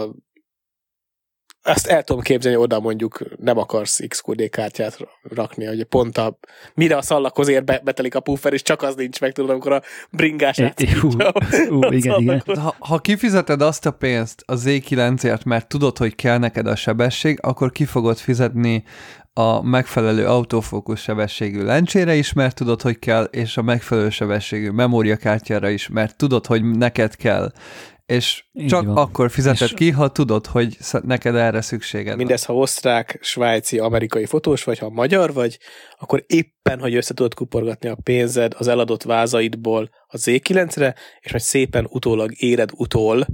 Speaker 3: Azt el tudom képzelni, oda mondjuk nem akarsz XQD kártyát rakni, hogy pont mire a szallakhoz ér, betelik a puffer, és csak az nincs meg, tudod, amikor a bringás átszítja.
Speaker 1: Igen.
Speaker 2: Ha kifizeted azt a pénzt a Z9-ért, mert tudod, hogy kell neked a sebesség, akkor ki fogod fizetni a megfelelő autofókusz sebességű lencsére is, mert tudod, hogy kell, és a megfelelő sebességű memóriakártyára is, mert tudod, hogy neked kell. És így csak van. Akkor fizeted ki, ha tudod, hogy neked erre szükséged
Speaker 3: mindez, ha osztrák, svájci, amerikai fotós vagy, ha magyar vagy, akkor éppen, hogy össze tudod kuporgatni a pénzed az eladott vázaidból a Z9-re, és majd szépen utólag éred utól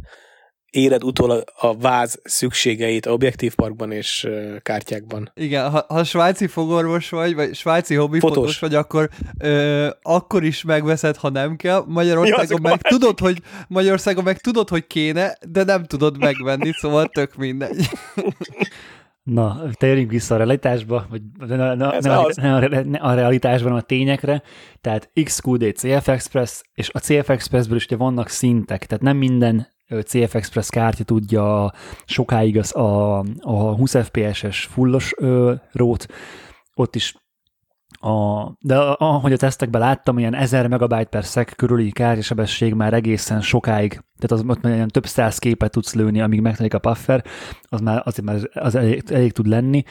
Speaker 3: a váz szükségeit objektívparkban és kártyákban.
Speaker 2: Igen, ha svájci fogorvos vagy svájci hobbifotós vagy, akkor is megveszed, ha nem kell. Magyarországon meg tudod, hogy kéne, de nem tudod megvenni, szóval tök mindegy.
Speaker 1: Na, térjünk vissza a realitásba, vagy nem a realitásban, hanem a tényekre. Tehát XQD, CF Express, és a CF Expressből is ugye vannak szintek, tehát nem minden CF Express kártya tudja sokáig a 20 FPS-es fullos rót, ott is de ahogy a tesztekben láttam, ilyen 1000 MB/s körüli kártyasebesség már egészen sokáig, tehát ott már több száz képet tudsz lőni, amíg megtelik a puffer, az elég tud lenni.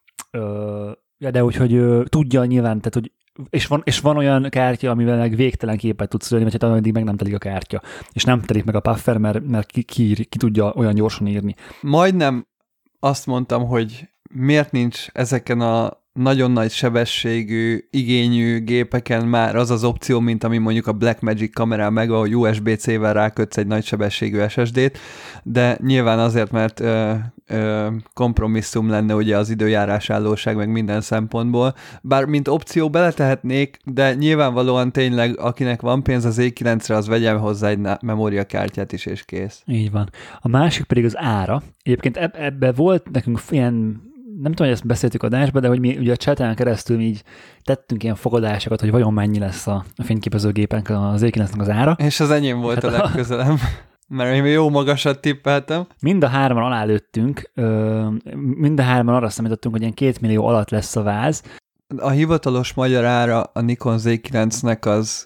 Speaker 1: De úgyhogy tudja nyilván, tehát hogy és van olyan kártya, amivel meg végtelen képet tudsz lőni, vagy hát ameddig meg nem telik a kártya. És nem telik meg a puffer, mert ki tudja olyan gyorsan írni.
Speaker 2: Majdnem azt mondtam, hogy miért nincs ezeken a nagyon nagy sebességű, igényű gépeken már az az opció, mint ami mondjuk a Blackmagic kamerán meg, ahol USB-C-vel rákötsz egy nagy sebességű SSD-t, de nyilván azért, mert kompromisszum lenne ugye az időjárás állóság meg minden szempontból. Bár mint opció beletehetnék, de nyilvánvalóan tényleg akinek van pénz az E9-re, az vegyen hozzá egy memóriakártyát is, és kész.
Speaker 1: Így van. A másik pedig az ára. Egyébként ebbe volt nekünk ilyen, nem tudom, hogy ezt beszéltük adásba, de hogy mi ugye a chaten keresztül így tettünk ilyen fogadásokat, hogy vajon mennyi lesz a fényképezőgépenk az E9-nek az ára.
Speaker 2: És az enyém volt a legközelebb. Mert én jó magasat tippeltem.
Speaker 1: Mind a hárman alálőttünk, mind a hárman arra számítottunk, hogy ilyen 2 millió alatt lesz a váz.
Speaker 2: A hivatalos magyar ára a Nikon Z9-nek az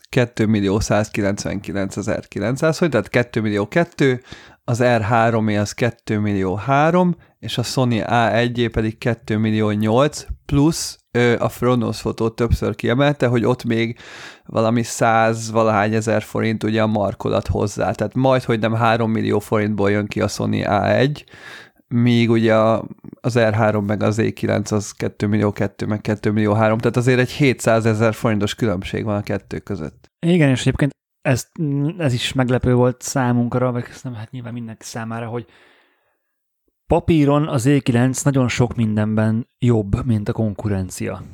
Speaker 2: 2.199.900 forint, tehát 2 millió 2, az R3-é az 2 millió 3, és a Sony A1-é pedig 2 millió 8, plusz a Frognos fotó többször kiemelte, hogy ott még valami 100-valahány ezer forint ugye a markolat hozzá, tehát majdhogy nem 3 millió forintból jön ki a Sony A1, míg ugye az R3 meg az E9 az 2 millió 2, meg 2 millió 3, tehát azért egy 700 000 forintos különbség van a kettő között.
Speaker 1: Igen, és egyébként ez is meglepő volt számunkra, vagy nem, hát nyilván mindenki számára, hogy papíron az E9 nagyon sok mindenben jobb, mint a konkurencia.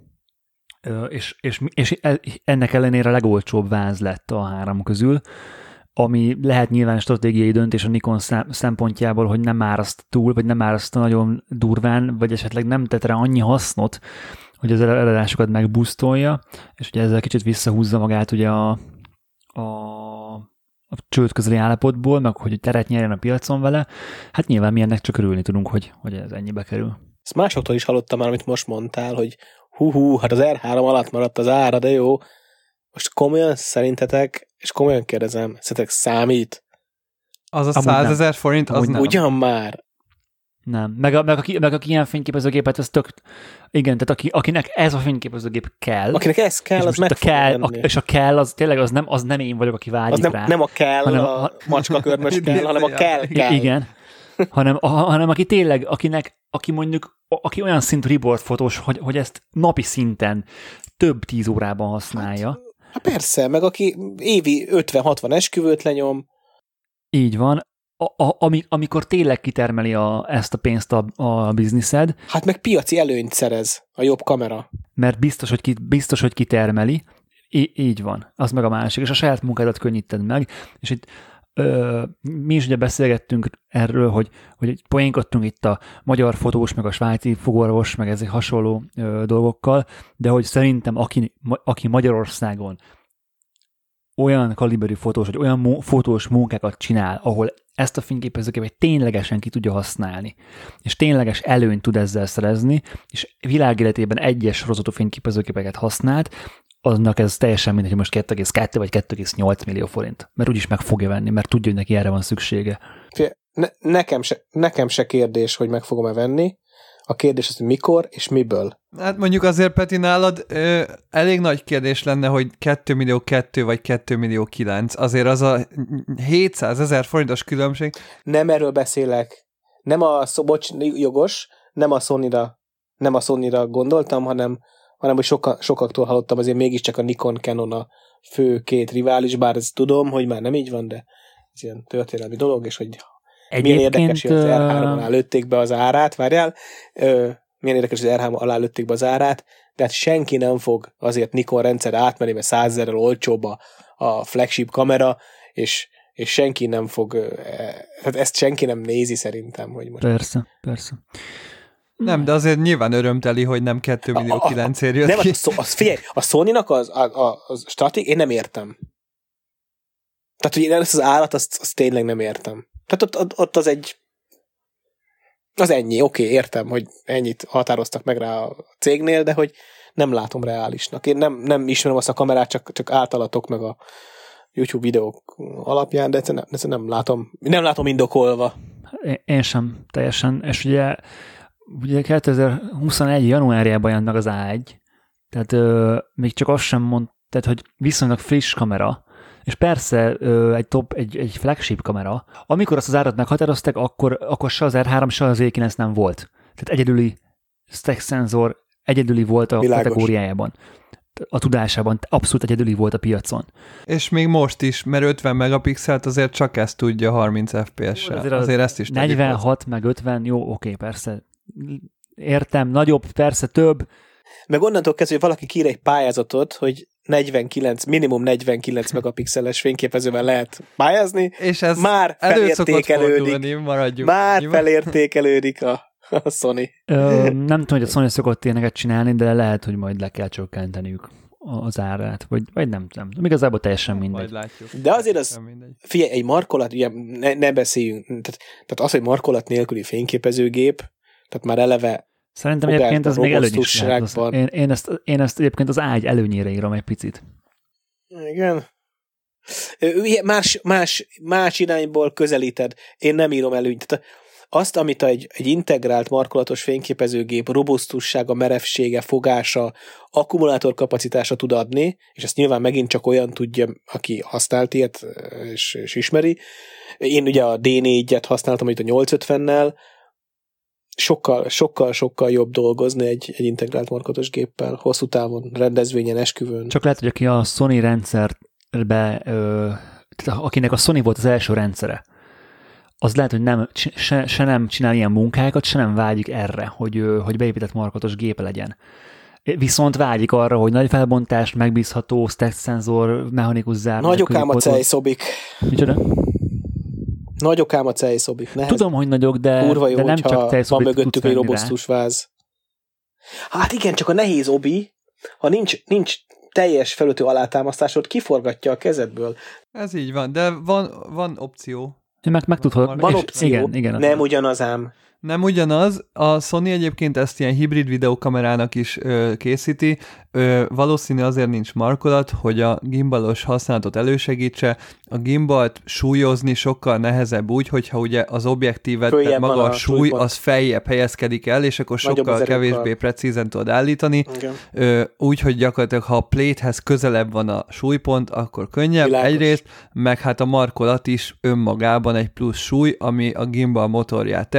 Speaker 1: És ennek ellenére a legolcsóbb váz lett a három közül, ami lehet nyilván stratégiai döntés a Nikon szempontjából, hogy nem áraszt túl, vagy nem áraszt nagyon durván, vagy esetleg nem tett rá annyi hasznot, hogy az eladásokat megbusztolja, és ugye ezzel kicsit visszahúzza magát ugye a csőd közeli állapotból, meg hogy teret nyerjen a piacon vele, hát nyilván mi ennek csak örülni tudunk, hogy ez ennyibe kerül.
Speaker 3: Ezt másoktól is hallottam már, amit most mondtál, hogy hát az R3 alatt maradt az ára, de jó. Most komolyan szerintetek, és komolyan kérdezem, szerintetek számít?
Speaker 2: Az a 100 000 forint, az nem.
Speaker 3: Ugyan már.
Speaker 1: Nem. Meg aki ilyen fényképezőgépet, az tök... Igen, tehát akinek ez a fényképezőgép kell.
Speaker 3: Akinek ez kell, az meg
Speaker 1: és a kell, az tényleg az nem én vagyok, aki vágyik rá.
Speaker 3: Nem a kell, hanem a macskakörmös kell, hanem a kell.
Speaker 1: Igen. hanem aki tényleg, aki mondjuk, aki olyan szintű reboard fotós, hogy ezt napi szinten több 10 órában használja.
Speaker 3: Hát persze, meg aki évi 50-60 esküvőt lenyom.
Speaker 1: Így van. amikor tényleg kitermeli ezt a pénzt a bizniszed.
Speaker 3: Hát meg piaci előnyt szerez a jobb kamera.
Speaker 1: Mert biztos, hogy kitermeli. Így van. Az meg a másik. És a saját munkádat könnyíted meg. És itt mi is ugye beszélgettünk erről, hogy poénkodtunk itt a magyar fotós, meg a svájci fogorvos, meg ezek hasonló dolgokkal, de hogy szerintem aki Magyarországon olyan kaliberű fotós, vagy olyan fotós munkákat csinál, ahol ezt a fényképezőgépet ténylegesen ki tudja használni, és tényleges előnyt tud ezzel szerezni, és világéletében egyes sorozatú fényképezőgépeket használt, aznak ez teljesen mindegy, hogy most 2,2 vagy 2,8 millió forint. Mert úgyis meg fogja venni, mert tudja, hogy neki erre van szüksége.
Speaker 3: Nekem se kérdés, hogy meg fogom-e venni. A kérdés az, hogy mikor és miből.
Speaker 2: Hát mondjuk azért, Peti, nálad elég nagy kérdés lenne, hogy 2 millió 2 vagy 2 millió 9. Azért az a 700 000 forintos különbség.
Speaker 3: Nem erről beszélek. Nem jogos, nem a Sony-ra gondoltam, hanem hogy sokaktól hallottam, azért mégiscsak a Nikon Canon a fő két rivális, bár ezt tudom, hogy már nem így van, de ez ilyen történelmi dolog, és hogy milyen érdekes, hogy az R3 alá lőtték be az árát, várjál, milyen érdekes, hogy az R3 alá lőtték be az árát, de hát senki nem fog azért Nikon rendszer átmenni, mert 100 000-rel olcsóbb a flagship kamera, és senki nem fog, tehát ezt senki nem nézi szerintem, hogy most.
Speaker 1: Persze.
Speaker 2: Nem, de azért nyilván örömteli, hogy nem 2 millió 9-ért jött
Speaker 3: nem,
Speaker 2: ki.
Speaker 3: Figyelj, a Sony-nak az stratégia, én nem értem. Tehát, hogy én ezt az árat, azt tényleg nem értem. Tehát ott az ennyi, oké, értem, hogy ennyit határoztak meg rá a cégnél, de hogy nem látom reálisnak. Én nem ismerem azt a kamerát, csak általatok meg a YouTube videók alapján, de nem látom indokolva.
Speaker 1: Én sem teljesen, és ugye 2021. januárjában jön meg az A1, tehát még csak azt sem tehát hogy viszonylag friss kamera, és persze egy flagship kamera, amikor azt az árat meghatározták, akkor se az R3, se az E9 nem volt. Tehát egyedüli stack szenzor, egyedüli volt a kategóriájában. A tudásában abszolút egyedüli volt a piacon.
Speaker 2: És még most is, mert 50 megapixelt azért csak ezt tudja 30 FPS-sel. Azért ezt is
Speaker 1: 46 meg 50, jó, oké, persze. Értem, nagyobb, persze több.
Speaker 3: Meg onnantól kezdve, hogy valaki kír egy pályázatot, hogy minimum 49 megapixeles fényképezővel lehet pályázni,
Speaker 2: és ez
Speaker 3: már felértékelődik a Sony.
Speaker 1: Nem tudom, hogy a Sony szokott ilyeneket csinálni, de lehet, hogy majd le kell csökkenteniük az árát, vagy nem. Igazából teljesen mindegy.
Speaker 3: De azért az, figyelj, egy markolat, ugye ne beszéljünk, tehát az, hogy markolat nélküli fényképezőgép, tehát már eleve
Speaker 1: szerintem egyébként ez még előny is lehet. Én ezt egyébként az ágy előnyére írom egy picit.
Speaker 3: Igen. Más irányból közelíted. Én nem írom előnyt. Tehát azt, amit egy integrált markolatos fényképezőgép robusztussága, merevsége, fogása, akkumulátorkapacitása tud adni, és ezt nyilván megint csak olyan tudja, aki használt ilyet, és ismeri. Én ugye a D4-et használtam itt a 850-nel, sokkal jobb dolgozni egy integrált markolatos géppel, hosszú távon, rendezvényen, esküvőn.
Speaker 1: Csak lehet, hogy aki a Sony rendszerbe, akinek a Sony volt az első rendszere, az lehet, hogy nem csinál ilyen munkákat, se nem vágyik erre, hogy beépített markolatos gépe legyen. Viszont vágyik arra, hogy nagy felbontás, megbízható, stack szenzor, mechanikus zár.
Speaker 3: Nagyokám a cejszobik.
Speaker 1: Micsoda?
Speaker 3: Nagyokám a cejszobik.
Speaker 1: Tudom, hogy nagyok, de nem csak cejszobik.
Speaker 3: Van mögöttük egy robusztus váz. Hát igen, csak a nehéz obi, ha nincs teljes felütő alátámasztásod, kiforgatja a kezedből.
Speaker 2: Ez így van, de van opció.
Speaker 1: Meg tudod.
Speaker 3: Van opció,
Speaker 1: igen,
Speaker 3: nem ugyanaz ám.
Speaker 2: Nem ugyanaz, a Sony egyébként ezt ilyen hibrid videókamerának is készíti, valószínű azért nincs markolat, hogy a gimbalos használatot elősegítse, a gimbalt súlyozni sokkal nehezebb úgy, hogyha ugye az objektívet, tehát maga a súly, az feljebb helyezkedik el, és akkor sokkal kevésbé precízen tudod állítani, úgy, hogy gyakorlatilag ha a plate-hez közelebb van a súlypont, akkor könnyebb egyrészt, meg hát a markolat is önmagában egy plusz súly, ami a gimbal motorját terheli,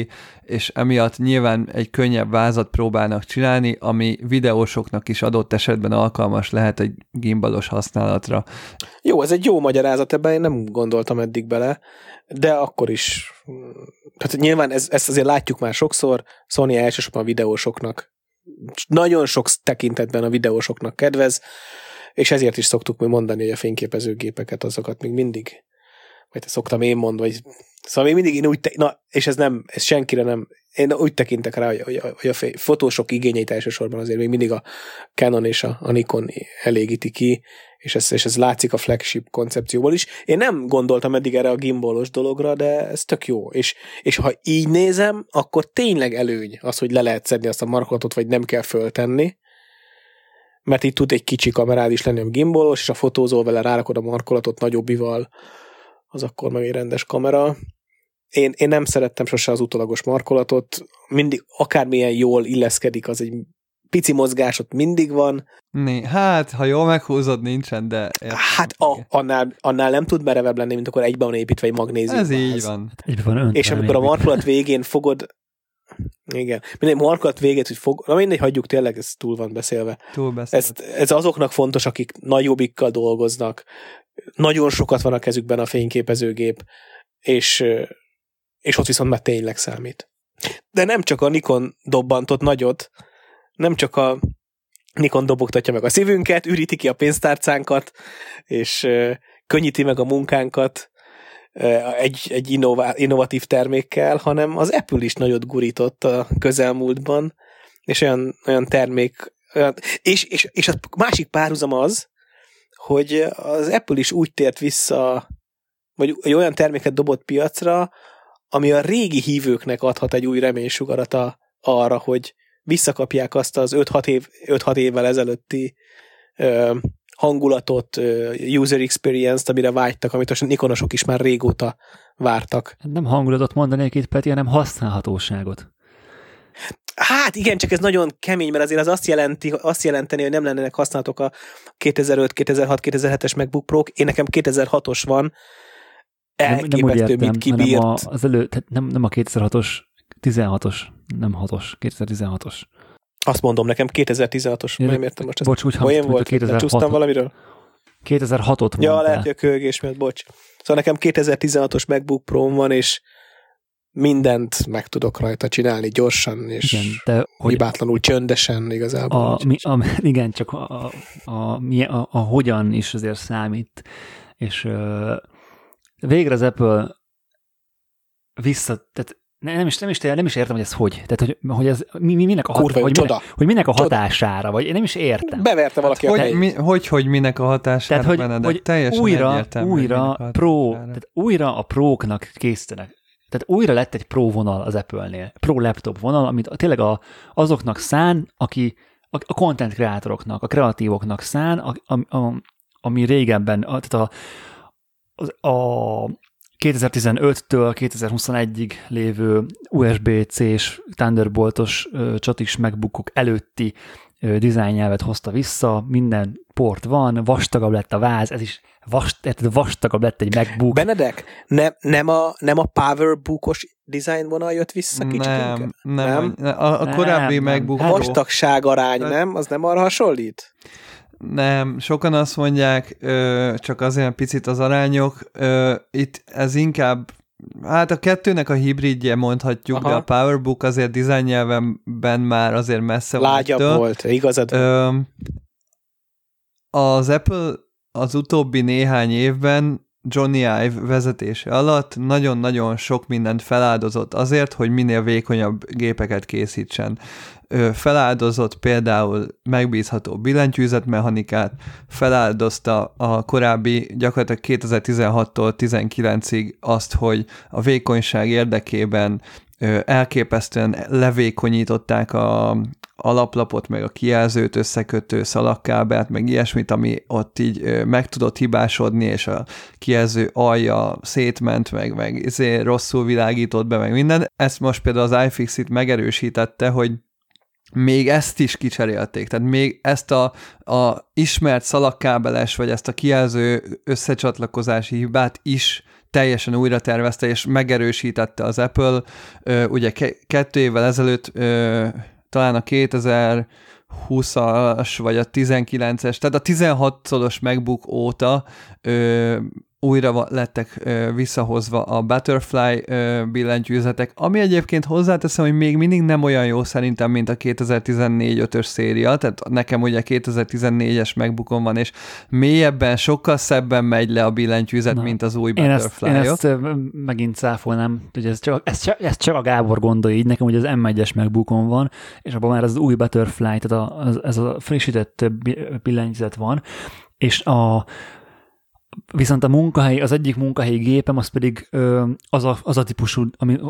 Speaker 2: és emiatt nyilván egy könnyebb vázat próbálnak csinálni, ami videósoknak is adott esetben alkalmas lehet egy gimbalos használatra.
Speaker 3: Jó, ez egy jó magyarázat, ebben én nem gondoltam eddig bele, de akkor is. Tehát nyilván ezt azért látjuk már sokszor, Sony elsősorban a videósoknak, nagyon sok tekintetben a videósoknak kedvez, és ezért is szoktuk mondani, hogy a fényképezőgépeket, azokat még mindig, vagy szoktam én mondani, vagy szóval még mindig én úgy, és ez senkire nem, én úgy tekintek rá, hogy a fotósok igényeit elsősorban azért még mindig a Canon és a Nikon elégíti ki, és ez látszik a flagship koncepcióból is. Én nem gondoltam eddig erre a gimbalos dologra, de ez tök jó. És ha így nézem, akkor tényleg előny az, hogy le lehet szedni azt a markolatot, vagy nem kell föltenni, mert itt tud egy kicsi kamerád is lenni a gimbalos, és a fotózol vele, rárakod a markolatot nagyobbival, az akkor meg egy rendes kamera. Én nem szerettem sose az utólagos markolatot, mindig akármilyen jól illeszkedik, az egy pici mozgás ott mindig van.
Speaker 2: Hát, ha jól meghúzod, nincsen, de...
Speaker 3: Hát annál nem tud merevebb lenni, mint akkor egyben van építve egy magnézium.
Speaker 2: Ez így van.
Speaker 3: És amikor a markolat végén fogod... Igen. Mindegy markolat végét, hogy na mindegy, hagyjuk, tényleg ez túl van beszélve. Ez azoknak fontos, akik nagy jobbikkal dolgoznak. Nagyon sokat van a kezükben a fényképezőgép, és ott viszont már tényleg számít. De nem csak a Nikon dobbantott nagyot, nem csak a Nikon dobogtatja meg a szívünket, üríti ki a pénztárcánkat, és könnyíti meg a munkánkat egy innovatív termékkel, hanem az Apple is nagyot gurított a közelmúltban, és olyan termék, és a másik párhuzam az, hogy az Apple is úgy tért vissza, vagy olyan terméket dobott piacra, ami a régi hívőknek adhat egy új reménysugarat arra, hogy visszakapják azt az 5-6 évvel ezelőtti hangulatot, user experience-t, amire vágytak, amit a Nikonosok is már régóta vártak.
Speaker 1: Nem hangulatot mondanék itt, Peti, hanem használhatóságot.
Speaker 3: Hát igen, csak ez nagyon kemény, mert azért az azt jelenteni, hogy nem lennének használatok a 2005, 2006, 2007-es MacBook Pro-k. Én nekem 2006-os van, elképesztő, mit kibírt.
Speaker 1: Nem a 2006-os, 16-os, nem 6-os, 2016-os.
Speaker 3: Azt mondom, nekem 2016-os, nem értem most ezt.
Speaker 1: Bocs, úgy hangzik,
Speaker 3: hogy 2006-os. Csúsztam valamiről?
Speaker 1: 2006-ot mondtál.
Speaker 3: Ja, lehet, hogy a kölgés miatt, bocs. Szóval nekem 2016-os MacBook Pro van, és mindent meg tudok rajta csinálni gyorsan, és igen, hibátlanul, csöndesen igazából.
Speaker 1: Igen, csak a hogyan is azért számít. És végre az Apple tehát nem is értem, hogy ez hogy. Tehát, hogy ez minek a hatására, vagy én nem is értem.
Speaker 3: Beverte valaki a
Speaker 2: helyét. Hogy minek a hatására,
Speaker 1: tehát, hogy teljesen újra a Pro-knak készítenek. Tehát újra lett egy Pro vonal az Apple-nél. Pro laptop vonal, amit tényleg azoknak szán, aki a content kreátoroknak, a kreatívoknak szán, ami régebben, tehát a 2015-től 2021-ig lévő USB-C-s Thunderbolt-os csatis MacBookok előtti dizájnnyelvet hozta vissza, minden port van, vastagabb lett a váz, ez is vastagabb lett egy MacBook.
Speaker 3: Benedek, nem a PowerBook-os dizájnvonal jött vissza kicsit?
Speaker 2: Nem. A korábbi MacBook.
Speaker 3: A vastagság arány, nem? Az nem arra hasonlít?
Speaker 2: Nem, sokan azt mondják, csak azért picit az arányok, itt ez inkább, hát a kettőnek a hibridje mondhatjuk, aha, de a PowerBook azért dizájnnyelvenben már azért messze
Speaker 3: lágyabb volt, igazad.
Speaker 2: Az Apple az utóbbi néhány évben Johnny Ive vezetése alatt nagyon-nagyon sok mindent feláldozott azért, hogy minél vékonyabb gépeket készítsen. Feláldozott például megbízható billentyűzetmechanikát, feláldozta a korábbi gyakorlatilag 2016-tól 19-ig azt, hogy a vékonyság érdekében elképesztően levékonyították a alaplapot, meg a kijelzőt összekötő szalagkábelt, meg ilyesmit, ami ott így meg tudott hibásodni, és a kijelző alja szétment, meg rosszul világított be, meg minden. Ezt most például az iFixit megerősítette, hogy még ezt is kicserélték, tehát még ezt a ismert szalagkábeles, vagy ezt a kijelző összecsatlakozási hibát is teljesen újra tervezte, és megerősítette az Apple. Ugye 2 évvel ezelőtt talán a 2020-as, vagy a 19-es, tehát a 16-szoros MacBook óta újra lettek visszahozva a Butterfly billentyűzetek, ami egyébként hozzáteszem, hogy még mindig nem olyan jó szerintem, mint a 2014-5-ös széria, tehát nekem ugye 2014-es MacBookom van, és mélyebben, sokkal szebben megy le a billentyűzet, mint az új Butterfly-ok.
Speaker 1: Én ezt megint cáfolnám, hogy ez csak a Gábor gondolja így, nekem ugye az M1-es MacBookom van, és abban már az új Butterfly, tehát ez a frissített billentyűzet van, és viszont az egyik munkahelyi gépem, az pedig az a típusú,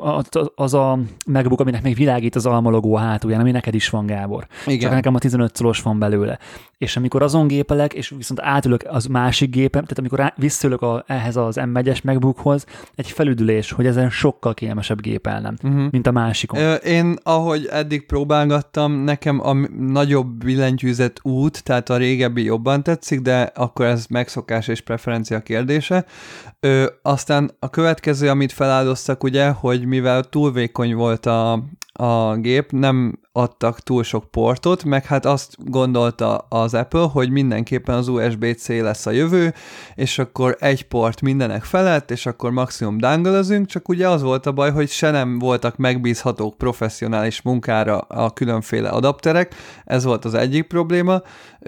Speaker 1: az a MacBook, aminek még világít az almalogó a hátulján, ami neked is van, Gábor. Igen. Csak nekem a 15 szoros van belőle. És amikor azon gépelek, és viszont átülök az másik gépem, tehát amikor visszaülök ehhez az M1-es MacBookhoz, egy felüdülés, hogy ezen sokkal kényelmesebb gépelnem, mint a másikon.
Speaker 2: Én, ahogy eddig próbálgattam, nekem a nagyobb billentyűzet út, tehát a régebbi jobban tetszik, de akkor ez megszokás és preferencia kérdése. Aztán a következő, amit feláldoztak, ugye, hogy mivel túl vékony volt a gép, nem adtak túl sok portot, meg hát azt gondolta az Apple, hogy mindenképpen az USB-C lesz a jövő, és akkor egy port mindenek felett, és akkor maximum danglezünk, csak ugye az volt a baj, hogy se nem voltak megbízhatók professzionális munkára a különféle adapterek, ez volt az egyik probléma.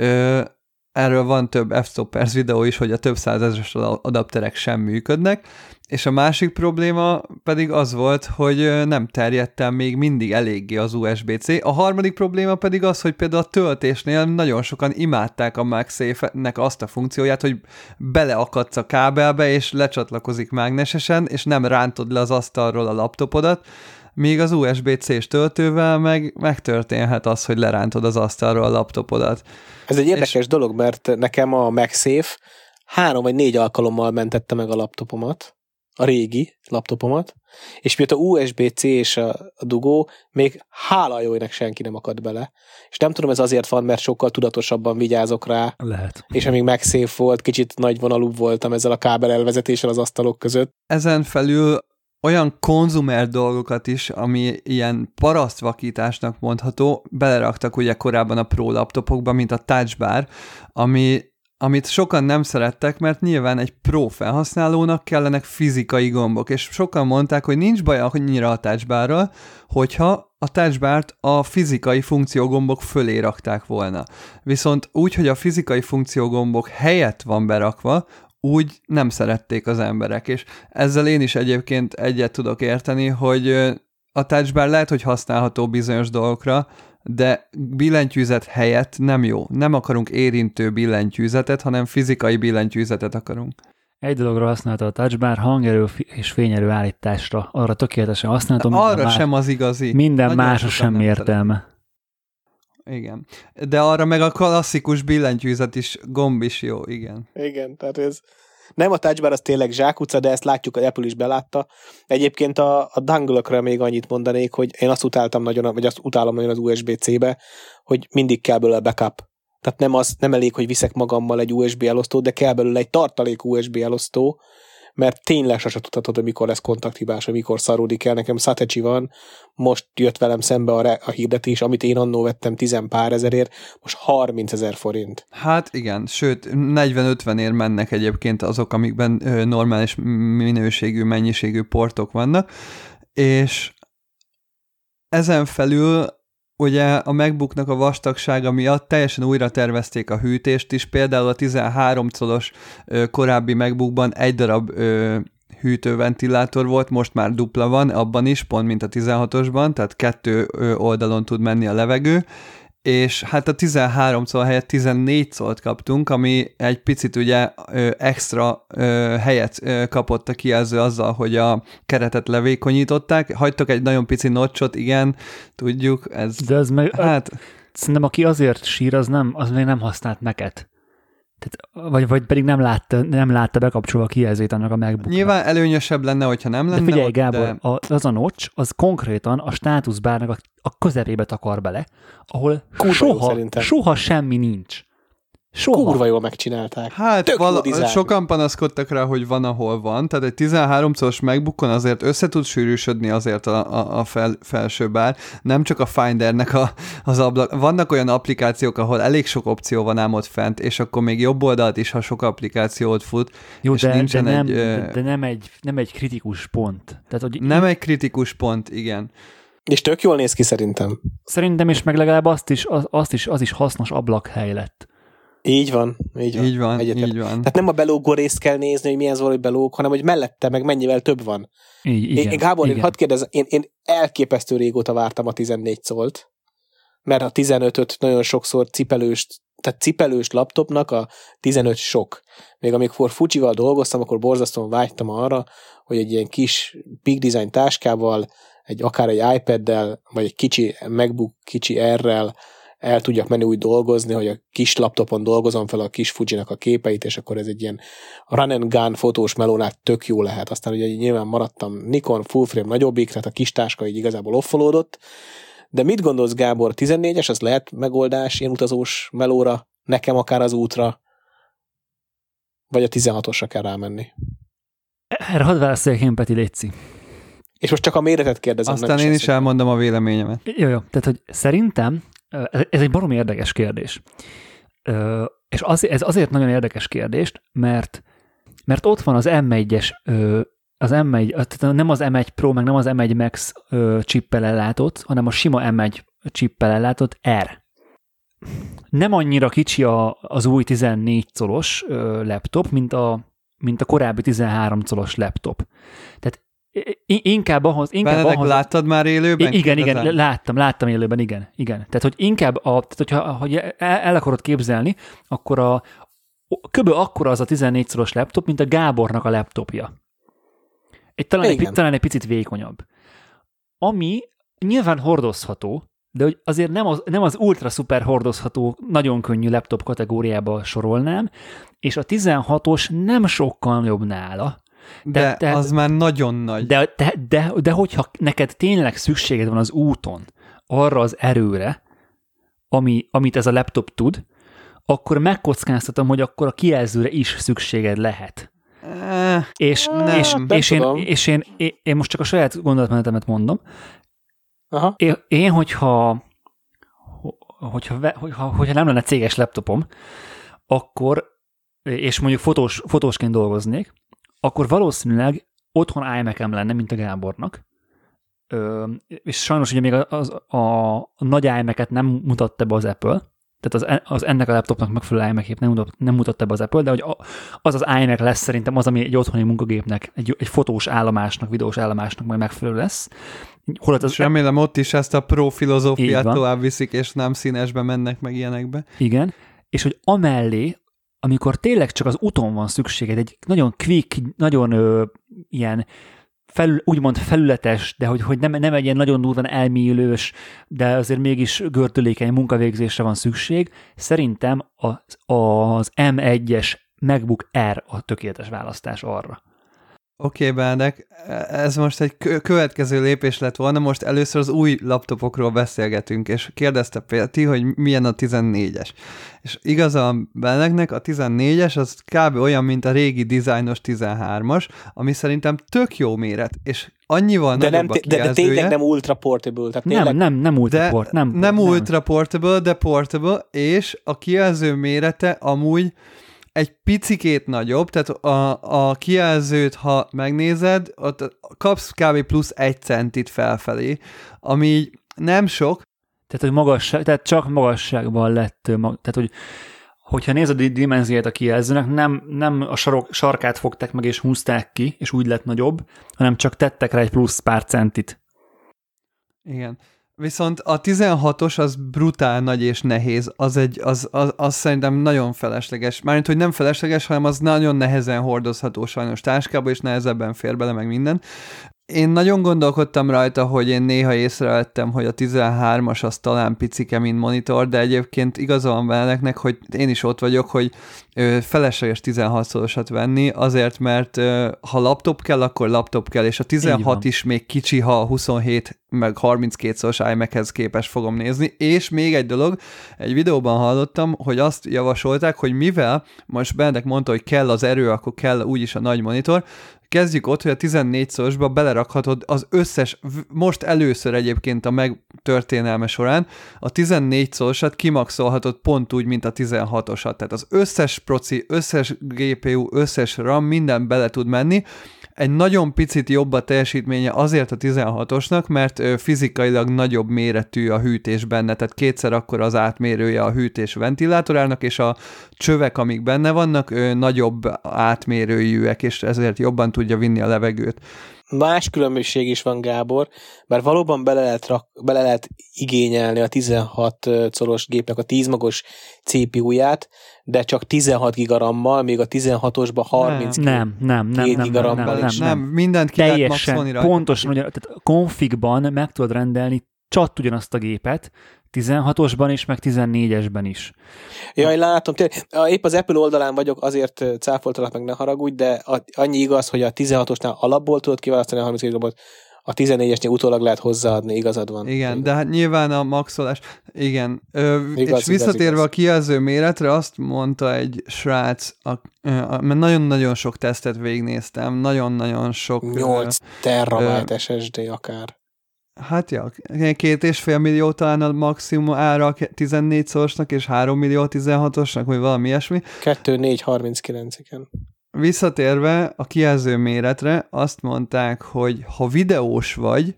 Speaker 2: Erről van több F-Stoppers videó is, hogy a több százezres adapterek sem működnek, és a másik probléma pedig az volt, hogy nem terjedt el még mindig eléggé az USB-C. A harmadik probléma pedig az, hogy például a töltésnél nagyon sokan imádták a MagSafe-nek azt a funkcióját, hogy beleakadsz a kábelbe, és lecsatlakozik mágnesesen, és nem rántod le az asztalról a laptopodat, míg az USB-C-s töltővel megtörténhet az, hogy lerántod az asztalról a laptopodat.
Speaker 3: Ez egy érdekes dolog, mert nekem a MagSafe 3 vagy 4 alkalommal mentette meg a laptopomat, a régi laptopomat, és miatt a USB-C és a dugó még hála jóinak senki nem akad bele. És nem tudom, ez azért van, mert sokkal tudatosabban vigyázok rá.
Speaker 1: Lehet.
Speaker 3: És amíg MagSafe volt, kicsit nagyvonalúbb voltam ezzel a kábel elvezetéssel az asztalok között.
Speaker 2: Ezen felül olyan konzumer dolgokat is, ami ilyen parasztvakításnak mondható, beleraktak ugye korábban a Pro laptopokba, mint a Touch Bar, amit sokan nem szerettek, mert nyilván egy Pro felhasználónak kellenek fizikai gombok, és sokan mondták, hogy nincs baj annyira a Touch Barral, hogyha a Touch Bart a fizikai funkciógombok fölé rakták volna. Viszont úgy, hogy a fizikai funkciógombok helyett van berakva, úgy nem szerették az emberek, és ezzel én is egyébként egyet tudok érteni, hogy a Touch Bar lehet, hogy használható bizonyos dolgokra, de billentyűzet helyett nem jó. Nem akarunk érintő billentyűzetet, hanem fizikai billentyűzetet akarunk.
Speaker 1: Egy dologra használta a Touch Bar, hangerő és fényerő állításra. Arra tökéletesen használtam.
Speaker 2: Arra sem az igazi.
Speaker 1: Minden másra semmi értelme.
Speaker 2: Igen. De arra meg a klasszikus billentyűzet is, gomb is jó, igen.
Speaker 3: Igen, tehát ez nem a Touch Bar, az tényleg zsákutca, de ezt látjuk, az Apple is belátta. Egyébként a dangle-ökre még annyit mondanék, hogy én azt utáltam nagyon, vagy azt utálom nagyon az USB-C-be, hogy mindig kell belőle backup. Tehát nem elég, hogy viszek magammal egy USB elosztót, de kell belőle egy tartalék USB elosztó, mert tényleg sose tudhatod, hogy mikor lesz kontakthibás, vagy mikor szaródik el. Nekem Satechi van, most jött velem szembe a hirdetés, amit én annó vettem 10 pár ezerért, most 30 000 forint.
Speaker 2: Hát igen, sőt 40-50 mennek egyébként azok, amikben normális minőségű, mennyiségű portok vannak, és ezen felül ugye a MacBooknak a vastagsága miatt teljesen újra tervezték a hűtést is, például a 13 colos korábbi MacBookban egy darab hűtőventilátor volt, most már dupla van, abban is, pont mint a 16-osban, tehát 2 oldalon tud menni a levegő, és hát a 13 coll helyett 14 collt kaptunk, ami egy picit ugye extra helyet kapott a kijelző azzal, hogy a keretet levékonyították. Hagytok egy nagyon pici notchot, igen, tudjuk.
Speaker 1: De ez meg, hát szerintem aki azért sír, az még nem használt Mac-et. Vagy pedig nem látta bekapcsolva a kijelzőt annak a MacBooknak.
Speaker 2: Nyilván előnyösebb lenne, hogyha nem lenne.
Speaker 1: De figyelj, Gábor, az a notch, az konkrétan a státuszbárnak a közepébe takar bele, ahol soha semmi nincs. Soha.
Speaker 3: Kurva jól megcsinálták.
Speaker 2: Hát sokan panaszkodtak rá, hogy van, ahol van. Tehát egy 13 colos MacBookon azért össze tud sűrűsödni azért a felső bár. Nem csak a Findernek az ablak. Vannak olyan applikációk, ahol elég sok opció van ám ott fent, és akkor még jobb oldalt is, ha sok applikációt fut.
Speaker 1: Jó,
Speaker 2: és
Speaker 1: de nem egy kritikus pont. Tehát, hogy
Speaker 2: nem egy kritikus pont, igen.
Speaker 3: És tök jól néz ki szerintem.
Speaker 1: Szerintem is, meg legalább az is hasznos ablakhely lett.
Speaker 3: Így van.
Speaker 2: Így van.
Speaker 3: Tehát nem a belógó részt kell nézni, hogy milyen valami belóg, hanem hogy mellette meg mennyivel több van.
Speaker 1: Igen,
Speaker 3: Gábor, hadd kérdezem, én elképesztő régóta vártam a 14 colt, mert a 15-öt nagyon sokszor cipelős laptopnak a 15 sok. Még amikor Fujival dolgoztam, akkor borzasztóan vágytam arra, hogy egy ilyen kis Big Design táskával, akár egy iPaddel, vagy egy kicsi MacBook kicsi R-rel el tudjak menni úgy dolgozni, hogy a kis laptopon dolgozom fel a kis Fujinak a képeit, és akkor ez egy ilyen run and gun fotós melónál tök jó lehet. Aztán ugye nyilván maradtam Nikon full frame nagyobbik, tehát a kis táska így igazából offolódott. De mit gondolsz, Gábor, 14-es, az lehet megoldás ilyen utazós melóra, nekem akár az útra, vagy a 16-osra kell rámenni?
Speaker 1: Erre hadd válaszoljak én, Peti, létszi.
Speaker 3: És most csak a méretet kérdezem.
Speaker 2: Aztán én is elmondom a véleményemet.
Speaker 1: Jó, tehát hogy szerintem ez egy baromi érdekes kérdés. És ez azért nagyon érdekes kérdés, mert ott van az M1-es, tehát nem az M1 Pro, meg nem az M1 Max chippel ellátott, hanem a sima M1 chippel ellátott R. Nem annyira kicsi az új 14 colos laptop, mint a korábbi 13 colos laptop. Tehát inkább ahhoz...
Speaker 2: láttad már élőben?
Speaker 1: Igen, láttam élőben, igen. Tehát, hogy inkább, hogy el akarod képzelni, akkor kb. Akkora az a 14 szoros laptop, mint a Gábornak a laptopja. Talán egy picit vékonyabb. Ami nyilván hordozható, de hogy azért nem az ultra szuper hordozható, nagyon könnyű laptop kategóriába sorolnám, és a 16-os nem sokkal jobb nála.
Speaker 2: De az már nagyon nagy.
Speaker 1: De hogyha neked tényleg szükséged van az úton arra az erőre, amit ez a laptop tud, akkor megkockáztatom, hogy akkor a kijelzőre is szükséged lehet. És én most csak a saját gondolatmenetemet mondom.
Speaker 3: Aha.
Speaker 1: Én, hogyha nem lenne céges laptopom, akkor, és mondjuk fotósként dolgoznék, akkor valószínűleg otthon iMac-em lenne, mint a Gábornak. És sajnos ugye még a nagy iMac-et nem mutatta be az Apple, tehát az ennek a laptopnak megfelelő iMac-ét nem mutatta be az Apple, de hogy az iMac lesz szerintem az, ami egy otthoni munkagépnek, egy fotós állomásnak, videós állomásnak majd megfelelő lesz.
Speaker 2: És remélem ott is ezt a pro filozófiát tovább viszik, és nem színesbe mennek meg ilyenekbe.
Speaker 1: Igen, és hogy amellé, amikor tényleg csak az úton van szükséged, egy nagyon quick, nagyon ilyen úgymond felületes, de hogy nem egy ilyen nagyon durván elmélyülős, de azért mégis gördülékeny munkavégzésre van szükség, szerintem az M1-es MacBook Air a tökéletes választás arra.
Speaker 2: Oké, Benedek, ez most egy következő lépés lett volna, most először az új laptopokról beszélgetünk, és kérdezte Péti, hogy milyen a 14-es. És igazán Benedeknek a 14-es az kb. Olyan, mint a régi dizájnos 13-as, ami szerintem tök jó méret, és annyival nagyobb a kijelzője.
Speaker 3: De tényleg nem ultra portable. Tehát tényleg...
Speaker 1: Nem ultra portable.
Speaker 2: Nem ultra portable, de portable, és a kijelző mérete amúgy egy picikét nagyobb, tehát a kijelzőt, ha megnézed, ott kapsz kb. Plusz 1 centit felfelé, ami nem sok.
Speaker 1: Tehát csak magasságban lett, tehát hogyha nézed a dimenzióját a kijelzőnek, nem a sarkát fogták meg és húzták ki, és úgy lett nagyobb, hanem csak tettek rá egy plusz pár centit.
Speaker 2: Igen. Viszont a 16-os az brutál nagy és nehéz, az szerintem nagyon felesleges. Mármint, hogy nem felesleges, hanem az nagyon nehezen hordozható sajnos táskába, és nehezebben fér bele meg minden. Én nagyon gondolkodtam rajta, hogy én néha észrevettem, hogy a 13-as az talán picike, mint monitor, de egyébként igaza van veleknek, hogy én is ott vagyok, hogy felesleges 16-szorosat venni, azért, mert ha laptop kell, akkor laptop kell, és a 16 is még kicsi, ha a 27 meg 32-szoros iMac-hez képes fogom nézni, és még egy dolog, egy videóban hallottam, hogy azt javasolták, hogy mivel, most Benedek mondta, hogy kell az erő, akkor kell úgyis a nagy monitor, kezdjük ott, hogy a 14-szorosba belerakhatod az összes, most először egyébként a megtörténelme során, a 14-szorosat kimaxolhatod pont úgy, mint a 16-osat. Tehát az összes proci, összes GPU, összes RAM, minden bele tud menni. Egy nagyon picit jobb a teljesítménye azért a 16-osnak, mert fizikailag nagyobb méretű a hűtés benne, tehát kétszer akkor az átmérője a hűtés ventilátorának, és a csövek, amik benne vannak, nagyobb átmérőjűek, és ezért jobban tudja vinni a levegőt.
Speaker 3: Más különbség is van, Gábor, mert valóban bele lehet igényelni a 16 colos gépnek a 10 magos CPU-ját, de csak 16 gigarammal, még a 16-osban 32 gigarammal is.
Speaker 2: Nem, mindent ki lehet maxolni rajta.
Speaker 1: Pontosan, tehát configban meg tudod rendelni csak ugyanazt a gépet, 16-osban is, meg 14-esben is.
Speaker 3: Jaj, látom, épp az Apple oldalán vagyok, azért cáfoltalak meg, ne haragudj, de annyi igaz, hogy a 16-osnál alapból tudod kiválasztani a 32 gigabot, a 14-esnél utólag lehet hozzáadni, igazad van.
Speaker 2: Igen, de hát nyilván a maxolás, igen. És visszatérve a kijelző méretre, azt mondta egy srác, mert nagyon-nagyon sok tesztet végignéztem, nagyon-nagyon sok...
Speaker 3: 8 terabyte SSD akár.
Speaker 2: Hát ja, 2,5 millió talán a maximum ára 14-szorosnak, és 3 millió 16-osnak, vagy valami ilyesmi.
Speaker 3: 2,439, igen.
Speaker 2: Visszatérve a kijelző méretre, azt mondták, hogy ha videós vagy,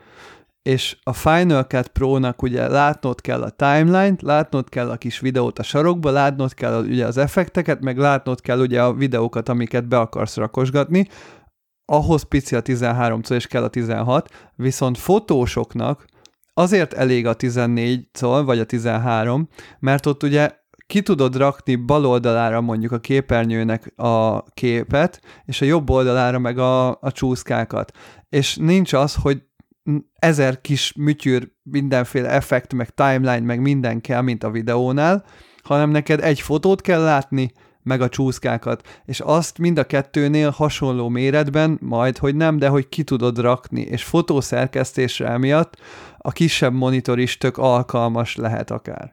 Speaker 2: és a Final Cut Pro-nak ugye látnod kell a timeline-t, látnod kell a kis videót a sarokba, látnod kell ugye az effekteket, meg látnod kell ugye a videókat, amiket be akarsz rakosgatni, ahhoz pici a 13 coll és kell a 16, viszont fotósoknak azért elég a 14 coll vagy a 13, mert ott ugye ki tudod rakni bal oldalára mondjuk a képernyőnek a képet, és a jobb oldalára meg a csúszkákat. És nincs az, hogy 1000 kis műtyűr, mindenféle effekt, meg timeline, meg minden kell, mint a videónál, hanem neked egy fotót kell látni, meg a csúszkákat, és azt mind a kettőnél hasonló méretben, majd, hogy nem, de hogy ki tudod rakni, és fotószerkesztésre emiatt a kisebb monitor is tök alkalmas lehet akár.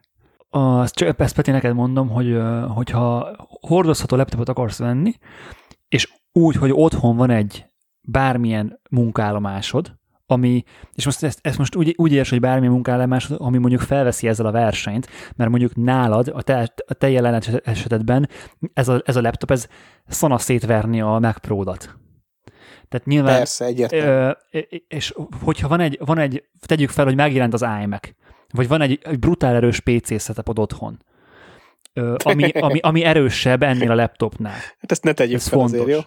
Speaker 1: Ezt Peti, neked mondom, hogyha hordozható laptopot akarsz venni, és úgy, hogy otthon van egy bármilyen munkállomásod, és most ezt most úgy érts, hogy bármilyen munkállomásod, ami mondjuk felveszi ezzel a versenyt, mert mondjuk nálad, a te jelen esetedben ez a laptop, ez szana szétverni a Mac Pro-dat. Tehát nyilván...
Speaker 3: Persze, egyértelmű.
Speaker 1: És hogyha van egy, tegyük fel, hogy megjelent az iMac, vagy van egy brutál erős PC setupod otthon, ami erősebb ennél a laptopnál.
Speaker 3: Hát ezt ne tegyük fel azért, jó?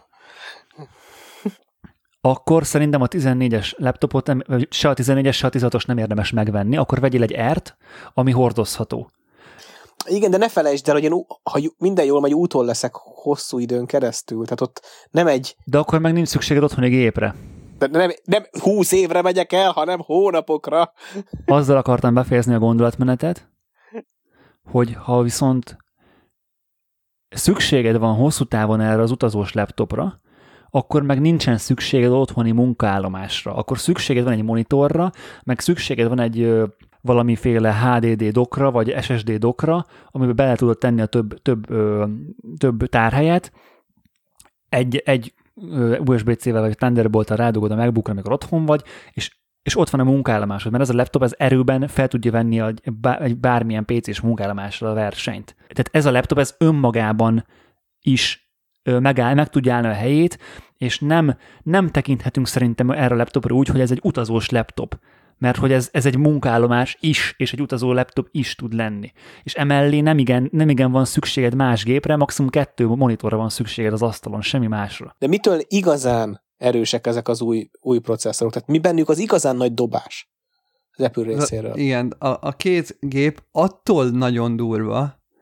Speaker 1: Akkor szerintem a 14-es laptopot, se a 14-es, se a 16-os nem érdemes megvenni, akkor vegyél egy Air-t, ami hordozható.
Speaker 3: Igen, de ne felejtsd el, hogy ha minden jól megy, úton leszek hosszú időn keresztül, tehát ott nem egy...
Speaker 1: De akkor meg nincs szükséged otthoni gépre.
Speaker 3: De nem 20 évre megyek el, hanem hónapokra.
Speaker 1: Azzal akartam befejezni a gondolatmenetet, hogy ha viszont szükséged van hosszú távon erre az utazós laptopra, akkor meg nincsen szükséged otthoni munkaállomásra. Akkor szükséged van egy monitorra, meg szükséged van egy valamiféle HDD dockra, vagy SSD dockra, amiben bele tudod tenni a több tárhelyet, egy USB-C-vel vagy Thunderbolt-tal rádugod a MacBookra, amikor otthon vagy, és ott van a munkállomásod, mert ez a laptop az erőben fel tudja venni egy bármilyen PC-s munkállomásra a versenyt. Tehát ez a laptop, ez önmagában is meg tudja állni a helyét, és nem tekinthetünk szerintem erre a laptopra úgy, hogy ez egy utazós laptop, mert hogy ez egy munkállomás is, és egy utazó laptop is tud lenni. És emellé nem igen van szükséged más gépre, maximum 2 monitorra van szükséged az asztalon, semmi másra.
Speaker 3: De mitől igazán erősek ezek az új processzorok? Tehát mi bennük az igazán nagy dobás az Apple részéről?
Speaker 2: Igen, a két gép attól nagyon durva,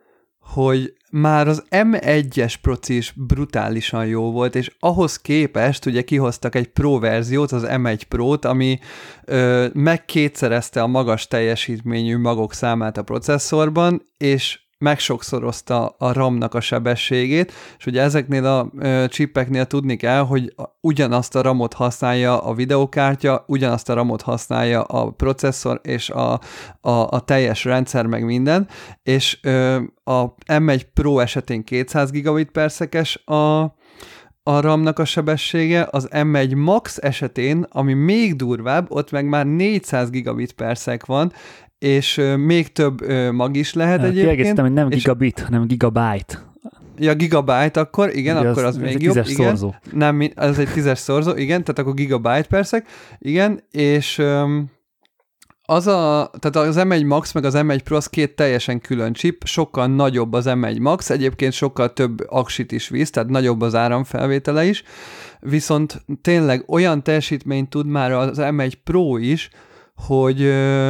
Speaker 2: hogy már az M1-es proci is brutálisan jó volt, és ahhoz képest ugye kihoztak egy Pro verziót, az M1 Pro-t, ami megkétszerezte a magas teljesítményű magok számát a processzorban, és megsokszorozta a RAM-nak a sebességét, és ugye ezeknél a chipeknél tudni kell, hogy ugyanazt a RAM-ot használja a videokártya, ugyanazt a RAM-ot használja a processzor, és a teljes rendszer, meg minden, és a M1 Pro esetén 200 GB/s a RAM-nak a sebessége, az M1 Max esetén, ami még durvább, ott meg már 400 GB/s van, és még több mag is lehet egyébként.
Speaker 1: Kiegészítem, hogy nem gigabit, hanem gigabyte.
Speaker 2: Ja, gigabyte akkor, igen, ugye akkor az még jobb.
Speaker 1: Ez egy 10-es szorzó.
Speaker 2: Nem, ez egy 10-es szorzó, igen, tehát akkor gigabyte perszek, igen, és tehát az M1 Max meg az M1 Pro az két teljesen külön chip, sokkal nagyobb az M1 Max, egyébként sokkal több aksit is visz, tehát nagyobb az áramfelvétele is, viszont tényleg olyan teljesítményt tud már az M1 Pro is, hogy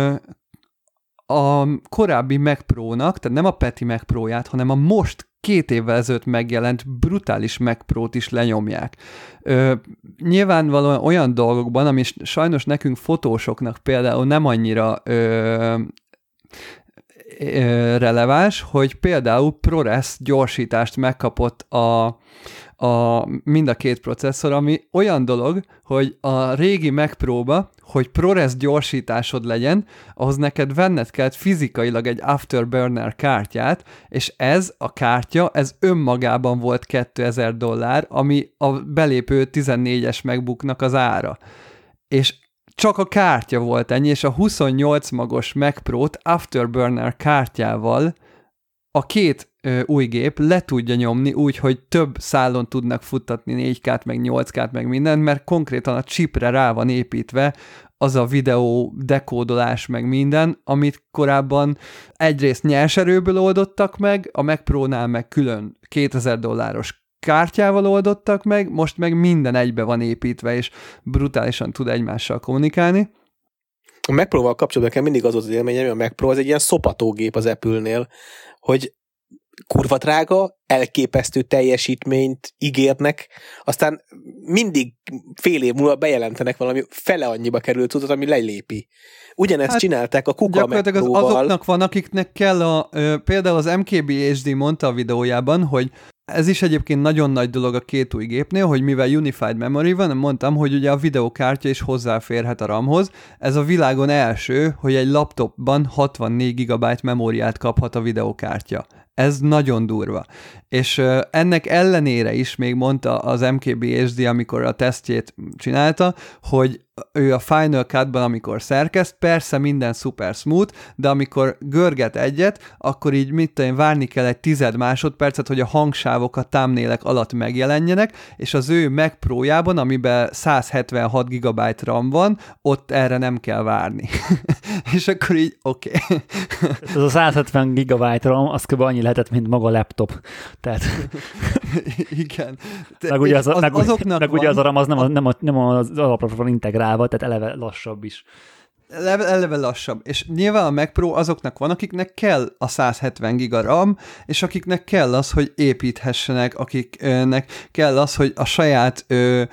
Speaker 2: a korábbi Mac Pro-nak, tehát nem a Peti Mac Pro-ját, hanem a most 2 évvel ezelőtt megjelent brutális Mac Pro-t is lenyomják. Nyilvánvalóan olyan dolgokban, ami sajnos nekünk fotósoknak például nem annyira releváns, hogy például ProRes gyorsítást megkapott mind a két processzor, ami olyan dolog, hogy a régi Mac Pro-ba, hogy ProRes gyorsításod legyen, ahhoz neked venned kellett fizikailag egy Afterburner kártyát, és ez a kártya, ez önmagában volt $2000, ami a belépő 14-es MacBooknak az ára. És csak a kártya volt ennyi, és a 28 magos Mac Pro-t Afterburner kártyával a két új gép le tudja nyomni úgy, hogy több szálon tudnak futtatni 4K-t, meg 8K-t, meg mindent, mert konkrétan a chipre rá van építve az a videó dekódolás, meg minden, amit korábban egyrészt nyerserőből oldottak meg, a Mac Pro-nál meg külön $2000 kártyával oldottak meg, most meg minden egybe van építve, és brutálisan tud egymással kommunikálni.
Speaker 3: A Mac Pro-val kapcsolatban mindig az volt az élményem, hogy a Mac Pro az egy ilyen szopatógép az Apple-nél, hogy kurva drága, elképesztő teljesítményt ígérnek, aztán mindig fél év múlva bejelentenek valami fele annyiba került cuccot, ami lelépi. Ugyanezt csinálták a Kuka Mac Pro-val.
Speaker 2: Azoknak van, akiknek kell például az MKBHD mondta a videójában, hogy ez is egyébként nagyon nagy dolog a két új gépnél, hogy mivel Unified Memory van, mondtam, hogy ugye a videókártya is hozzáférhet a RAM-hoz. Ez a világon első, hogy egy laptopban 64 GB memóriát kaphat a videókártya. Ez nagyon durva. És ennek ellenére is még mondta az MKBHD, amikor a tesztjét csinálta, hogy ő a Final Cut-ban, amikor szerkeszt, persze minden szuper smooth, de amikor görget egyet, akkor így várni kell egy 10 másodpercet, hogy a hangsávok a thumbnailek alatt megjelenjenek, és az ő Mac Pro-jában, amiben 176 GB RAM van, ott erre nem kell várni. És akkor így oké.
Speaker 1: Ez a 170 GB RAM, az kb. Annyi lehetett, mint maga a laptop. Tehát...
Speaker 2: Igen.
Speaker 1: Meg ugye az a RAM az nem az alapra van integrálva, tehát eleve lassabb is.
Speaker 2: Eleve lassabb. És nyilván a Mac Pro azoknak van, akiknek kell a 170 giga RAM, és akiknek kell az, hogy építhessenek, akiknek kell az, hogy a saját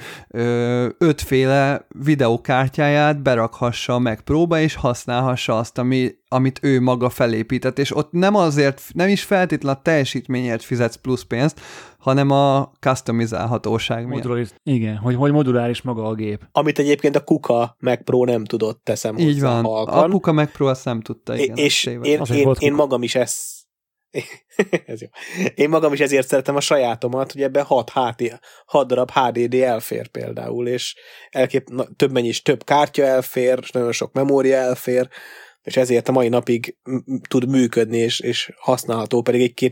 Speaker 2: 5 féle videókártyáját berakhassa a Mac Pro-ba, és használhassa azt, amit ő maga felépített, és ott nem is feltétlenül a teljesítményért fizetsz plusz pénzt, hanem a customizálhatóság miatt.
Speaker 1: Igen, hogy moduláris maga a gép.
Speaker 3: Amit egyébként a Kuka Mac Pro nem tudott, teszem hozzá.
Speaker 2: Így van,
Speaker 3: halkan.
Speaker 2: a Kuka Mac Pro azt nem tudta, igen.
Speaker 3: És én magam is ez jó. Én magam is ezért szeretem a sajátomat, hogy ebben 6 darab HDD elfér például, és több kártya elfér, és nagyon sok memória elfér, és ezért a mai napig tud működni, és használható, pedig egy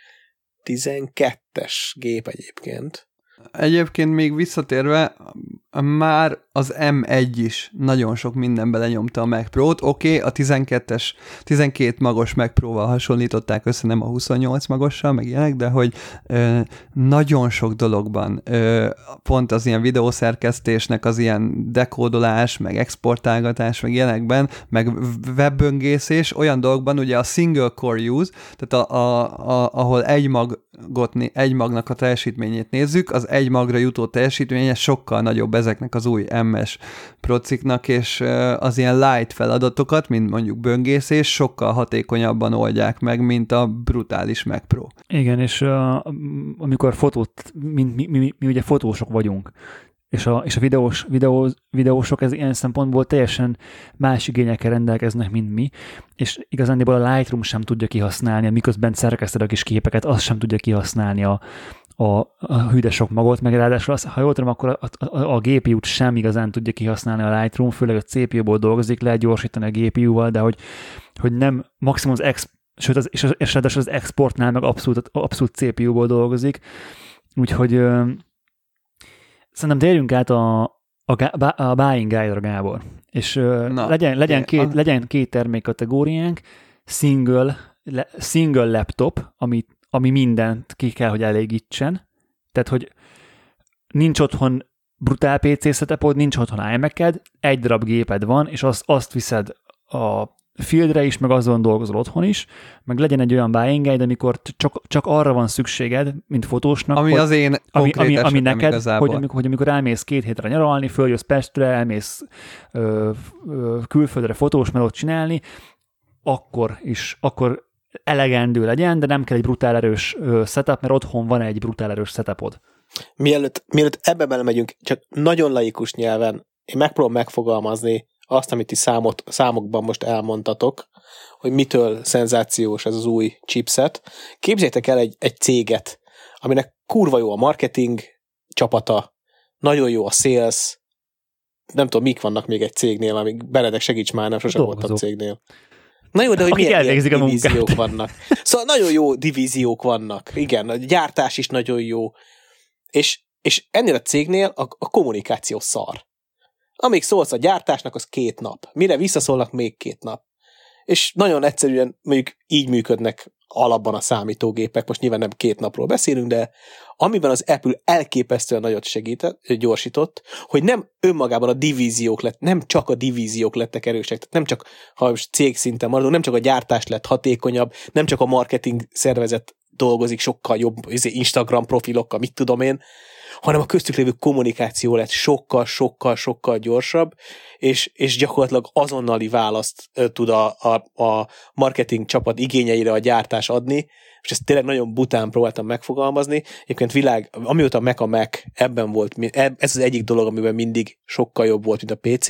Speaker 3: 2012-es gép egyébként.
Speaker 2: Egyébként még visszatérve, már az M1 is nagyon sok mindenbe lenyomta a Mac Pro-t. Oké, a 12 magos Mac Pro-val hasonlították össze, nem a 28 magossal, meg ilyenek, de hogy nagyon sok dologban pont az ilyen videószerkesztésnek az ilyen dekódolás, meg exportálgatás, meg ilyenekben, meg webböngészés, olyan dolgokban ugye a single core use, tehát ahol egy magnak a teljesítményét nézzük, az egy magra jutó teljesítménye sokkal nagyobb ezeknek az új MS prociknak, és az ilyen light feladatokat, mint mondjuk böngészés, sokkal hatékonyabban oldják meg, mint a brutális Mac Pro.
Speaker 1: Igen, és amikor mi ugye fotósok vagyunk, és a videósok ez ilyen szempontból teljesen más igényekkel rendelkeznek, mint mi, és igazándiból a Lightroom sem tudja kihasználni, miközben szerkeszted a kis képeket, azt sem tudja kihasználni a hűde sok magot, meg ráadásul ha jól tudom, akkor a GPU-t sem igazán tudja kihasználni a Lightroom, főleg a CPU-ból dolgozik, lehet gyorsítani a GPU-val, de hogy nem maximum sőt, és ráadásul az exportnál meg abszolút CPU-ból dolgozik, úgyhogy szerintem térjünk át a buying guide-ra, Gábor. És legyen két termékkategóriánk, single laptop, ami mindent ki kell, hogy elégítsen. Tehát, hogy nincs otthon brutál PC setupod, nincs otthon iMac-ed, egy darab géped van, és azt viszed a fieldre is, meg azon dolgozol otthon is, meg legyen egy olyan buying guide, amikor csak arra van szükséged, mint fotósnak,
Speaker 2: ami az én
Speaker 1: ami neked, hogy amikor elmész 2 hétre nyaralni, följössz Pestre, elmész külföldre fotós melót csinálni, akkor elegendő legyen, de nem kell egy brutál erős setup, mert otthon van egy brutál erős setupod.
Speaker 3: Mielőtt ebbe belemegyünk, csak nagyon laikus nyelven én megpróbálom megfogalmazni azt, amit ti számokban most elmondtatok, hogy mitől szenzációs ez az új chipset. Képzeljétek el egy céget, aminek kurva jó a marketing csapata, nagyon jó a sales, nem tudom, mik vannak még egy cégnél, amíg Benedek segíts már, nem sosem voltam cégnél. Na jó, de hogy milyen divíziók vannak. Szóval nagyon jó divíziók vannak. Igen, a gyártás is nagyon jó. És ennél a cégnél a kommunikáció szar. Amíg szólsz a gyártásnak, az 2 nap. Mire visszaszólnak, még 2 nap. És nagyon egyszerűen mondjuk így működnek alapban a számítógépek. Most nyilván nem 2 napról beszélünk, de amiben az Apple elképesztően nagyot gyorsított, hogy nem önmagában a divíziók nem csak a divíziók lettek erősek, tehát nem csak, ha most cég szinten maradunk, nem csak a gyártás lett hatékonyabb, nem csak a marketing szervezet dolgozik sokkal jobb Instagram profilokkal, mit tudom én, hanem a köztük lévő kommunikáció lett sokkal gyorsabb, és gyakorlatilag azonnali választ tud a marketing csapat igényeire a gyártás adni, és ezt tényleg nagyon bután próbáltam megfogalmazni. Egyébként amióta a Mac ebben volt, ez az egyik dolog, amiben mindig sokkal jobb volt, mint a PC,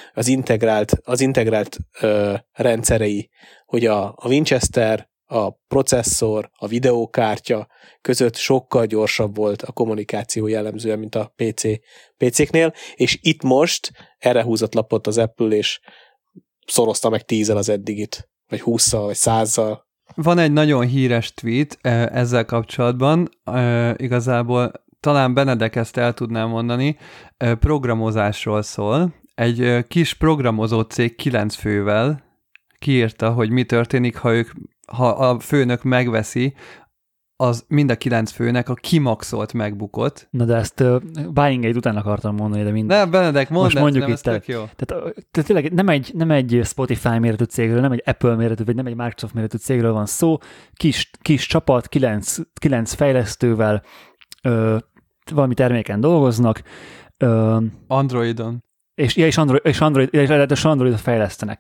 Speaker 3: az integrált rendszerei, hogy a Winchester, a processzor, a videókártya között sokkal gyorsabb volt a kommunikáció jellemzően, mint a PC-knél, és itt most erre húzott lapot az Apple, és szorozta meg 10-el az eddigit, vagy 20-szal, vagy 100-zal.
Speaker 2: Van egy nagyon híres tweet ezzel kapcsolatban, igazából talán Benedek ezt el tudnám mondani, programozásról szól. Egy kis programozó cég 9 fővel kiírta, hogy mi történik, ha a főnök megveszi az mind a 9 főnek a kimaxolt MacBookot.
Speaker 1: Na de ezt buying aid után akartam mondani, de minden.
Speaker 2: Ne, Benedek, mondd,
Speaker 1: most mondjuk
Speaker 2: itt,
Speaker 1: tök jó. Tehát tényleg nem egy Spotify méretű cégről, nem egy Apple méretű, vagy nem egy Microsoft méretű cégről van szó. Kis csapat, 9 fejlesztővel valami terméken dolgoznak.
Speaker 2: Androidon.
Speaker 1: És Androidot fejlesztenek.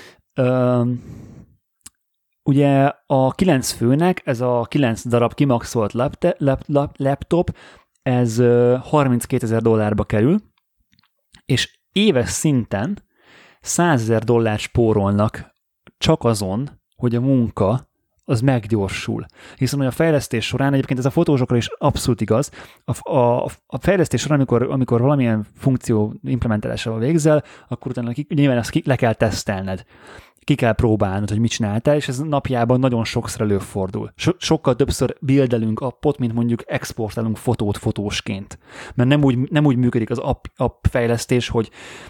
Speaker 1: Ugye a 9 főnek ez a 9 darab kimaxolt laptop, ez $32,000 kerül, és éves szinten $100,000 spórolnak csak azon, hogy a munka az meggyorsul. Hiszen a fejlesztés során, egyébként ez a fotósokra is abszolút igaz, a fejlesztés során, amikor valamilyen funkció implementálásával végzel, akkor utána nyilván ezt le kell tesztelned. ki kell próbálnod, hogy mit csináltál, és ez napjában nagyon sokszor előfordul. Sokkal többször buildelünk appot, mint mondjuk exportálunk fotót fotósként. Mert nem úgy működik az app fejlesztés, hogy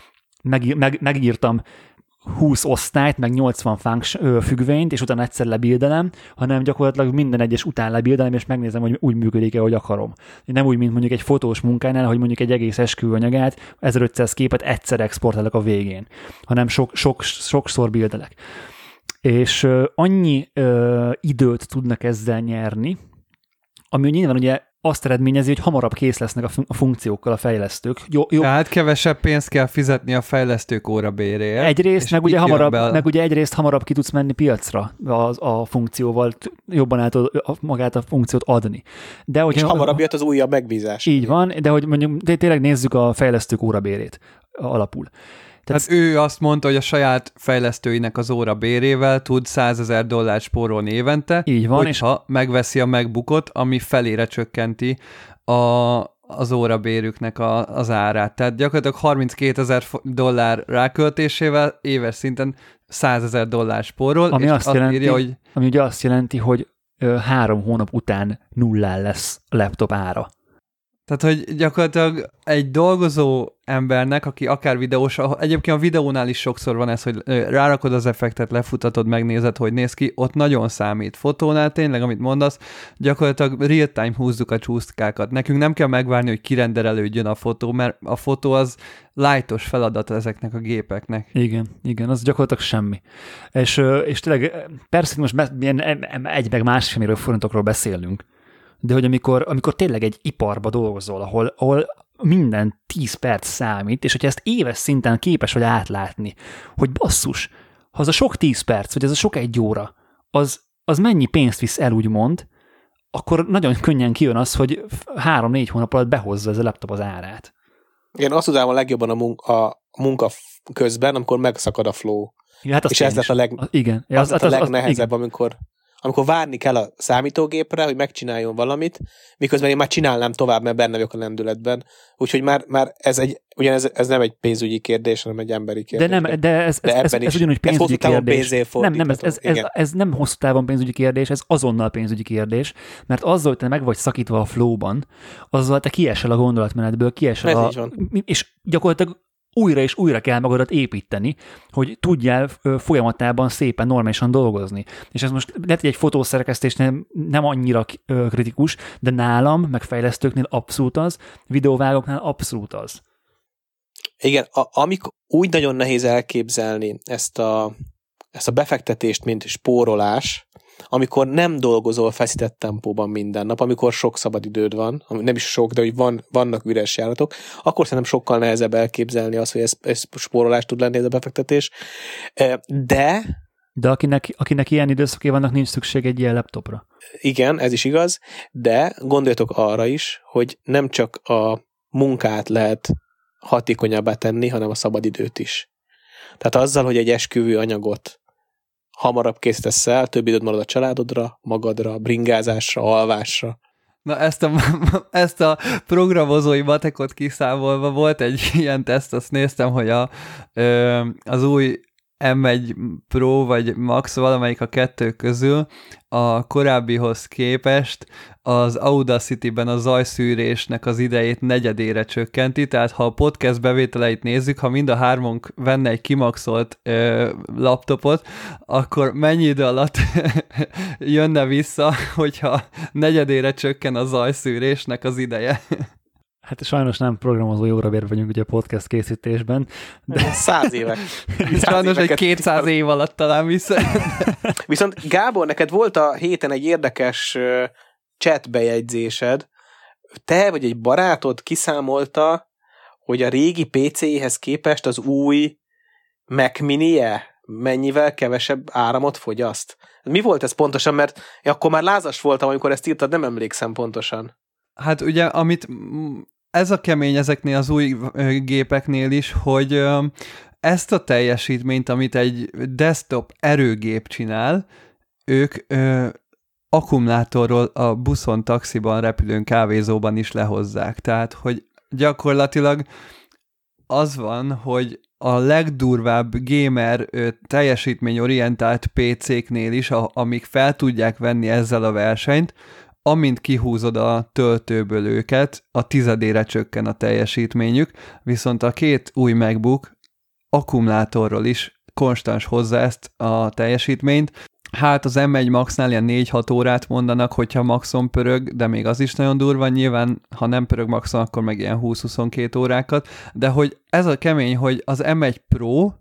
Speaker 1: megírtam 20 osztályt, meg 80 függvényt, és utána egyszer lebildelem, hanem gyakorlatilag minden egyes után lebildelem, és megnézem, hogy úgy működik-e, hogy akarom. Nem úgy, mint mondjuk egy fotós munkánál, hogy mondjuk egy egész esküvőanyagát, 1500 képet egyszer exportálok a végén, hanem sokszor bildelek. És annyi időt tudnak ezzel nyerni, ami nyilván ugye azt eredményezi, hogy hamarabb kész lesznek a funkciókkal a fejlesztők. Jó.
Speaker 2: Tehát kevesebb pénzt kell fizetni a fejlesztők órabéréért.
Speaker 1: Egyrészt, meg ugye egyrészt hamarabb ki tudsz menni piacra a funkcióval, jobban át magát a funkciót adni. De,
Speaker 3: és hamarabb jött az újabb megbízás.
Speaker 1: Így van, de hogy mondjuk tényleg nézzük a fejlesztők órabérét alapul.
Speaker 2: Tehát ő azt mondta, hogy a saját fejlesztőinek az óra bérével tud $100,000 spórolni évente,
Speaker 1: így van,
Speaker 2: hogyha megveszi a MacBookot, ami felére csökkenti az órabérüknek az árát. Tehát gyakorlatilag $32,000 ráköltésével éves szinten $100,000 spórol,
Speaker 1: ami
Speaker 2: és
Speaker 1: azt jelenti,
Speaker 2: írja, hogy...
Speaker 1: Ami ugye azt jelenti, hogy 3 hónap után nullán lesz a laptop ára.
Speaker 2: Tehát, hogy gyakorlatilag egy dolgozó embernek, aki akár videós, egyébként a videónál is sokszor van ez, hogy rárakod az effektet, lefutatod, megnézed, hogy néz ki, ott nagyon számít. Fotónál tényleg, amit mondasz, gyakorlatilag real-time húzzuk a csúszkákat. Nekünk nem kell megvárni, hogy kirenderelődjön a fotó, mert a fotó az lightos feladat ezeknek a gépeknek.
Speaker 1: Igen, az gyakorlatilag semmi. És tényleg, persze most egy meg másfél millió forintokról beszélünk, de hogy amikor tényleg egy iparba dolgozol, ahol minden 10 perc számít, és hogyha ezt éves szinten képes vagy átlátni, hogy basszus, ha az a sok 10 perc, vagy ez a sok 1 óra, az mennyi pénzt visz el, úgymond, akkor nagyon könnyen kijön az, hogy 3-4 hónap alatt behozza ez a laptop az árát.
Speaker 3: Igen, azt tudom a legjobban a munka közben, amikor megszakad a flow.
Speaker 1: Ja, hát
Speaker 3: és ez lett a legnehezebb, amikor várni kell a számítógépre, hogy megcsináljon valamit, miközben én már csinálnám tovább, mert benne vagyok a lendületben. Úgyhogy már ez nem egy pénzügyi kérdés, hanem egy emberi kérdés.
Speaker 1: De ez ugyanúgy pénzügyi kérdés. Ez nem hosszú távon pénzügyi kérdés, ez azonnal pénzügyi kérdés, mert azzal, hogy te meg vagy szakítva a flowban, azzal te kiesel a gondolatmenetből, és gyakorlatilag újra és újra kell magadat építeni, hogy tudjál folyamatában szépen normálisan dolgozni. És ez most lehet, hogy egy fotószerkesztésnél nem annyira kritikus, de nálam, meg fejlesztőknél abszolút az, videóvágóknál abszolút az.
Speaker 3: Igen, amikor úgy nagyon nehéz elképzelni ezt a befektetést, mint spórolás, amikor nem dolgozol feszített tempóban minden nap, amikor sok szabadidőd van, nem is sok, de hogy vannak üres járatok, akkor szerintem sokkal nehezebb elképzelni azt, hogy ez spórolás tud lenni, ez a befektetés. De
Speaker 1: akinek ilyen időszaké vannak, nincs szükség egy ilyen laptopra.
Speaker 3: Igen, ez is igaz, de gondoljatok arra is, hogy nem csak a munkát lehet hatékonyabbá tenni, hanem a szabadidőt is. Tehát azzal, hogy egy esküvő anyagot hamarabb készítesz el, több időt marad a családodra, magadra, bringázásra, alvásra.
Speaker 2: Na ezt a programozói matekot kiszámolva volt egy ilyen teszt, azt néztem, hogy az új M1 Pro vagy Max, valamelyik a kettő közül a korábbihoz képest az Audacity-ben a zajszűrésnek az idejét negyedére csökkenti, tehát ha a podcast bevételeit nézzük, ha mind a hármunk venne egy kimaxolt laptopot, akkor mennyi idő alatt jönne vissza, hogyha negyedére csökken a zajszűrésnek az ideje?
Speaker 1: Hát sajnos nem programozói órabér vagyunk ugye a podcast készítésben. De
Speaker 3: 100 évek.
Speaker 2: Sajnos egy 200 év alatt talán vissza.
Speaker 3: Viszont Gábor, neked volt a héten egy érdekes chat bejegyzésed. Te vagy egy barátod kiszámolta, hogy a régi PC-hez képest az új Mac Mini-je mennyivel kevesebb áramot fogyaszt. Mi volt ez pontosan? Mert akkor már lázas voltam, amikor ezt írtad, nem emlékszem pontosan.
Speaker 2: Hát ugye, ez a kemény ezeknél az új gépeknél is, hogy ezt a teljesítményt, amit egy desktop erőgép csinál, ők akkumulátorról a buszon, taxiban, repülőn, kávézóban is lehozzák. Tehát, hogy gyakorlatilag az van, hogy a legdurvább gamer teljesítményorientált PC-knél is, amik fel tudják venni ezzel a versenyt, amint kihúzod a töltőből őket, a 10-ére csökken a teljesítményük, viszont a 2 új MacBook akkumulátorról is konstans hozza ezt a teljesítményt. Hát az M1 Max-nál ilyen 4-6 órát mondanak, hogyha maxon pörög, de még az is nagyon durva, nyilván ha nem pörög maxon, akkor meg ilyen 20-22 órákat, de hogy ez a kemény, hogy az M1 Pro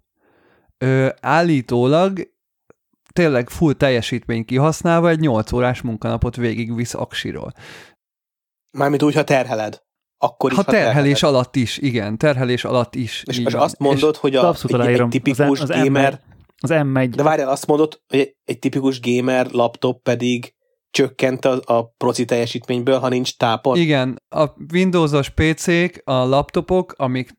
Speaker 2: állítólag tényleg full teljesítmény kihasználva egy 8 órás munkanapot végigvisz aksiról.
Speaker 3: Mármint úgy, ha terheled. Akkor is,
Speaker 2: ha terhelés alatt is, igen, terhelés alatt is.
Speaker 3: És azt mondod, hogy egy tipikus gamer...
Speaker 1: Az M1.
Speaker 3: De várjál, azt mondod, hogy egy tipikus gamer laptop pedig csökkent a proci teljesítményből, ha nincs tápon?
Speaker 2: Igen, a Windowsos PC-k, a laptopok,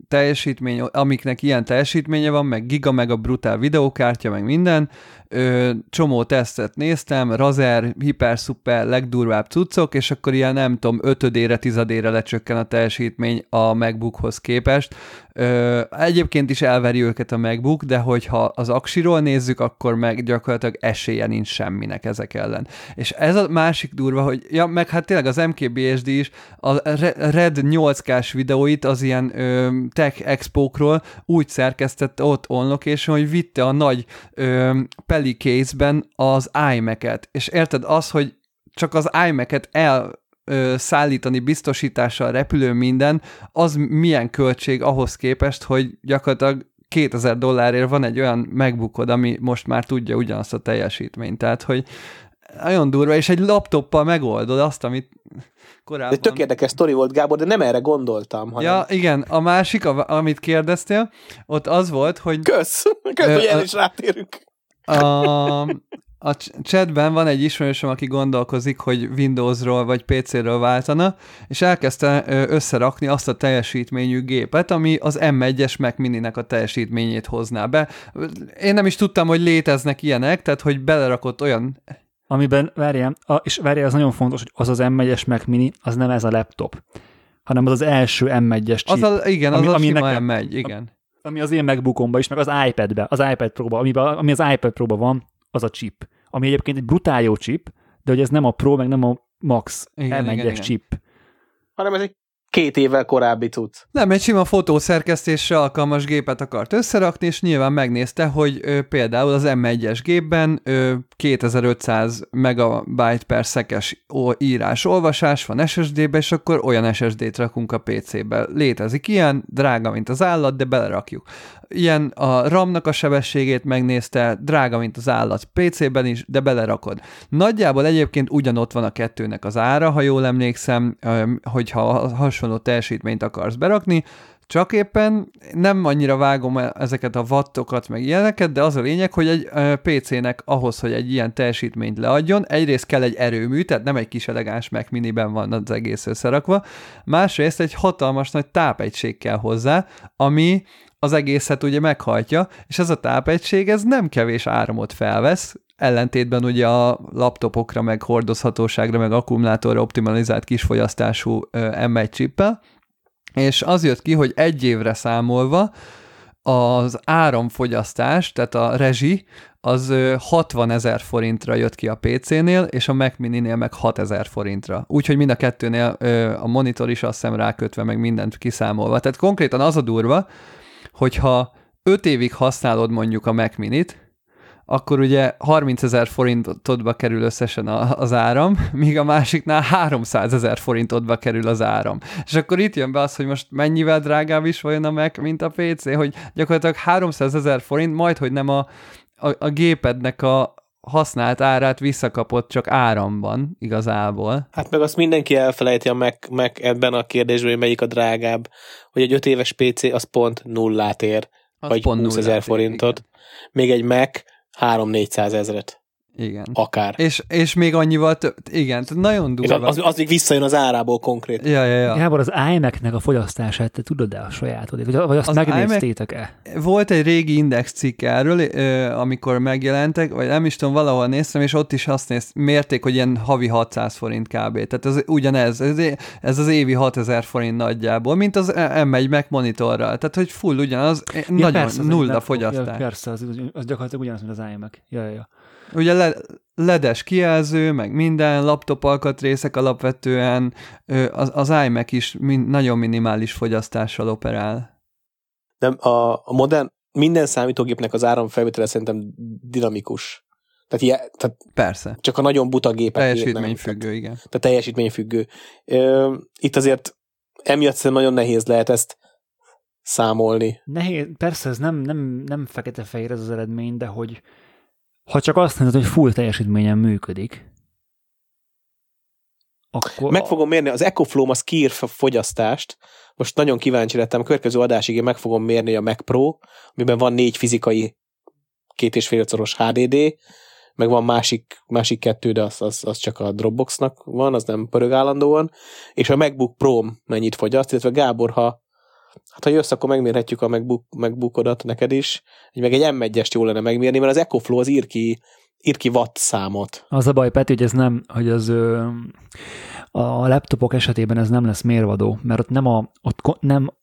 Speaker 2: amiknek ilyen teljesítménye van, meg giga, meg a brutál videókártya, meg minden, csomó tesztet néztem, Razer, hiper, szuper, legdurvább cuccok, és akkor ilyen nem tudom, 5-ére, 10-ére lecsökken a teljesítmény a MacBookhoz képest. Egyébként is elveri őket a MacBook, de hogyha az aksiról nézzük, akkor meg gyakorlatilag esélye nincs semminek ezek ellen. És ez a másik durva, hogy ja, meg hát tényleg az MKBHD is, a Red 8K-s videóit az ilyen Tech Expo-król úgy szerkesztette ott on location, hogy vitte a nagy Peli case-ben az iMac-et. És érted, az, hogy csak az iMac-et szállítani biztosítással, repülő minden, az milyen költség ahhoz képest, hogy gyakorlatilag $2000 van egy olyan MacBookod, ami most már tudja ugyanazt a teljesítményt. Tehát, hogy nagyon durva, és egy laptoppal megoldod azt, amit korábban...
Speaker 3: De tök érdekes sztori volt, Gábor, de nem erre gondoltam. Hanem...
Speaker 2: Ja, igen, a másik, amit kérdeztél, ott az volt, hogy...
Speaker 3: Kösz, hogy el is rátérünk.
Speaker 2: A chatben van egy ismerősöm, aki gondolkozik, hogy Windowsról vagy PC-ről váltana, és elkezdte összerakni azt a teljesítményű gépet, ami az M1-es Mac Mini-nek a teljesítményét hozná be. Én nem is tudtam, hogy léteznek ilyenek, tehát hogy belerakott olyan...
Speaker 1: Amiben, várjál, az nagyon fontos, hogy az M1-es Mac Mini, az nem ez a laptop, hanem az első M1-es chip.
Speaker 2: Igen, az a sima M1, igen.
Speaker 1: Ami az én MacBookomban is, meg az iPad-be, az iPad Pro-ba, ami az iPad Pro-ba van, az a chip. Ami egyébként egy brutál jó chip, de hogy ez nem a Pro, meg nem a Max M1-es chip.
Speaker 3: Hanem ez egy 2 évvel korábbi cucc.
Speaker 2: Nem, egy sima fotószerkesztésre alkalmas gépet akart összerakni, és nyilván megnézte, hogy például az M1-es gépben 2500 megabyte per szekes írás-olvasás van SSD-be, és akkor olyan SSD-t rakunk a PC-be. Létezik ilyen, drága, mint az állat, de belerakjuk. Ilyen a RAM-nak a sebességét megnézte, drága, mint az állat PC-ben is, de belerakod. Nagyjából egyébként ugyanott van a kettőnek az ára, ha jól emlékszem, hogyha hasonló teljesítményt akarsz berakni, csak éppen nem annyira vágom ezeket a wattokat, meg ilyeneket, de az a lényeg, hogy egy PC-nek ahhoz, hogy egy ilyen teljesítményt leadjon, egyrészt kell egy erőmű, tehát nem egy kis elegáns Mac Miniben van az egész összerakva, másrészt egy hatalmas nagy tápegység kell hozzá, ami az egészet ugye meghajtja, és ez a tápegység, ez nem kevés áramot felvesz, ellentétben ugye a laptopokra, meg hordozhatóságra, meg akkumulátorra optimalizált kisfogyasztású M1 chippel, és az jött ki, hogy 1 évre számolva az áramfogyasztás, tehát a rezsi, az 60 000 forintra jött ki a PC-nél, és a Mac Mini-nél meg 6 000 forintra. Úgyhogy mind a kettőnél a monitor is azt hiszem rákötve, meg mindent kiszámolva. Tehát konkrétan az a durva, hogyha 5 évig használod mondjuk a Mac Minit, akkor ugye 30 000 forintodba kerül összesen az áram, míg a másiknál 300 000 forintodba kerül az áram. És akkor itt jön be az, hogy most mennyivel drágább is vajon a Mac, mint a PC, hogy gyakorlatilag 300 000 forint, majdhogy nem a gépednek a használt árát visszakapott csak áramban igazából.
Speaker 3: Hát meg azt mindenki elfelejti a Mac ebben a kérdésben, hogy melyik a drágább, hogy egy 5 éves PC az pont nullát ér, az vagy 20 000 forintot. Igen. Még egy Mac 300-400 000.
Speaker 2: Igen.
Speaker 3: Akár.
Speaker 2: És még annyival több. Igen, nagyon durva.
Speaker 3: Az még visszajön az árából konkrét.
Speaker 2: Ja.
Speaker 1: Gábor, az iMac-nek a fogyasztását te tudod-e a sajátodét? Vagy azt megnéztétek-e?
Speaker 2: Volt egy régi Index cikk erről, amikor megjelentek, vagy nem is tudom, valahol néztem, és ott is azt mérték, hogy ilyen havi 600 forint kb. Tehát ez ugyanez, ez az évi 6000 forint nagyjából, mint az M1 Mac monitorral. Tehát, hogy full ugyanaz, nagyon persze, nulla fogyasztás.
Speaker 1: Ja, persze, az gyakorlatilag ugyanaz, mint az iMac. Ja.
Speaker 2: Ugye ledes kijelző, meg minden, laptop alkatrészek alapvetően, az iMac is nagyon minimális fogyasztással operál.
Speaker 3: De a modern, minden számítógépnek az áramfelvétele szerintem dinamikus. Tehát
Speaker 2: persze.
Speaker 3: Csak a nagyon buta gépek.
Speaker 2: Teljesítményfüggő, igen.
Speaker 3: Tehát teljesítményfüggő. Itt azért emiatt nagyon nehéz lehet ezt számolni.
Speaker 1: Nehéz, persze ez nem fekete-fehér ez az eredmény, de hogy ha csak azt nézed, hogy full teljesítményen működik, akkor...
Speaker 3: Meg fogom mérni, az EcoFlow az kiír fogyasztást, most nagyon kíváncsi lettem, a következő adásig én meg fogom mérni a Mac Pro, amiben van 4 fizikai 2,5-szoros HDD, meg van másik 2, de az csak a Dropboxnak van, az nem pörög állandóan, és a MacBook Pro mennyit fogyaszt, illetve Gábor, ha jössz, akkor megmérhetjük a MacBookodat neked is, meg egy M1-est jó lenne megmérni, mert az EcoFlow az ír ki watt számot.
Speaker 1: Az a baj, Peti, hogy ez nem, hogy az a laptopok esetében ez nem lesz mérvadó, mert ott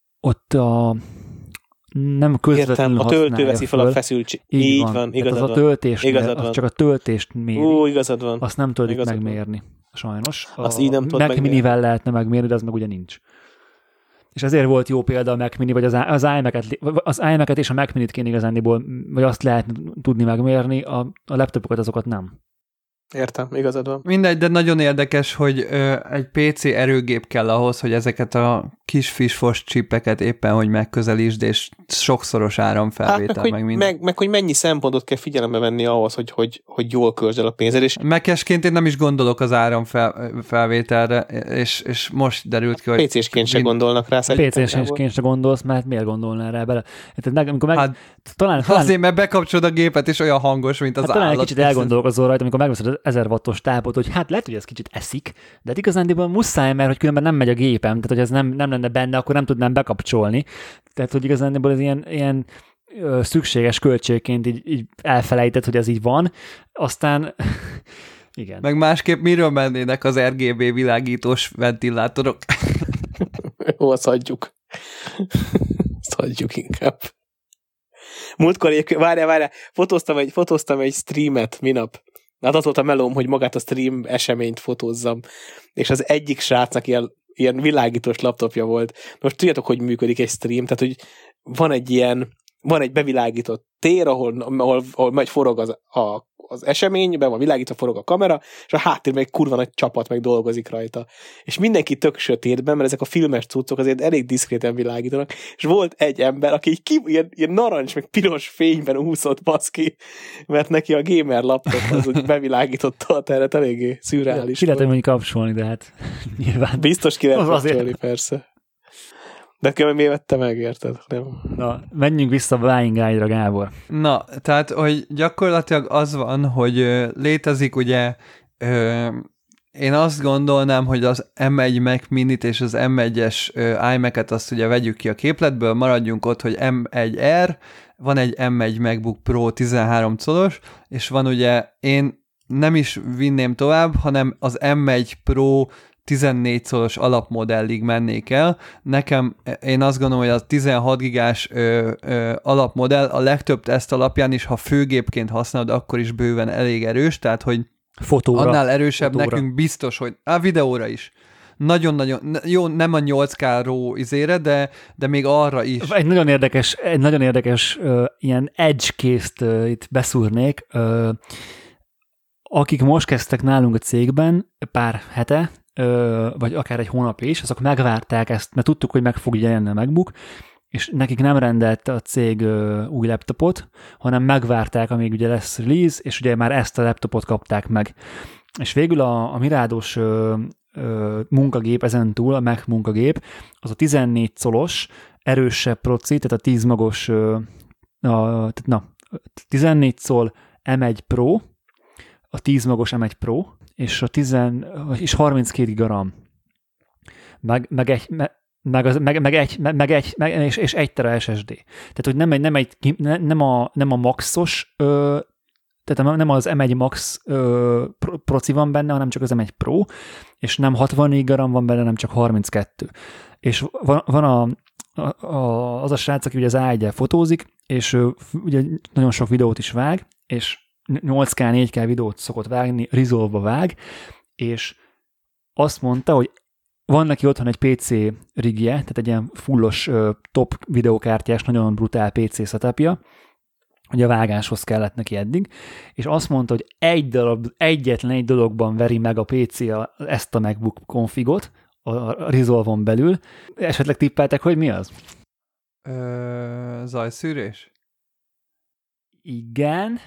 Speaker 1: nem közvetlenül
Speaker 3: a töltő veszi fel a feszültség. Így van, igazad van.
Speaker 1: Az a töltés, az csak a töltést méri.
Speaker 3: Igazad van.
Speaker 1: Azt nem tudjuk megmérni, sajnos.
Speaker 3: Azt így nem tudod
Speaker 1: megmérni. Mac Minivel lehetne megmérni, de az meg ugye nincs. És ezért volt jó példa a Mac Mini, vagy az iMac-et és a Mac Minit kéne igazándiból, vagy azt lehet tudni megmérni, a laptopokat azokat nem.
Speaker 3: Értem, igazad van.
Speaker 2: Mindegy, de nagyon érdekes, hogy egy PC erőgép kell ahhoz, hogy ezeket a kis fisfos csipeket éppen, hogy megközelítsd, és sokszoros áramfelvétel, meg minden.
Speaker 3: Meg hogy mennyi szempontot kell figyelembe venni ahhoz, hogy jól költsd el a pénzed. És...
Speaker 2: Mac-esként én nem is gondolok az áramfelvételre, és most derült ki, hogy...
Speaker 3: PC-sként se gondolnak rá.
Speaker 1: PC-sként se gondolsz, mert miért gondolnál rá bele?
Speaker 2: Talán azért, mert bekapcsolod a gépet, és olyan hangos, mint az állat.
Speaker 1: Talán egy kicsit elgondolkozol rajta, amikor megveszed 1000 wattos tápot, hogy hát lehet, hogy ez kicsit eszik, de igazándiból muszáj, mert hogy különben nem megy a gépem, tehát hogy ez nem lenne benne, akkor nem tudnám bekapcsolni. Tehát, hogy igazándiból ez ilyen szükséges költségként így elfelejtett, hogy ez így van. Aztán igen.
Speaker 2: Meg másképp miről mennének az RGB világítós ventilátorok?
Speaker 3: Ó, azt hagyjuk. Azt hagyjuk inkább. Múltkor, várjál, fotóztam egy streamet minap. Hát az volt a melóm, hogy magát a stream eseményt fotózzam, és az egyik srácnak ilyen világítós laptopja volt. Most tudjátok, hogy működik egy stream, tehát hogy van egy bevilágított tér, ahol megy forog az esemény, be van világítva, forog a kamera, és a háttérben egy kurva nagy csapat meg dolgozik rajta. És mindenki tök sötétben, mert ezek a filmes cuccok azért elég diszkréten világítanak, és volt egy ember, aki ilyen narancs, meg piros fényben úszott baszki, mert neki a gamer laptop az úgy bevilágította a teret, eléggé szürreális.
Speaker 1: Ki lehet mondjuk kapcsolni, de hát nyilván.
Speaker 3: Biztos ki lehet kapcsolni, persze. De különben miért vette meg, érted? Nem.
Speaker 1: Na, menjünk vissza a Buying Guide-ra, Gábor.
Speaker 2: Na, tehát, hogy gyakorlatilag az van, hogy létezik ugye, én azt gondolnám, hogy az M1 Mac Minit és az M1-es iMac-et azt ugye vegyük ki a képletből, maradjunk ott, hogy M1R, van egy M1 MacBook Pro 13 colos, és van ugye, én nem is vinném tovább, hanem az M1 Pro 14 colos alapmodellig mennék el. Nekem, én azt gondolom, hogy a 16 gigás alapmodell a legtöbb teszt alapján is, ha főgépként használod, akkor is bőven elég erős, tehát, hogy
Speaker 1: fotóra,
Speaker 2: annál erősebb nekünk biztos, hogy videóra is. Nagyon-nagyon, jó, nem a 8K RAW izére, de még arra is.
Speaker 1: Egy nagyon érdekes ilyen edge case-t itt beszúrnék. Akik most kezdtek nálunk a cégben pár hete, vagy akár egy hónapja is, azok megvárták ezt, mert tudtuk, hogy meg fog jelenni a MacBook, és nekik nem rendelt a cég új laptopot, hanem megvárták, amíg ugye lesz release, és ugye már ezt a laptopot kapták meg. És végül a Mirádos munkagép ezentúl, a Mac munkagép, az a 14 colos, erősebb proci, tehát a 10 magos, 14 col M1 Pro, a 10 magos M1 Pro, és és 32 GB RAM. És 1 tera SSD. Tehát, hogy nem a maxos, tehát nem az M1 Max proci van benne, hanem csak az M1 Pro, és nem 64 GB van benne, hanem csak 32. És van az a srác, aki ugye az A1-el fotózik, és ugye nagyon sok videót is vág, és 8K, 4K videót szokott vágni, Resolve-ba vág, és azt mondta, hogy van neki otthon egy PC rigje, tehát egy ilyen fullos top videókártyás, nagyon brutál PC setupja, hogy a vágáshoz kellett neki eddig, és azt mondta, hogy egyetlen egy dologban veri meg a PC ezt a MacBook configot, a Resolve-on belül. Esetleg tippeltek, hogy mi az?
Speaker 2: Zajszűrés?
Speaker 1: Igen.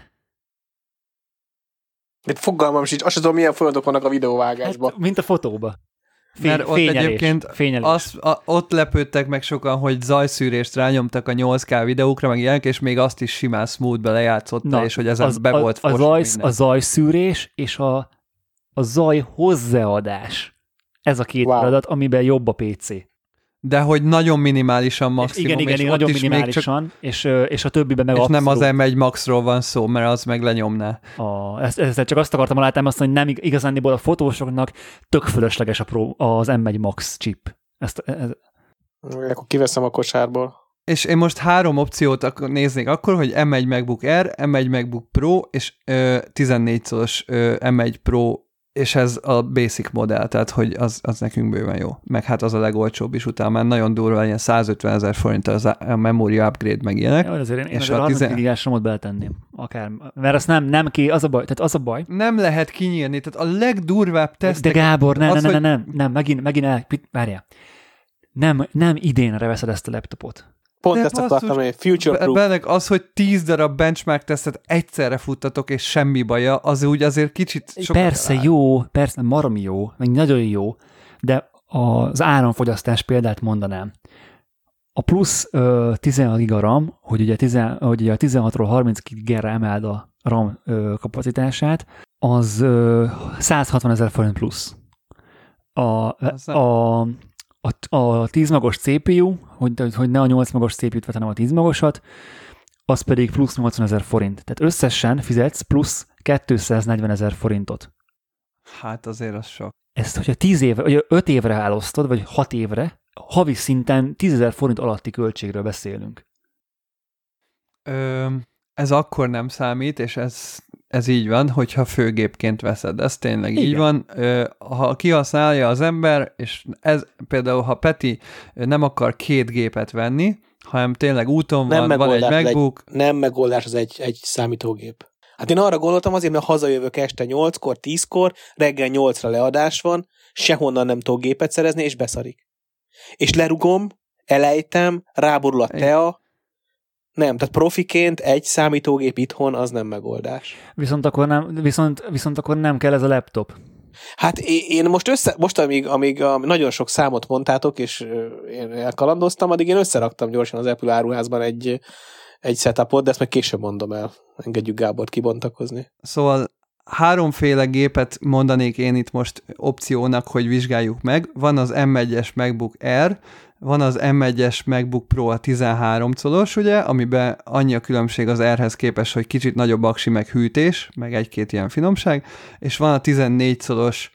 Speaker 3: De fogalmam sincs, azt tudom, milyen folyamatok vannak a videóvágásban.
Speaker 1: Hát, mint a fotóba.
Speaker 2: Mert ott egyébként ott lepődtek meg sokan, hogy zajszűrést rányomtak a 8K videókra, meg ilyenek, és még azt is simán smoothbe lejátszotta, és hogy ezen be volt
Speaker 1: a zajszűrés és a zaj hozzáadás. Ez a két adat, amiben jobb a PC.
Speaker 2: De hogy nagyon minimálisan maximum.
Speaker 1: Igen, nagyon minimálisan, és a többiben meg
Speaker 2: és
Speaker 1: abszolút.
Speaker 2: Nem az M1 Maxról van szó, mert az meg lenyomná.
Speaker 1: Ezt csak azt akartam alátámasztani, hogy nem igazándiból a fotósoknak tök fölösleges az M1 Max chip.
Speaker 3: Akkor kiveszem a kosárból.
Speaker 2: És én most 3 opciót néznék akkor, hogy M1 MacBook Air, M1 MacBook Pro, és 14 szoros M1 Pro, és ez a basic modell, tehát hogy az nekünk bőven jó. Meg hát az a legolcsóbb is, utána már nagyon durva, ilyen 150 000 forint a memory upgrade meg ilyenek.
Speaker 1: Ja, azért én a 30 gigás romot beletenném. Akár. Mert azt nem ki, az a baj.
Speaker 2: Nem lehet kinyírni, tehát a legdurvább tesztek...
Speaker 1: De Gábor, nem, megint várjál. Nem idénre veszed ezt a laptopot.
Speaker 3: Pont ezt akartam, hogy future-proof.
Speaker 2: Bennek az, hogy 10 darab benchmark tesztet egyszerre futtatok, és semmi baja, az úgy azért kicsit sokat
Speaker 1: persze jó, persze maromi jó, meg nagyon jó, de az áramfogyasztás példát mondanám. A plusz 16 giga RAM, hogy ugye a 16-ról 32 gigára emeld a RAM kapacitását, az 160 000 forint plusz. A 10 magos CPU, hogy ne a 8 magos CPU-t vett, hanem a 10 magosat, az pedig plusz 80 000 forint. Tehát összesen fizetsz plusz 240 000 forintot.
Speaker 2: Hát azért az sok.
Speaker 1: Ezt, hogyha 5 évre elosztod, vagy 6 évre, havi szinten 10 000 forint alatti költségről beszélünk.
Speaker 2: Ez akkor nem számít, és ez így van, hogyha főgépként veszed. Ez tényleg
Speaker 1: igen.
Speaker 2: Így van. Ha kihasználja az ember, és ez például, ha Peti nem akar 2 gépet venni, hanem tényleg úton van egy MacBook.
Speaker 3: Nem megoldás az egy számítógép. Hát én arra gondoltam azért, mert hazajövök este 8-kor, 10-kor, reggel 8-ra leadás van, sehonnan nem tudok gépet szerezni, és beszarik. És lerugom, elejtem, ráborul a TEA. Nem, tehát profiként egy számítógép itthon az nem megoldás.
Speaker 1: Viszont akkor nem kell ez a laptop.
Speaker 3: Hát én most amíg nagyon sok számot mondtátok, és én elkalandoztam, addig én összeraktam gyorsan az Apple áruházban egy setupot, de ezt meg később mondom el. Engedjük Gábort kibontakozni.
Speaker 2: Szóval 3 féle gépet mondanék én itt most opciónak, hogy vizsgáljuk meg. Van az M1-es MacBook Air, van az M1-es MacBook Pro a 13 colos, ugye, amiben annyi a különbség az Airhez képest, hogy kicsit nagyobb aksi, meg hűtés, meg egy-két ilyen finomság, és van a 14 colos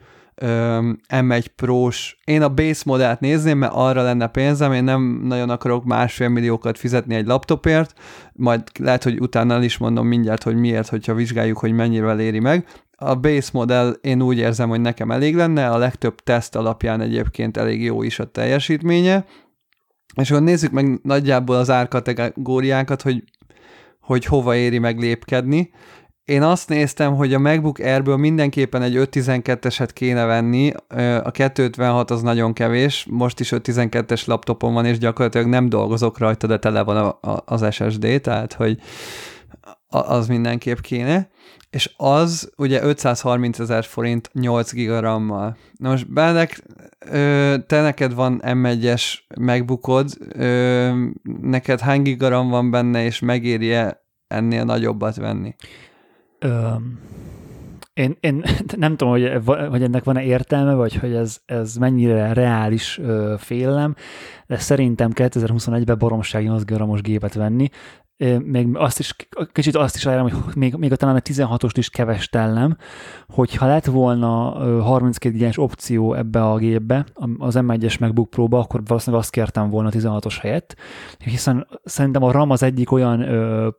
Speaker 2: M1 Pro-s. Én a base modellt nézném, mert arra lenne pénzem, én nem nagyon akarok 1,5 milliókat fizetni egy laptopért, majd lehet, hogy utána el is mondom mindjárt, hogy miért, hogyha vizsgáljuk, hogy mennyivel éri meg. A base modell én úgy érzem, hogy nekem elég lenne, a legtöbb teszt alapján egyébként elég jó is a teljesítménye, és akkor nézzük meg nagyjából az árkategóriákat, hogy hova éri meg lépkedni. Én azt néztem, hogy a MacBook Airből mindenképpen egy 512-eset kéne venni, a 256 az nagyon kevés, most is 512-es laptopon van, és gyakorlatilag nem dolgozok rajta, de tele van az SSD, tehát hogy az mindenképp kéne. És az ugye 530 000 forint 8 giga RAM-mal. Na most Benedek, te neked van M1-es MacBookod, neked hány giga RAM van benne, és megéri-e ennél nagyobbat venni?
Speaker 1: Én nem tudom, hogy ennek van-e értelme, vagy hogy ez mennyire reális félelem, de szerintem 2021-ben baromság 8 GB-os gépet venni. Még kicsit azt is ajánlom, hogy még talán a 16-ost is kevestellem, hogyha lett volna 32 GB-es opció ebbe a gépbe, az M1-es MacBook Pro-ba, akkor valószínűleg azt kértem volna a 16-os helyett, hiszen szerintem a RAM az egyik olyan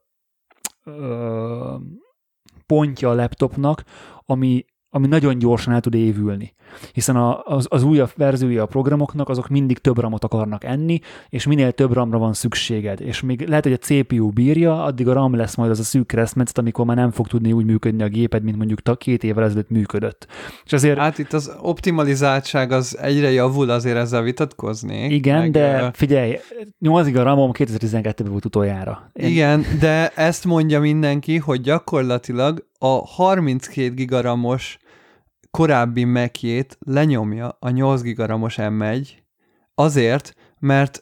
Speaker 1: pontja a laptopnak, ami nagyon gyorsan el tud évülni. Hiszen az újabb verziója a programoknak, azok mindig több RAM-ot akarnak enni, és minél több RAM-ra van szükséged. És még lehet, hogy a CPU bírja, addig a RAM lesz majd az a szűk keresztmetszet, amikor már nem fog tudni úgy működni a géped, mint mondjuk 2 évvel ezelőtt működött. És azért...
Speaker 2: Hát itt az optimalizáltság az egyre javul, azért ezzel vitatkoznék.
Speaker 1: Igen, de figyelj, 8 GB RAM-om 2012-ben volt utoljára.
Speaker 2: Igen, de ezt mondja mindenki, hogy gyakorlatilag a 32 GB RAM-os korábbi Mac-jét lenyomja a 8 GB RAM-os M1 azért, mert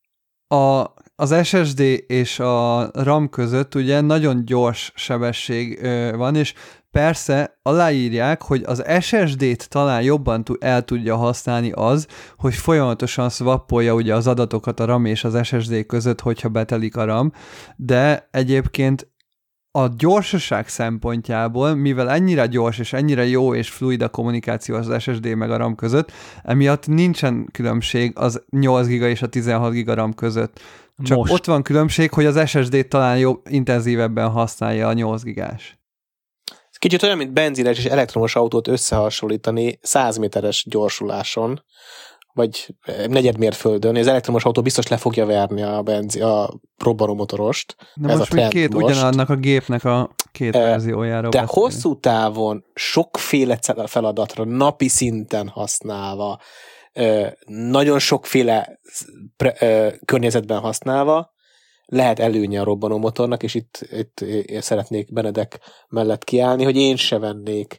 Speaker 2: az SSD és a RAM között ugye nagyon gyors sebesség van, és persze aláírják, hogy az SSD-t talán jobban el tudja használni az, hogy folyamatosan swappolja ugye az adatokat a RAM és az SSD között, hogyha betelik a RAM, de egyébként a gyorsaság szempontjából, mivel ennyire gyors és ennyire jó és fluid a kommunikáció az SSD meg a RAM között, emiatt nincsen különbség az 8 GB és a 16 GB RAM között. Csak most. Ott van különbség, hogy az SSD-t talán jobb, intenzívebben használja a 8 gigás.
Speaker 3: Ez kicsit olyan, mint benzines és elektromos autót összehasonlítani 100 méteres gyorsuláson, vagy negyedmérföldön, az elektromos autó biztos le fogja verni a robbanómotorost.
Speaker 2: De ez most a trend ugyanannak a gépnek a két verziójára.
Speaker 3: De hosszú távon sokféle feladatra napi szinten használva, nagyon sokféle környezetben használva lehet előnye a robbanómotornak, és itt szeretnék Benedek mellett kiállni, hogy én se vennék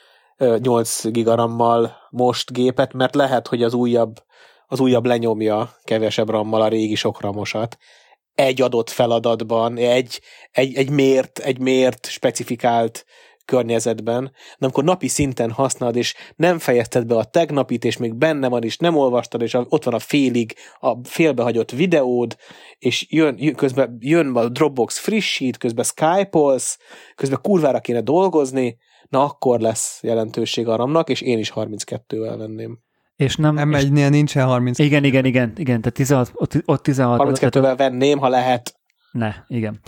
Speaker 3: 8 gigarammal most gépet, mert lehet, hogy az újabb lenyomja kevesebb rammal a régi sok ramosat. Egy adott feladatban, egy mért, specifikált környezetben, de amikor napi szinten használod, és nem fejezted be a tegnapit, és még benne van, és nem olvastad, és ott van a félbehagyott videód, és közben jön a Dropbox frissít, közben Skype-olsz, közben kurvára kéne dolgozni, na akkor lesz jelentőség a RAM-nak, és én is 32-vel venném.
Speaker 1: És nem...
Speaker 2: M1-nél nincsen 32.
Speaker 1: Igen, tehát 16... Ott 16
Speaker 3: 32-vel venném, ha lehet.
Speaker 1: Ne, igen.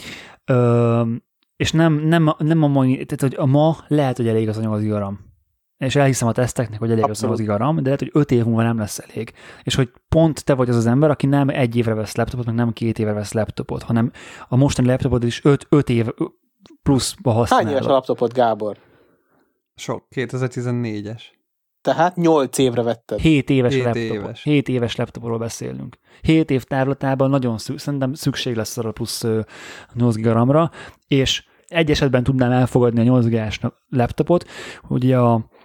Speaker 1: És nem a mai, tehát hogy a ma lehet, hogy elég az a 8 GB RAM. És elhiszem a teszteknek, hogy elég az a 8 GB RAM, de lehet, hogy 5 év múlva nem lesz elég. És hogy pont te vagy az ember, aki nem 1 évre vesz laptopot, meg nem 2 évre vesz laptopot, hanem a mostani laptopot is 5 év pluszba használod.
Speaker 3: Hány éves a laptopot, Gábor?
Speaker 2: Sok, 2014-es.
Speaker 3: Tehát 8 évre vetted.
Speaker 1: 7 éves laptopról beszélünk. 7 év távlatában nagyon szerintem szükség lesz arra plusz 8 GB RAM-ra, és egy esetben tudnám elfogadni a 8 GB-s laptopot, ugye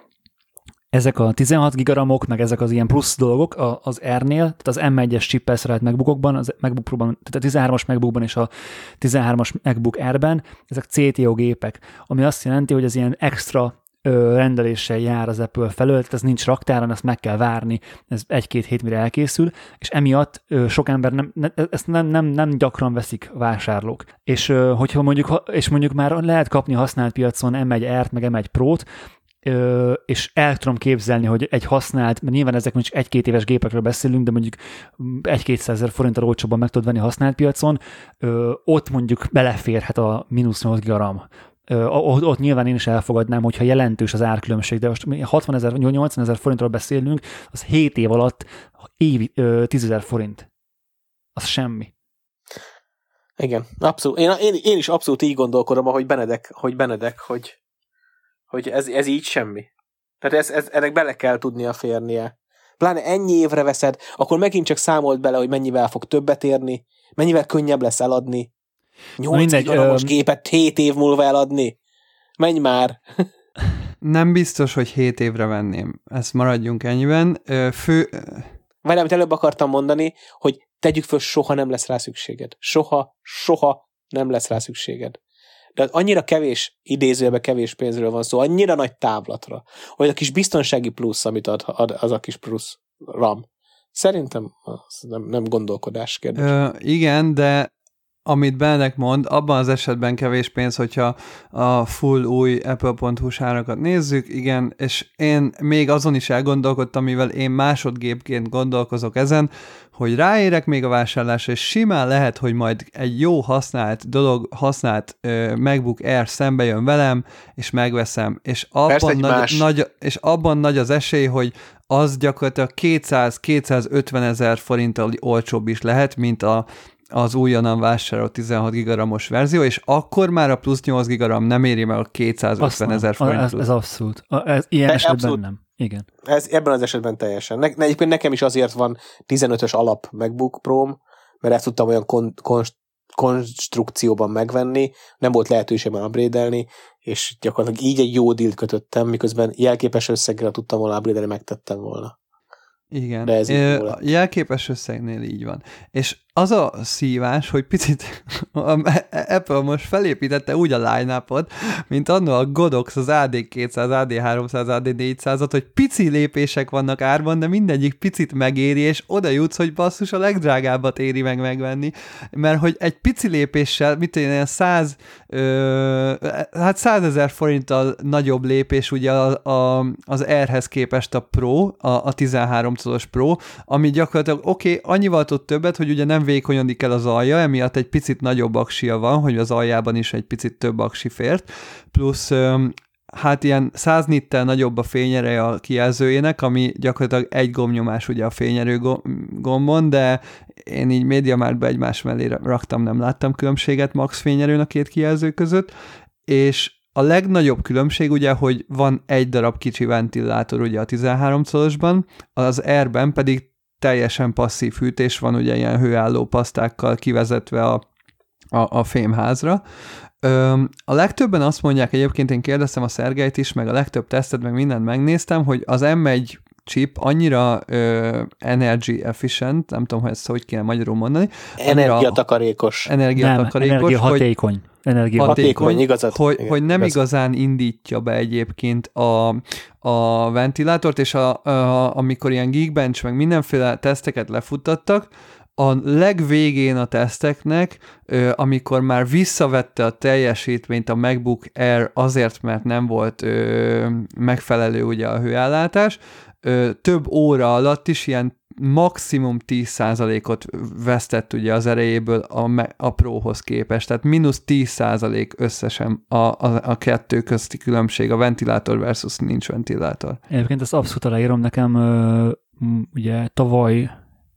Speaker 1: ezek a 16 GB RAM-ok, meg ezek az ilyen plusz dolgok az R-nél, tehát az M1-es chippel szerelt MacBookokban, az MacBook Pro-ban, tehát a 13-as MacBookban és a 13-as MacBook R-ben, ezek CTO gépek, ami azt jelenti, hogy az ilyen extra rendeléssel jár az Apple felől, tehát ez nincs raktáron, ezt meg kell várni, ez 1-2 hét mire elkészül, és emiatt sok ember ezt nem gyakran veszik vásárlók. És hogyha mondjuk már lehet kapni használt piacon M1R-t, meg M1 Pro-t, és el tudom képzelni, hogy egy használt, mert nyilván ezek mondjuk 1-2 éves gépekről beszélünk, de mondjuk 1-200 ezer forinttal olcsóbban meg tudod venni használt piacon, ott mondjuk beleférhet a -8 GB RAM. Ott nyilván én is elfogadnám, hogyha jelentős az árkülönbség, de most 60 ezer, 80 ezer forintról beszélünk, az 7 év alatt évi 10 ezer forint. Az semmi.
Speaker 3: Igen, abszolút. Én is abszolút így gondolkodom, ahogy Benedek, hogy ez így semmi. Tehát ennek bele kell tudnia férnie. Pláne ennyi évre veszed, akkor megint csak számolt bele, hogy mennyivel fog többet érni, mennyivel könnyebb lesz eladni. 8 GB-os gépet 7 év múlva eladni? Menj már!
Speaker 2: Nem biztos, hogy 7 évre venném. Ezt maradjunk ennyiben.
Speaker 3: Vagy amit előbb akartam mondani, hogy tegyük föl, soha nem lesz rá szükséged. Soha nem lesz rá szükséged. de annyira kevés, idézőjelben kevés pénzről van szó, annyira nagy távlatra, hogy a kis biztonsági plusz, amit ad az a kis plusz RAM. Szerintem nem gondolkodás kérdés.
Speaker 2: Igen, de amit Benedek mond, abban az esetben kevés pénz, hogyha a full új Apple.hu-s árakat nézzük, igen, és én még azon is elgondolkodtam, mivel én másodgépként gondolkozok ezen, hogy ráérek még a vásárlásra, és simán lehet, hogy majd egy jó használt MacBook Air szembe jön velem, és megveszem, és abban nagy az esély, hogy az gyakorlatilag 200-250 ezer forinttal olcsóbb is lehet, mint az újonnan vásárolt 16 gigaramos verzió, és akkor már a plusz 8 gigaram nem éri meg a 250 ezer forintot.
Speaker 1: Ez abszolút. Ilyen esetben abszolút, nem. Igen.
Speaker 3: Ebben az esetben teljesen. Egyébként nekem is azért van 15-ös alap MacBook Pro-m, mert ezt tudtam olyan konstrukcióban megvenni, nem volt lehetőségben upgrade-elni, és gyakorlatilag így egy jó dealt kötöttem, miközben jelképes összeggel tudtam volna upgrade-elni, megtettem volna.
Speaker 2: Igen, de ez a jelképes összegnél így van. És az a szívás, hogy picit Apple most felépítette úgy a line-upot, mint annól a Godox, az AD200, AD300, AD400-at, hogy pici lépések vannak árban, de mindegyik picit megéri, és oda jutsz, hogy basszus, a legdrágábbat éri megvenni, mert hogy egy pici lépéssel, 100 000 forinttal nagyobb lépés ugye az Airhez képest a Pro, a 13 colos Pro, ami gyakorlatilag annyival tud többet, hogy ugye nem vékonyodik el az alja, emiatt egy picit nagyobb aksia van, hogy az aljában is egy picit több aksi fért, plusz hát ilyen 100 nittel nagyobb a fényereje a kijelzőjének, ami gyakorlatilag egy gombnyomás ugye a fényerő gombon, de én így MediaMarktba egymás mellé raktam, nem láttam különbséget max fényerőn a két kijelző között, és a legnagyobb különbség ugye, hogy van egy darab kicsi ventilátor ugye a 13 colosban, az Airben pedig teljesen passzív hűtés van, ugye ilyen hőálló pasztákkal kivezetve a fémházra. A legtöbben azt mondják, egyébként én kérdeztem a Szergejt is, meg a legtöbb tesztet, meg mindent megnéztem, hogy az M1 chip annyira energy efficient, nem tudom, hogy ezt hogy kéne magyarul mondani.
Speaker 3: Energiatakarékos.
Speaker 1: Energiahatékony.
Speaker 3: Hatékony, igazad.
Speaker 2: Hogy nem igazán indítja be egyébként a ventilátort, és amikor ilyen Geekbench meg mindenféle teszteket lefuttattak, a legvégén a teszteknek, amikor már visszavette a teljesítményt a MacBook Air azért, mert nem volt megfelelő ugye a hőállátás, több óra alatt is ilyen maximum 10%-ot vesztett ugye az erejéből a Prohoz képest, tehát mínusz 10% összesen a kettő közti különbség, a ventilátor versus nincs ventilátor.
Speaker 1: Egyébként ezt abszolút aláírom, nekem ugye tavaly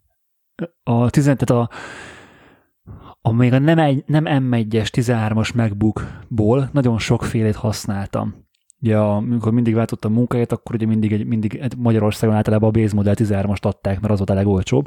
Speaker 1: még a nem M1-es 13-as MacBookból nagyon sokfélét használtam. Ugye, amikor mindig váltottam munkáját, akkor ugye mindig Magyarországon általában a base modell 13-ast adták, mert az volt a legolcsóbb.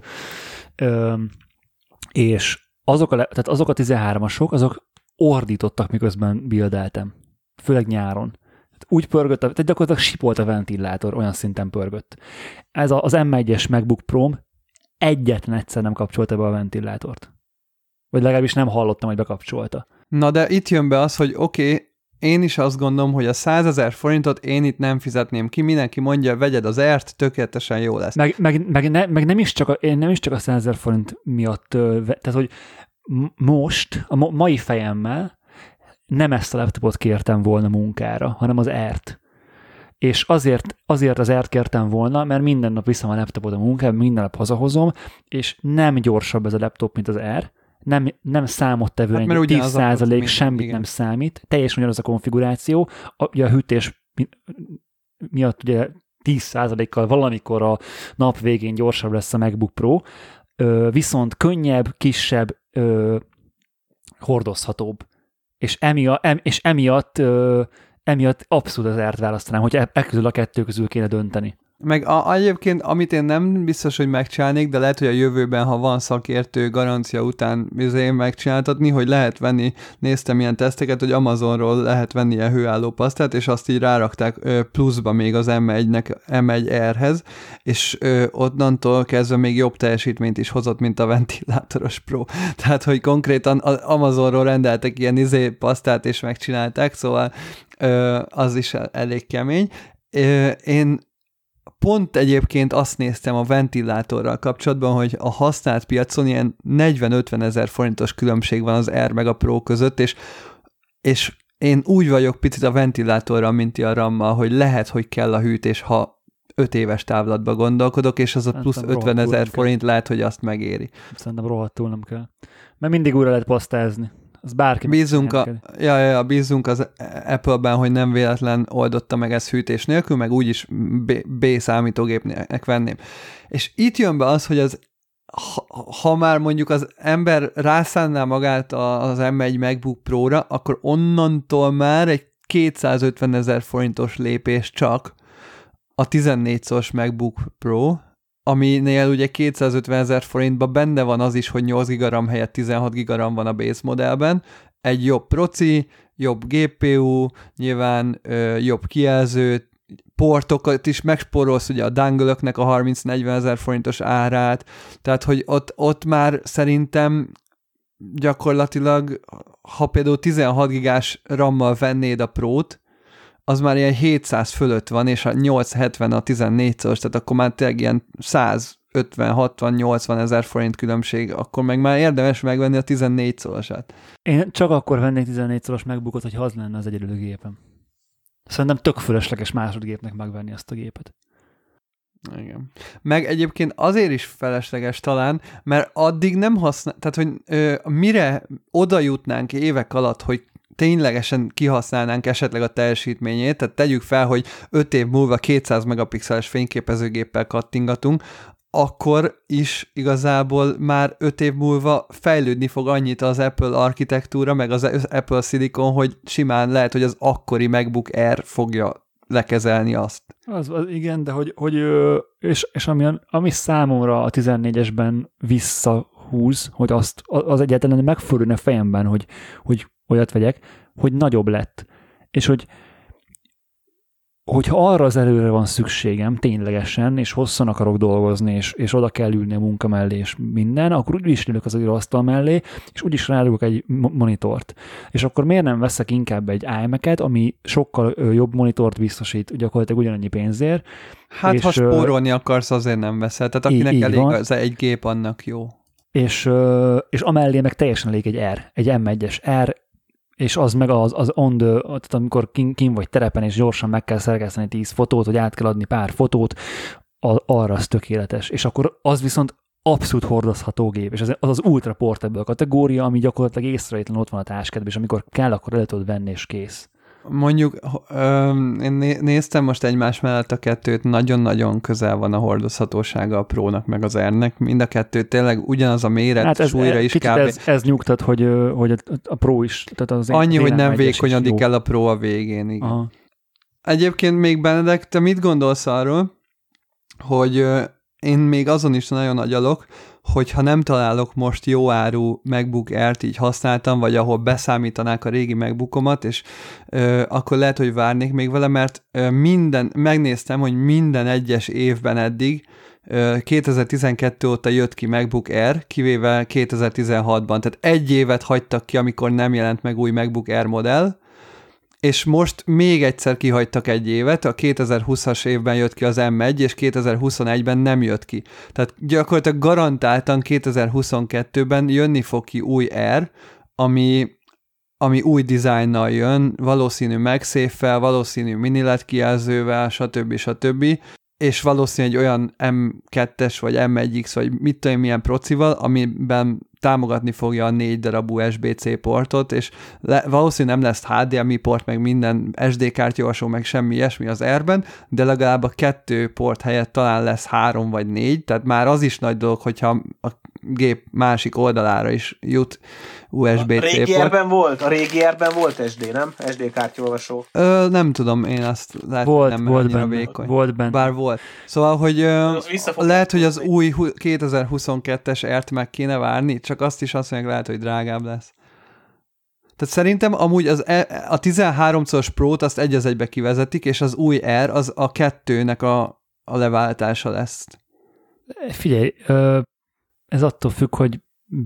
Speaker 1: És azok a 13-asok, azok ordítottak, miközben buildeltem. Főleg nyáron. Úgy pörgött, tehát gyakorlatilag sipolt a ventilátor, olyan szinten pörgött. Ez az M1-es MacBook Pro-m egyetlen egyszer nem kapcsolta be a ventilátort. Vagy legalábbis nem hallottam, hogy bekapcsolta.
Speaker 2: Na de itt jön be az, hogy oké, én is azt gondolom, hogy a 100 000 forintot én itt nem fizetném ki, mindenki mondja, vegyed az Air-t, tökéletesen jó lesz.
Speaker 1: Meg nem is csak a 100 000 forint miatt, tehát hogy most, a mai fejemmel nem ezt a laptopot kértem volna munkára, hanem az Air-t. És azért az Air-t kértem volna, mert minden nap viszem a laptopot a munkába, minden nap hazahozom, és nem gyorsabb ez a laptop, mint az Air, nem számottevően, hát, 10% semmit igen. Nem számít, teljesen ugyanaz a konfiguráció, ugye a hűtés miatt ugye 10%-kal valamikor a nap végén gyorsabb lesz a MacBook Pro, viszont könnyebb, kisebb, hordozhatóbb. És emiatt abszolút az Air-t választanám, hogy közül a kettő közül kéne dönteni.
Speaker 2: Meg egyébként, amit én nem biztos, hogy megcsinálnék, de lehet, hogy a jövőben, ha van szakértő garancia után megcsináltatni, hogy lehet venni, néztem ilyen teszteket, hogy Amazonról lehet venni ilyen hőálló pasztát, és azt így rárakták pluszba még az M1R-hez, és onnantól kezdve még jobb teljesítményt is hozott, mint a ventilátoros Pro. Tehát, hogy konkrétan Amazonról rendeltek ilyen pasztát, és megcsinálták, szóval az is elég kemény. Én pont egyébként azt néztem a ventilátorral kapcsolatban, hogy a használt piacon ilyen 40-50 ezer forintos különbség van az R meg a Pro között, és én úgy vagyok picit a ventilátorral, mint a RAM-mal, hogy lehet, hogy kell a hűtés, ha 5 éves távlatba gondolkodok, és az a plusz 50 ezer forint lehet, hogy azt megéri.
Speaker 1: Szerintem rohadtul nem kell. Mert mindig újra lehet pasztázni. Az bárki
Speaker 2: bízunk az Apple-ben, hogy nem véletlen oldotta meg ezt hűtés nélkül, meg úgyis B számítógépnek venném. És itt jön be az, hogy ha már mondjuk az ember rászánná magát az M1 MacBook Pro-ra, akkor onnantól már egy 250 ezer forintos lépés csak a 14-szoros MacBook Pro, aminél ugye 250 ezer forintban benne van az is, hogy 8 GB RAM helyett 16 GB RAM van a base modellben, egy jobb proci, jobb GPU, nyilván jobb kijelző, portokat is megspórolsz ugye a dangle-öknek a 30-40 ezer forintos árát, tehát hogy ott már szerintem gyakorlatilag, ha például 16 gigás RAM-mal vennéd a Pro-t, az már ilyen 700 fölött van, és a 870 a 14-szoros, tehát akkor már tényleg ilyen 150-60-80 ezer forint különbség, akkor meg már érdemes megvenni a 14-szorosát.
Speaker 1: Én csak akkor vennék 14-szoros MacBookot, hogyha az lenne az egyedüli gépem. Szerintem tök fölösleges másodgépnek megvenni azt a gépet.
Speaker 2: Igen. Meg egyébként azért is felesleges talán, mert addig nem használ, tehát hogy mire oda jutnánk évek alatt, hogy ténylegesen kihasználnánk esetleg a teljesítményét, tehát tegyük fel, hogy 5 év múlva 200 megapixeles fényképezőgéppel kattingatunk, akkor is igazából már 5 év múlva fejlődni fog annyit az Apple architektúra, meg az Apple Silicon, hogy simán lehet, hogy az akkori MacBook Air fogja lekezelni azt.
Speaker 1: Az igen, de és ami számomra a 14-esben visszahúz, hogy az egyáltalán megfordulna a fejemben, hogy olyat vegyek, hogy nagyobb lett. És hogyha arra az előre van szükségem ténylegesen, és hosszan akarok dolgozni, és oda kell ülni a munka mellé, és minden, akkor úgy is ülök az íróasztal mellé, és úgyis rárugok egy monitort. És akkor miért nem veszek inkább egy iMac-et, ami sokkal jobb monitort biztosít gyakorlatilag ugyanannyi pénzért.
Speaker 2: Hát, ha spórolni akarsz, azért nem veszel. Tehát akinek elég az egy gép, annak jó.
Speaker 1: És amellé meg teljesen elég egy M1-es R, és az meg az on the, tehát amikor kin vagy terepen, és gyorsan meg kell szerkeszteni 10 fotót, vagy át kell adni pár fotót, arra az tökéletes. És akkor az viszont abszolút hordozható gép, és az ultra portable kategória, ami gyakorlatilag észrevétlen ott van a táskedben, és amikor kell, akkor el tudod venni, és kész.
Speaker 2: Mondjuk, én néztem most egymás mellett a kettőt, nagyon-nagyon közel van a hordozhatósága a Pro-nak meg az R-nek, mind a kettő tényleg ugyanaz a méret, hát súlyra is kb.
Speaker 1: Ez nyugtat, hogy a Pro is. Tehát az
Speaker 2: annyi, hogy nem vékonyodik el a Pro a végén, igen. Aha. Egyébként még Benedek, te mit gondolsz arról, hogy én még azon is nagyon agyalok, hogyha nem találok most jó áru MacBook Air-t így használtam, vagy ahol beszámítanák a régi MacBookomat, és akkor lehet, hogy várnék még vele, mert megnéztem, hogy minden egyes évben eddig 2012 óta jött ki MacBook Air, kivéve 2016-ban, tehát egy évet hagytak ki, amikor nem jelent meg új MacBook Air modell, és most még egyszer kihagytak egy évet, a 2020-as évben jött ki az M1, és 2021-ben nem jött ki. Tehát gyakorlatilag garantáltan 2022-ben jönni fog ki új Air, ami új dizájnnal jön, valószínű MagSafe-fel, valószínű mini LED kijelzővel, stb. És valószínű egy olyan M2-es, vagy M1X, vagy mit tudom, milyen procival, amiben támogatni fogja a 4 darab USB-C portot, és valószínűleg nem lesz HDMI port, meg minden SD kártyolvasó, meg semmi ilyesmi az R-ben, de legalább a 2 port helyett talán lesz 3 vagy 4, tehát már az is nagy dolog, hogyha gép másik oldalára is jut USB-C
Speaker 3: port. A régi R-ben volt SD, nem? SD kártyolvasó.
Speaker 2: Nem tudom, én azt lehet, nem annyira vékony.
Speaker 1: Volt benne.
Speaker 2: Bár volt. Szóval, hogy lehet, hogy az új 2022-es R-t meg kéne várni, csak azt is azt mondják, lehet, hogy drágább lesz. Tehát szerintem amúgy a 13-szoros Pro-t azt egy az egybe kivezetik, és az új R az a 2-nek a leváltása lesz.
Speaker 1: Figyelj, ez attól függ, hogy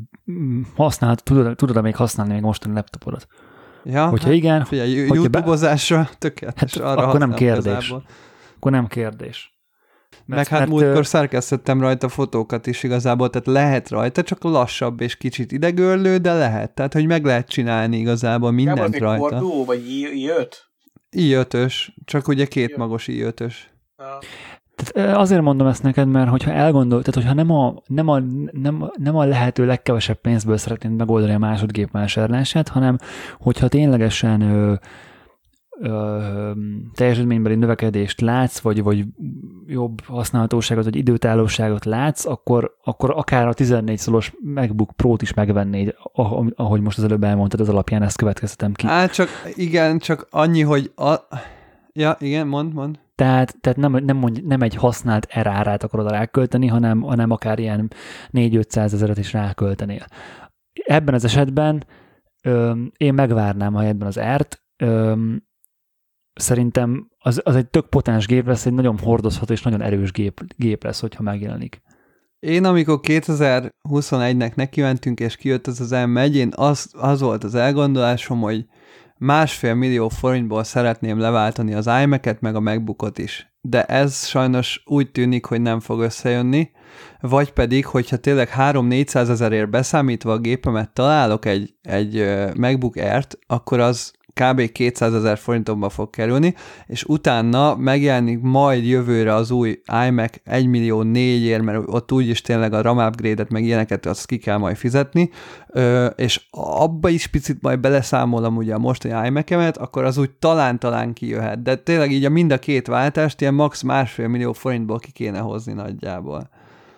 Speaker 1: tudod még használni még mostani laptopodat.
Speaker 2: Ja,
Speaker 1: hogyha igen,
Speaker 2: figyelj, YouTube-ozásra tökéletes.
Speaker 1: Hát akkor nem kérdés. Akkor nem kérdés.
Speaker 2: Mert múltkor szerkesztettem rajta fotókat is igazából, tehát lehet rajta, csak lassabb és kicsit idegörlő, de lehet. Tehát, hogy meg lehet csinálni igazából mindent rajta.
Speaker 3: Nem az egy Core Duo, vagy i5?
Speaker 2: i5-ös, csak ugye két magos i5-ös.
Speaker 1: Tehát azért mondom ezt neked, mert hogyha tehát hogyha nem a lehető legkevesebb pénzből szeretnéd megoldani a másodgép vásárlását, hanem hogyha ténylegesen teljesítménybeli növekedést látsz, vagy jobb használhatóságot, vagy időtállóságot látsz, akkor akár a 14 szoros MacBook Pro-t is megvennéd, ahogy most az előbb elmondtad, az alapján ezt következtetem ki.
Speaker 2: Hát csak annyi, hogy ja, igen, mond.
Speaker 1: Tehát nem egy használt R-árát akarod rákölteni, hanem akár ilyen 400-500 ezeret is ráköltenél. Ebben az esetben én megvárnám a helyetben az R-t, szerintem az egy tök potens gép lesz, egy nagyon hordozható és nagyon erős gép lesz, hogyha megjelenik.
Speaker 2: Én amikor 2021-nek nekimentünk, és kijött az M1, én az volt az elgondolásom, hogy 1,5 millió forintból szeretném leváltani az iMac-et, meg a MacBookot is. De ez sajnos úgy tűnik, hogy nem fog összejönni, vagy pedig, hogyha tényleg 300-400 ezerért beszámítva a gépemet találok egy MacBook Air-t, akkor az kb. 200 000 forintokba fog kerülni, és utána megjelenik majd jövőre az új iMac 1,4 millió, mert ott úgyis tényleg a RAM upgrade-et meg ilyeneket azt ki kell majd fizetni, és abba is picit majd beleszámolom ugye a mostani iMac-emet, akkor az úgy talán kijöhet, de tényleg így mind a két váltást ilyen max 1,5 millió forintból ki kéne hozni nagyjából.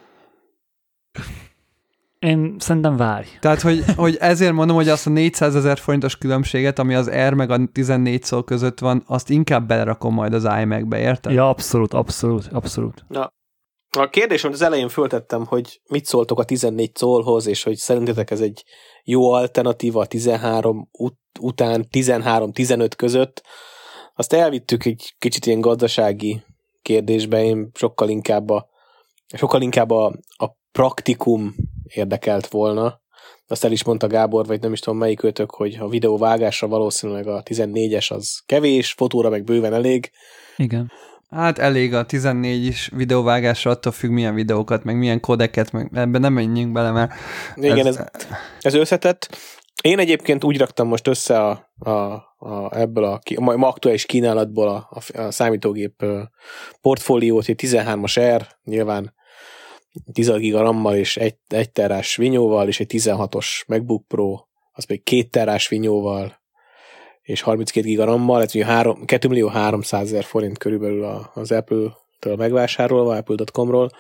Speaker 1: Én szerintem várj.
Speaker 2: Tehát, hogy ezért mondom, hogy azt a 400 000 forintos különbséget, ami az R meg a 14 szó között van, azt inkább belerakom majd az iMac-be, érted?
Speaker 1: Ja, abszolút.
Speaker 3: Na, a kérdés, amit az elején föltettem, hogy mit szóltok a 14 szólhoz, és hogy szerintetek ez egy jó alternatíva a 13 után, 13-15 között, azt elvittük egy kicsit ilyen gazdasági kérdésbe, én sokkal inkább a praktikum érdekelt volna. Azt el is mondta Gábor, vagy nem is tudom melyik őtök, hogy a videóvágásra valószínűleg a 14-es az kevés, fotóra meg bőven elég.
Speaker 1: Igen.
Speaker 2: Hát elég a 14 is videóvágásra, attól függ milyen videókat, meg milyen kodeket, meg ebben nem menjünk bele, mert...
Speaker 3: Igen, ez összetett. Én egyébként úgy raktam most össze ebből a ma aktuális kínálatból a számítógép portfóliót, egy 13-as R, nyilván 10 giga RAM-mal és 1 terás vinyóval, és egy 16-os MacBook Pro, az pedig 2 terás vinyóval, és 32 giga RAM-mal, ez 2.300.000 forint körülbelül az Apple-től megvásárolva, apple.com-ról.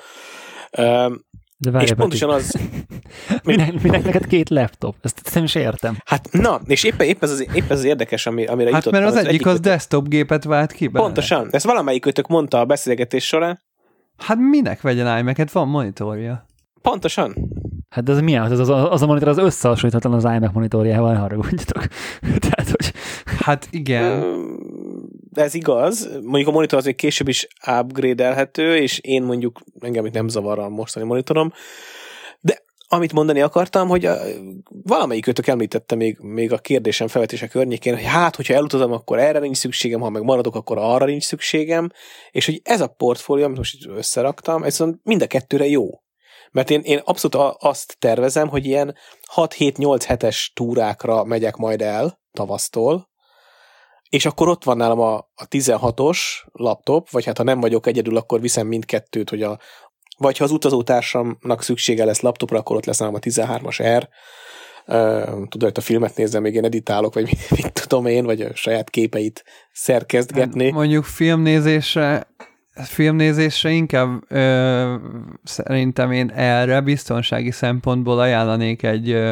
Speaker 3: És pontosan az...
Speaker 1: Minek neked 2 laptop? Ezt nem is értem.
Speaker 3: Hát na, és épp ez az érdekes, amire jutottam.
Speaker 2: Hát mert az egyik az desktop gépet vált ki bele.
Speaker 3: Pontosan. Ezt valamelyik kötök mondta a beszélgetés során.
Speaker 2: Hát minek vegyen iMac-et? Van monitorja.
Speaker 3: Pontosan.
Speaker 1: Hát de ez milyen? Az a monitor az összehasonlíthatatlan az iMac monitorjával, arra gondoljatok. Tehát, hogy...
Speaker 2: Hát igen.
Speaker 3: Ez igaz. Mondjuk a monitor az még később is upgrade-elhető, és én mondjuk engem itt nem zavar a mostani monitorom. De amit mondani akartam, hogy valamelyik őtök említette még a kérdésem felvetése környékén, hogy hát, hogyha elutazom, akkor erre nincs szükségem, ha meg maradok, akkor arra nincs szükségem, és hogy ez a portfólió, amit most összeraktam, ez mind a kettőre jó. Mert én abszolút azt tervezem, hogy ilyen 6-7-8 hetes túrákra megyek majd el tavasztól, és akkor ott van nálam a 16-os laptop, vagy hát ha nem vagyok egyedül, akkor viszem mindkettőt, hogy vagy ha az utazótársamnak szüksége lesz laptopra, akkor ott lesz nálam a 13-as R. Tudod, hogy a filmet nézem, még én editálok, vagy mit tudom én, vagy a saját képeit szerkesztgetni.
Speaker 2: Mondjuk filmnézésre filmnézésre inkább szerintem én erre biztonsági szempontból ajánlanék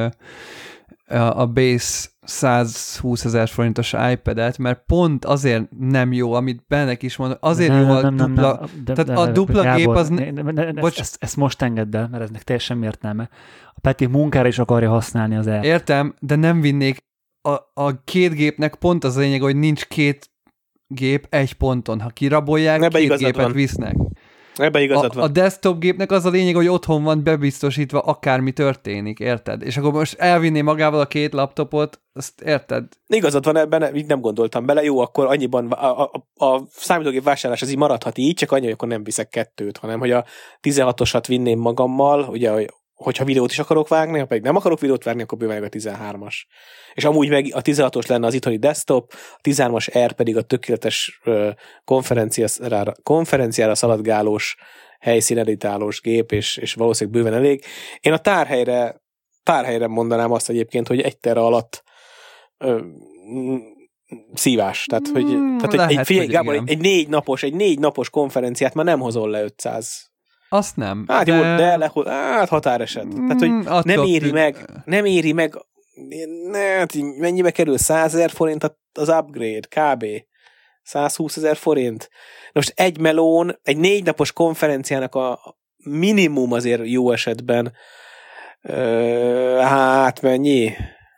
Speaker 2: a Base 120 000 forintos iPad-et, mert pont azért nem jó, amit bennek is mondok, azért jó a dupla... Tehát a dupla gép az...
Speaker 1: Ezt most engedd el, mert eznek teljesen értelme. A Peti munkára is akarja használni az el.
Speaker 2: Értem, de nem vinnék a két gépnek pont az a lényeg, hogy nincs két gép egy ponton. Ha kirabolják,
Speaker 3: ebbe
Speaker 2: két gépet van. Visznek.
Speaker 3: Ebbe igazad van.
Speaker 2: A desktop gépnek az a lényeg, hogy otthon van bebiztosítva, akármi történik, érted? És akkor most elvinné magával a két laptopot, azt érted?
Speaker 3: Igazad van ebben, így nem gondoltam bele. Jó, akkor annyiban a számítógép vásárlás az így maradhat így, csak annyi, hogy akkor nem viszek kettőt, hanem hogy a 16-osat vinném magammal, ugye, hogyha videót is akarok vágni, ha pedig nem akarok videót vágni, akkor bőven a 13-as. És amúgy meg a 16-os lenne az itthoni desktop, a 13-as R pedig a tökéletes konferenciára szaladgálós, helyszíneditálós gép, és valószínűleg bőven elég. Én a tárhelyre mondanám azt egyébként, hogy 1 tera alatt szívás. Tehát, hogy Gábor, egy 4 napos konferenciát már nem hozol le 500.
Speaker 2: Azt nem.
Speaker 3: Hát jó, hát határeset. Tehát, hogy nem éri meg, hát mennyibe kerül 100 000 forint az upgrade, kb. 120 000 forint. Most egy melón, egy 4 napos konferenciának a minimum azért jó esetben, hát mennyi?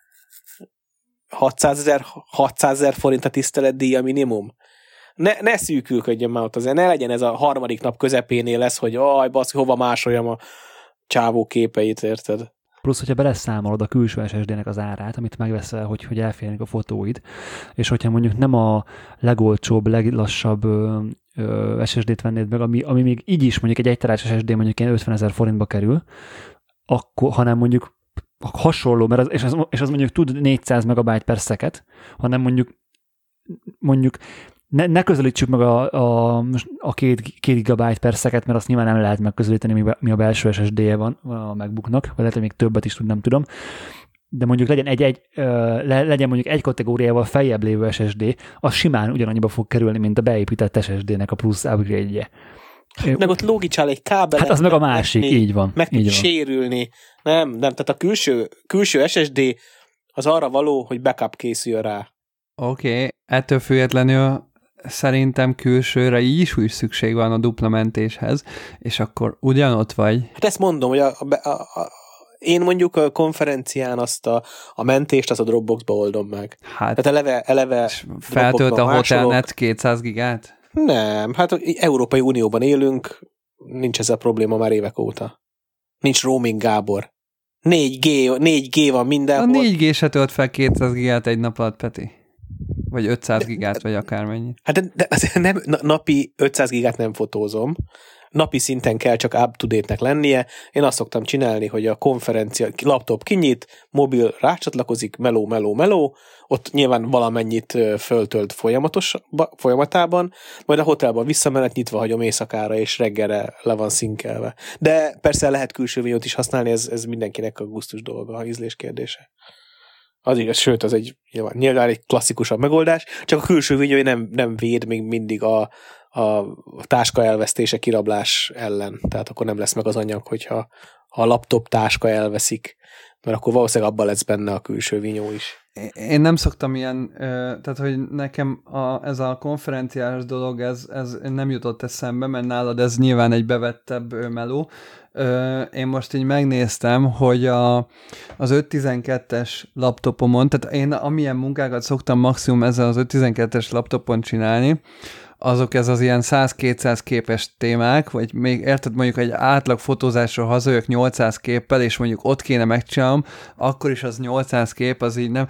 Speaker 3: 600 000 forint a tiszteletdíja minimum. Ne szűkülködjön már ott azért, ne legyen ez a harmadik nap közepénél lesz, hogy basz, hova másoljam a csávó képeit, érted?
Speaker 1: Plusz, hogyha beleszámolod a külső SSD-nek az árát, amit megveszel, hogy elférjenek a fotóid, és hogyha mondjuk nem a legolcsóbb, leglassabb SSD-t vennéd meg, ami még így is mondjuk egy 1 terás SSD mondjuk ilyen 50 000 forintba kerül, akkor, hanem mondjuk hasonló, mert és az mondjuk tud 400 megabyte per second, hanem mondjuk ne közelítsük meg a 2 gigabyte per second, mert azt nyilván nem lehet megközelíteni, mi a belső SSD-je van a MacBooknak, vagy lehet, hogy még többet is tud, nem tudom. De mondjuk legyen mondjuk egy kategóriával feljebb lévő SSD, az simán ugyanannyiba fog kerülni, mint a beépített SSD-nek a plusz upgrade-je.
Speaker 3: Meg ott lógicsál egy kábelet.
Speaker 1: Hát az meg a másik, így van.
Speaker 3: Meg tud sérülni. Nem, tehát a külső SSD az arra való, hogy backup készül rá.
Speaker 2: Oké, ettől függetlenül szerintem külsőre így is úgy szükség van a dupla mentéshez, és akkor ugyanott vagy.
Speaker 3: Hát ezt mondom, hogy én mondjuk a konferencián azt a mentést, azt a Dropboxba oldom meg. Hát eleve
Speaker 2: feltölt a Hotelnet 200 gigát?
Speaker 3: Nem, hát Európai Unióban élünk, nincs ez a probléma már évek óta. Nincs roaming, Gábor. 4G van mindenhol.
Speaker 2: A 4G se tölt fel 200 gigát egy nap alatt, Peti. Vagy 500 gigát, vagy akármennyi.
Speaker 3: Hát de nem, napi 500 gigát nem fotózom. Napi szinten kell csak up-to-date-nek lennie. Én azt szoktam csinálni, hogy a konferencia laptop kinyit, mobil rácsatlakozik, meló, ott nyilván valamennyit föltölt folyamatában, majd a hotelban visszamenet nyitva hagyom éjszakára, és reggelre le van szinkelve. De persze lehet külső vinyót is használni, ez mindenkinek a gusztus dolga, a ízlés kérdése. Az igaz, sőt, az nyilván egy klasszikusabb megoldás, csak a külső vinyói nem véd még mindig a táska elvesztése, kirablás ellen. Tehát akkor nem lesz meg az anyag, hogyha a laptop táska elveszik, mert akkor valószínűleg abban lesz benne a külső vinyó is.
Speaker 2: Én nem szoktam ilyen, tehát hogy nekem ez a konferenciás dolog, ez nem jutott eszembe, mert nálad ez nyilván egy bevettebb meló. Én most így megnéztem, hogy az 512-es laptopomon, tehát én amilyen munkákat szoktam maximum ezzel az 512-es laptopon csinálni, azok ez az ilyen 100-200 képes témák, vagy még érted, mondjuk egy átlag fotózásról hazajövök 800 képpel, és mondjuk ott kéne megcsinálnom, akkor is az 800 kép, az így nem,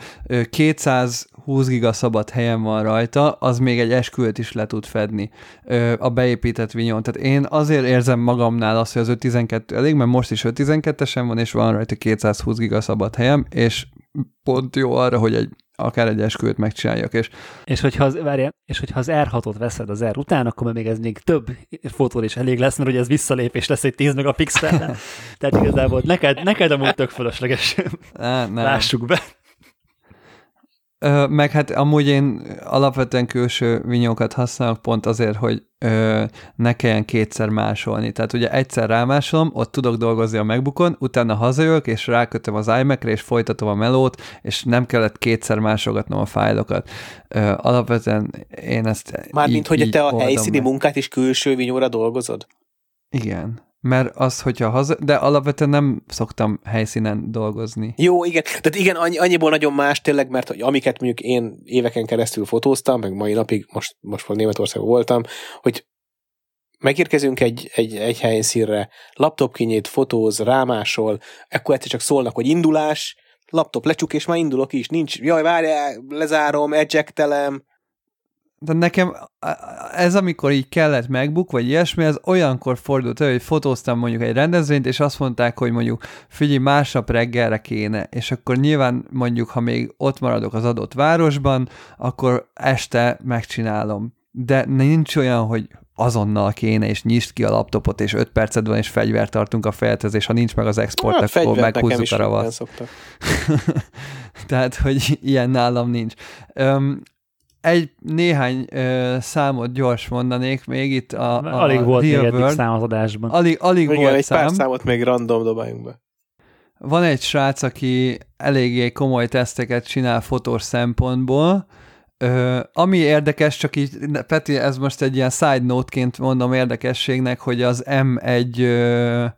Speaker 2: 220 giga szabad helyen van rajta, az még egy esküvőt is le tud fedni a beépített vinyón. Tehát én azért érzem magamnál azt, hogy az 512 elég, mert most is 512-esen van, és van rajta 220 giga szabad helyem, és pont jó arra, hogy akár egy esküvőt megcsináljak.
Speaker 1: És hogyha az R6-ot veszed az R után, akkor még ez még több fotód is elég lesz, mert ugye ez visszalépés lesz egy 10 megapixellel. Tehát igazából neked amúgy tök fölösleges. Lássuk be.
Speaker 2: Meg hát amúgy én alapvetően külső vinyókat használok pont azért, hogy ne kelljen kétszer másolni. Tehát ugye egyszer rámásolom, ott tudok dolgozni a MacBookon, utána hazajövök, és rákötöm az iMac-re, és folytatom a melót, és nem kellett kétszer másolgatnom a fájlokat. Alapvetően én ezt
Speaker 3: mármint, hogy te a helyszíni munkát is külső vinyóra dolgozod?
Speaker 2: Igen. Mert az, hogyha de alapvetően nem szoktam helyszínen dolgozni.
Speaker 3: Jó, igen. Tehát igen, annyiból nagyon más tényleg, mert amiket mondjuk én éveken keresztül fotóztam, meg mai napig, most Németországban voltam, hogy megérkezünk egy helyszínre, laptop kinyit, fotóz, rámásol, akkor egyszer csak szólnak, hogy indulás, laptop lecsuk, és már indulok is. Nincs, jaj, várjál, lezárom, ejectelem.
Speaker 2: De nekem ez, amikor így kellett MacBook, vagy ilyesmi, ez olyankor fordult elő, hogy fotóztam mondjuk egy rendezvényt, és azt mondták, hogy mondjuk figyelj, másnap reggelre kéne, és akkor nyilván mondjuk, ha még ott maradok az adott városban, akkor este megcsinálom. De nincs olyan, hogy azonnal kéne, és nyisd ki a laptopot, és 5 perced van, és fegyvert tartunk a fejedhez, és ha nincs meg az export, akkor meghúzzuk a ravaszt. Tehát, hogy ilyen nálam nincs. Néhány számot gyors mondanék még itt
Speaker 1: alig volt még eddig szám az adásban.
Speaker 2: Alig
Speaker 3: igen,
Speaker 2: volt
Speaker 3: egy
Speaker 2: szám.
Speaker 3: pár számot még random dobáljunk be.
Speaker 2: Van egy srác, aki eléggé komoly teszteket csinál fotós szempontból. Ami érdekes, csak így, Peti, ez most egy ilyen side note-ként mondom érdekességnek, hogy az M1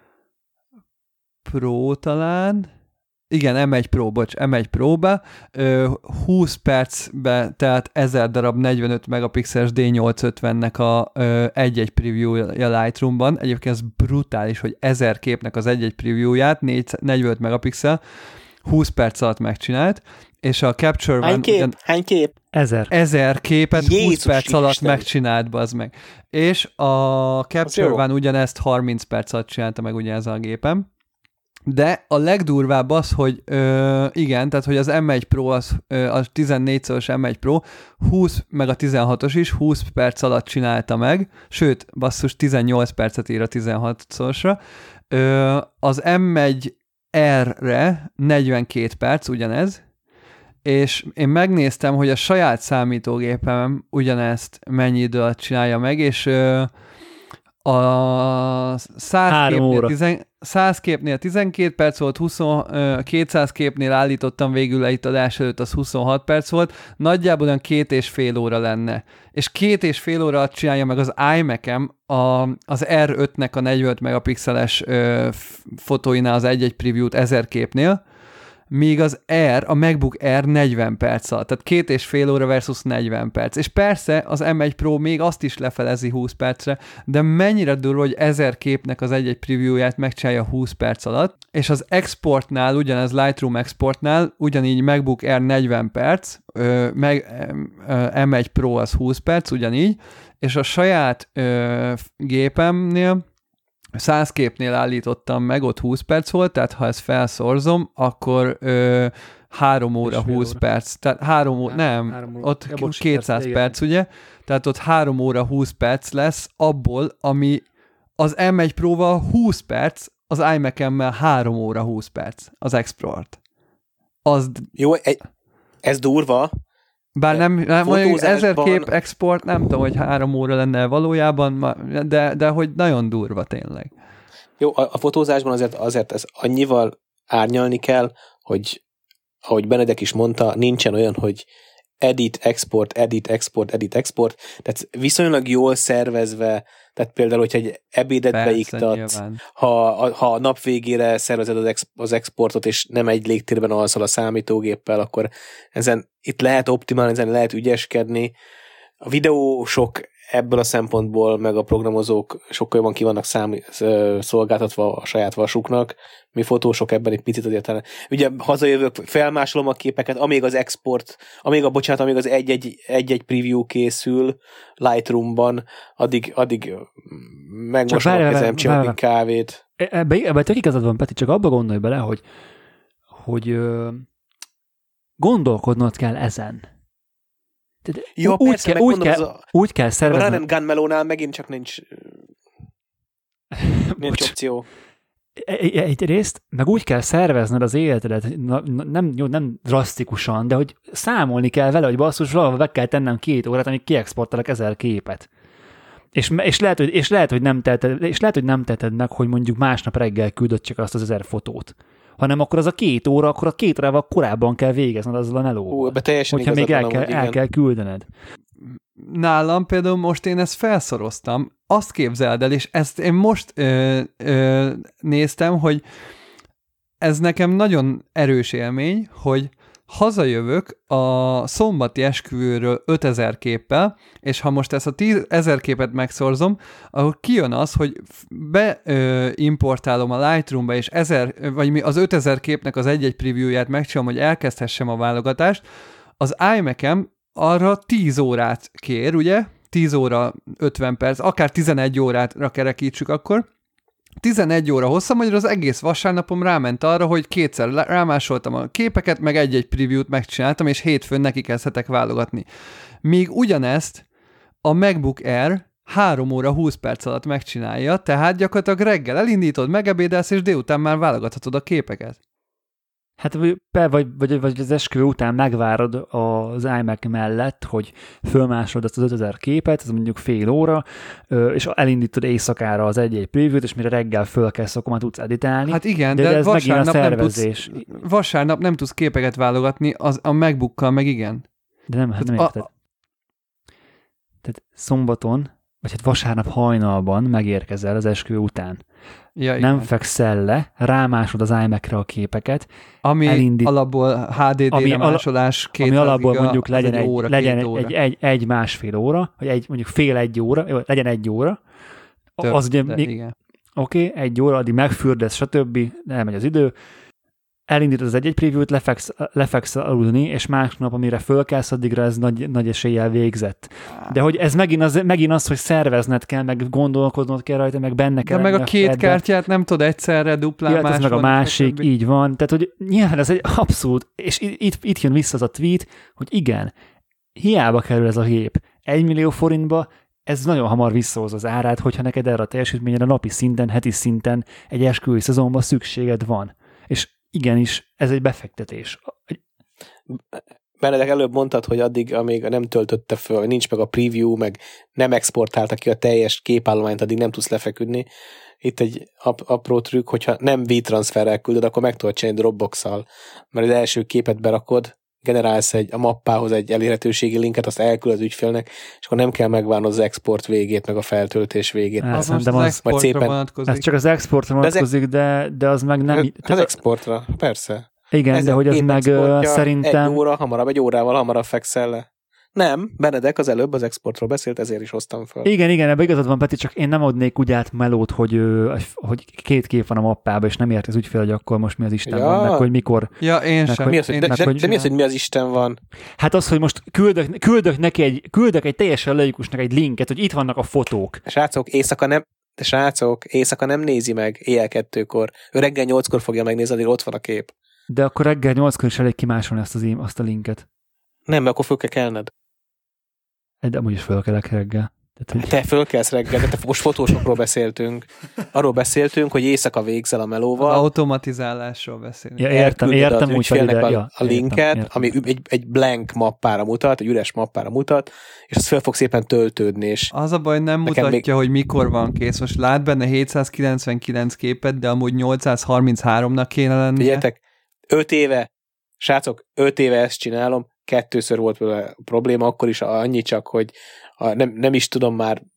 Speaker 2: Pro talán, igen, M1 Pro-ba 20 percbe, tehát 1000 darab 45 megapixeles D850-nek a egy-egy preview-ja Lightroom-ban. Egyébként ez brutális, hogy 1000 képnek az egy-egy preview-ját, 45 megapixel, 20 perc alatt megcsinált, és a Capture One...
Speaker 3: Hány kép?
Speaker 2: 1000 képet
Speaker 3: Jézus
Speaker 2: 20 perc
Speaker 3: Isten.
Speaker 2: alatt megcsinált, bazd meg. És a Capture One ugyanezt 30 perc alatt csinálta meg ugye ezen a gépem. De a legdurvább az, hogy igen, tehát hogy az M1 Pro, a 14-szoros M1 Pro 20, meg a 16-os is 20 perc alatt csinálta meg, sőt, basszus, 18 percet ír a 16-szorosra. Az M1 R-re 42 perc, ugyanez, és én megnéztem, hogy a saját számítógépem ugyanezt mennyi idő alatt csinálja meg, és a 100 képnél 12 perc volt, 200 képnél állítottam végül le itt adás előtt, az 26 perc volt, nagyjából olyan 2,5 óra lenne. És 2,5 óra alatt csinálja meg az iMac-em az R5-nek a 45 megapixeles fotóinál az egy-egy preview-t 1000 képnél, míg az a MacBook Air 40 perc alatt, tehát 2,5 óra versus 40 perc. És persze az M1 Pro még azt is lefelezi 20 percre, de mennyire durva, hogy 1000 képnek az egy-egy previewját megcsinálja 20 perc alatt, és az exportnál, ugyanez Lightroom exportnál, ugyanígy MacBook Air 40 perc, M1 Pro az 20 perc, ugyanígy, és a saját gépemnél 100 képnél állítottam meg, ott 20 perc volt, tehát ha ezt felszorzom, akkor 3 óra 20 perc. Tehát 3 óra, nem, ott 200 perc, ugye? Tehát ott 3 óra 20 perc lesz abból, ami az M1 Pro-val 20 perc, az iMac-emmel 3 óra 20 perc, az export.
Speaker 3: Jó, ez durva.
Speaker 2: Bár nem mondjuk 1000 kép export, nem tudom, hogy 3 óra lenne valójában, de hogy nagyon durva tényleg.
Speaker 3: Jó, a fotózásban azért ez annyival árnyalni kell, hogy ahogy Benedek is mondta, nincsen olyan, hogy edit, export, edit, export, edit, export, tehát viszonylag jól szervezve, tehát például, hogyha egy ebédet beiktatsz, ha a nap végére szervezed az exportot, és nem egy légtérben alszol a számítógéppel, akkor itt lehet optimálni, ezen lehet ügyeskedni. A videósok ebből a szempontból, meg a programozók sokkal jobban ki vannak szolgáltatva a saját vasuknak, mi fotósok ebben egy picit azért talán. Ugye hazajövök, felmásolom a képeket, amíg az egy-egy preview készül Lightroom-ban, addig megmosom a kezem, csinálok kávét.
Speaker 1: Ebben tök igazad van, Peti, csak abba gondolj bele, hogy gondolkodnod kell ezen.
Speaker 3: Ja, persze,
Speaker 1: úgy kell szervezni.
Speaker 3: A Run and Gun melónál megint csak nincs opció.
Speaker 1: egyrészt, meg úgy kell szervezned az életedet, nem drasztikusan, de hogy számolni kell vele, hogy basszus, valahol be kell tennem 2 órát, amíg kiexportálok 1000 képet. És lehet, hogy nem teted meg, hogy mondjuk másnap reggel küldött csak azt az 1000 fotót, hanem akkor az a 2 óra, akkor a 2 órával korábban kell végezned azzal a melóval. Hogyha még el kell küldened.
Speaker 2: Nálam például most én ezt felszoroztam, azt képzeld el, és ezt én most néztem, hogy ez nekem nagyon erős élmény, hogy hazajövök a szombati esküvőről 5000 képpel, és ha most ezt a 10.000 képet megszorzom, akkor kijön az, hogy beimportálom a Lightroom-ba, és az 5000 képnek az egy-egy previewját megcsinálom, hogy elkezdhessem a válogatást, az iMac-em arra 10 órát kér, ugye? 10 óra 50 perc, akár 11 órára kerekítsük akkor. 11 óra hosszam, hogy az egész vasárnapom ráment arra, hogy 2-szer rámásoltam a képeket, meg egy-egy preview-t megcsináltam, és hétfőn neki kezdhetek válogatni. Míg ugyanezt a MacBook Air 3 óra 20 perc alatt megcsinálja, tehát gyakorlatilag reggel elindítod, megebédelsz, és délután már válogathatod a képeket.
Speaker 1: Hát vagy az esküvő után megvárod az iMac mellett, hogy fölmásolod azt az 5000 képet, ez mondjuk fél óra, és elindítod éjszakára az egy-egy preview-t, és mire reggel fölkelsz, akkor már tudsz editálni.
Speaker 2: Hát igen,
Speaker 1: de ez megint a szervezés.
Speaker 2: Vasárnap nem tudsz képeket válogatni, a MacBookkal meg igen.
Speaker 1: De nem érted. Tehát szombaton, vagy hát vasárnap hajnalban megérkezel az esküvő után. Ja, nem fekszel le, rámásod az iMac-re a képeket,
Speaker 2: ami alapból HDD-re másolás 200
Speaker 1: ami alapból
Speaker 2: giga,
Speaker 1: mondjuk legyen egy másfél óra, vagy mondjuk fél egy óra, legyen 1 óra.
Speaker 2: Több,
Speaker 1: az ugye oké, 1 óra, addig megfürdesz, stb. Elmegy az idő, elindítod az egy preview-t, lefeksz aludni, és másnap, amire fölkelsz, addigra ez nagy eséllyel végzett. De hogy ez megint az, hogy szervezned kell, meg gondolkodnod kell rajta, meg benne kell.
Speaker 2: De meg a két kártyát nem tudod egyszerre duplán
Speaker 1: másolni. Meg a másik, így van. Tehát, hogy nyilván ez egy abszolút, és itt jön vissza az a tweet, hogy igen, hiába kerül ez a gép 1 millió forintba, ez nagyon hamar visszahoz az árát, hogyha neked erre a teljesítményre napi szinten, heti szinten egy esküvői szezonban szükséged van. És igenis, ez egy befektetés.
Speaker 3: Benedek, előbb mondtad, hogy addig, amíg nem töltötte föl, nincs meg a preview, meg nem exportálta ki a teljes képállományt, addig nem tudsz lefeküdni. Itt egy apró trükk, hogyha nem V-transferrel küldöd, akkor meg tudod csinálni Dropbox-szal, mert az első képet berakod, generálsz a mappához egy elérhetőségi linket, azt elküld az ügyfélnek, és akkor nem kell megvárnod az export végét, meg a feltöltés végét.
Speaker 2: Ez
Speaker 1: csak az exportra vonatkozik, de az meg nem...
Speaker 3: Az exportra, persze.
Speaker 1: Igen, de hogy az meg szerintem...
Speaker 3: 1 órával hamarabb fekszel le. Nem, Benedek az előbb az exportról beszélt, ezért is hoztam fel.
Speaker 1: Igen, ebben igazad van, Peti, csak én nem adnék úgy át melót, hogy 2 kép van a mappában, és nem ért az ügyfél, hogy akkor most mi az Isten van, meg hogy mikor...
Speaker 2: Ja, én sem.
Speaker 3: De mi az, hogy mi az Isten van?
Speaker 1: Hát az, hogy most küldök egy teljesen laikusnak egy linket, hogy itt vannak a fotók.
Speaker 3: Srácok, éjszaka nem nézi meg éjjel 2-kor. Ő reggel 8-kor fogja megnézni, addig ott van a kép.
Speaker 1: De akkor reggel 8-kor is elég kimásolni azt a linket.
Speaker 3: Nem, mert akkor föl kell kelned.
Speaker 1: De amúgy is fölkelek reggel.
Speaker 3: Tehát, te fölkelsz reggel, de most fotósokról beszéltünk. Arról beszéltünk, hogy éjszaka végzel a melóval.
Speaker 2: Az automatizálásról beszélünk.
Speaker 1: Ja, értem úgy, hogy
Speaker 3: a linket, értem. Ami egy blank mappára mutat, egy üres mappára mutat, és az fel fog szépen töltődni. És
Speaker 2: az a baj, nem mutatja, hogy mikor van kész. Most lát benne 799 képet, de amúgy 833-nak kéne lennie.
Speaker 3: Figyeljetek, 5 éve, srácok, 5 éve ezt csinálom, 2-ször volt vele probléma, akkor is annyi csak, hogy nem is tudom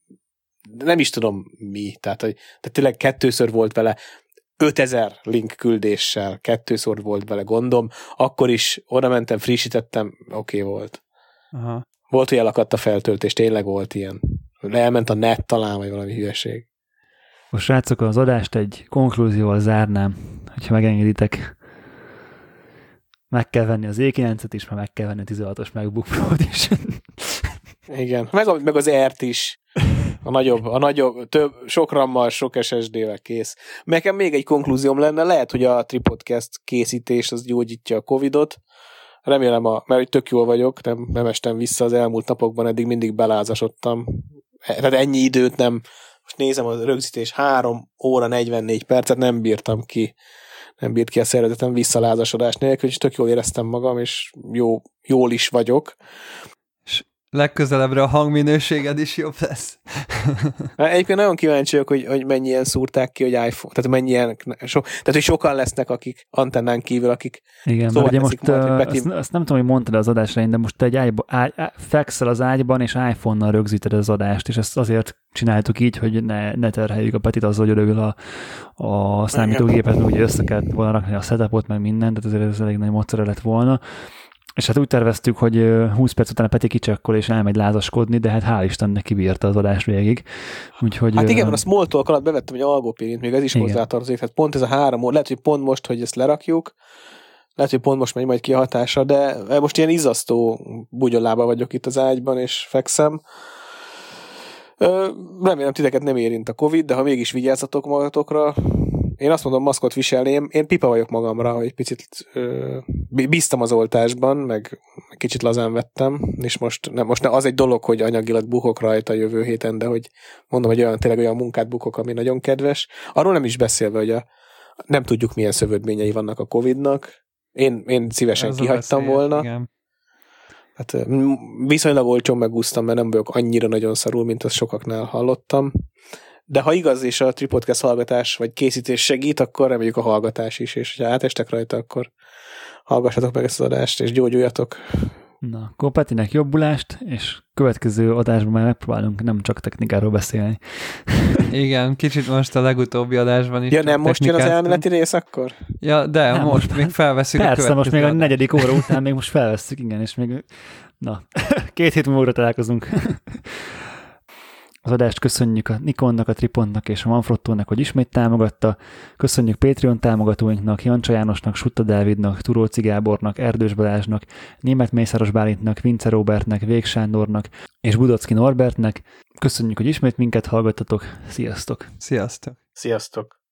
Speaker 3: mi, tehát tényleg 2-ször volt vele 5000 link küldéssel, 2-ször volt vele gondom, akkor is oda mentem, frissítettem, oké volt.
Speaker 2: Aha.
Speaker 3: Volt, hogy elakadt a feltöltés, tényleg volt ilyen. Elment a net talán, vagy valami hülyeség.
Speaker 1: Most srácok, az adást egy konklúzióval zárnám, hogyha megengeditek. Meg kell venni az E9-et is, mert meg kell venni a 16-os MacBook Pro-t is.
Speaker 3: Igen, meg az Air-t is. A nagyobb, sok RAM-mal, sok SSD-vel kész. Nekem még egy konklúzióm lenne, lehet, hogy a Tripodcast készítés az gyógyítja a Covid-ot. Remélem, mert tök jól vagyok, nem estem vissza az elmúlt napokban, eddig mindig belázasodtam. Tehát ennyi időt nem most nézem a rögzítés, 3 óra 44 percet nem bírt ki a szervezetem visszalázasodás nélkül, és tök jól éreztem magam, és jól is vagyok.
Speaker 2: És legközelebbre a hangminőséged is jobb lesz.
Speaker 3: Egyébként nagyon kíváncsi vagyok, hogy mennyien szúrták ki, hogy iPhone, tehát hogy sokan lesznek, akik antennán kívül, akik
Speaker 1: igen, mert ugye most azt nem tudom, hogy mondtad az adás elején, de most te fekszel az ágyban, és iPhone-nal rögzíted az adást, és ezt azért csináltuk így, hogy ne terheljük a Petit azzal, hogy örökül a számítógépet, mert ugye össze kellett volna rakni a setupot, meg mindent, tehát azért ez elég nagy módszere lett volna. És hát úgy terveztük, hogy 20 perc után a Peti kicsakkol és elmegy lázaskodni, de hát hál' Istennek kibírta az adás végig. Úgyhogy,
Speaker 3: hát igen, mert a Smalltalk alatt bevettem egy algópirint, még ez is hozzátartozik. Hát pont ez a 3 óra, lehet, hogy pont most, hogy ezt lerakjuk, lehet, hogy pont most megy majd ki a hatása, de most ilyen izzasztó bugyollába vagyok itt az ágyban, és fekszem. Remélem titeket nem érint a Covid, de ha mégis vigyázzatok magatokra, én azt mondom, maszkot viselni, én pipa vagyok magamra, hogy picit bíztam az oltásban, meg kicsit lazán vettem, és most az egy dolog, hogy anyagilag bukok rajta jövő héten, de hogy mondom, hogy tényleg olyan munkát bukok, ami nagyon kedves. Arról nem is beszélve, hogy nem tudjuk, milyen szövődményei vannak a Covid-nak. Én szívesen ez kihagytam volna. Igen. Hát viszonylag olcsón megúsztam, mert nem vagyok annyira nagyon szarul, mint azt sokaknál hallottam. De ha igaz, és a Tripodcast hallgatás vagy készítés segít, akkor reméljük a hallgatás is, és ha átestek rajta, akkor hallgassatok meg ezt az adást, és gyógyuljatok.
Speaker 1: Na, akkor Petinek jobbulást, és következő adásban már megpróbálunk nem csak technikáról beszélni.
Speaker 2: Igen, kicsit most a legutóbbi adásban is.
Speaker 3: Ja, nem most jön az elméleti rész akkor?
Speaker 2: Ja, de nem, most még felveszünk
Speaker 1: a következő. Persze, most még a 4. óra után még most felvesszük, igen, és még 2 hét múlva találkozunk. Az adást köszönjük a Nikonnak, a Tripodnak és a Manfrottónak, hogy ismét támogatta. Köszönjük Patreon támogatóinknak, Jancsa Jánosnak, Sutta Dávidnak, Turóci Gábornak, Erdős Balázsnak, Németh Mészáros Bálintnak, Vince Robertnek, Vég Sándornak és Budocki Norbertnek. Köszönjük, hogy ismét minket hallgattatok. Sziasztok!
Speaker 2: Sziasztok!
Speaker 3: Sziasztok!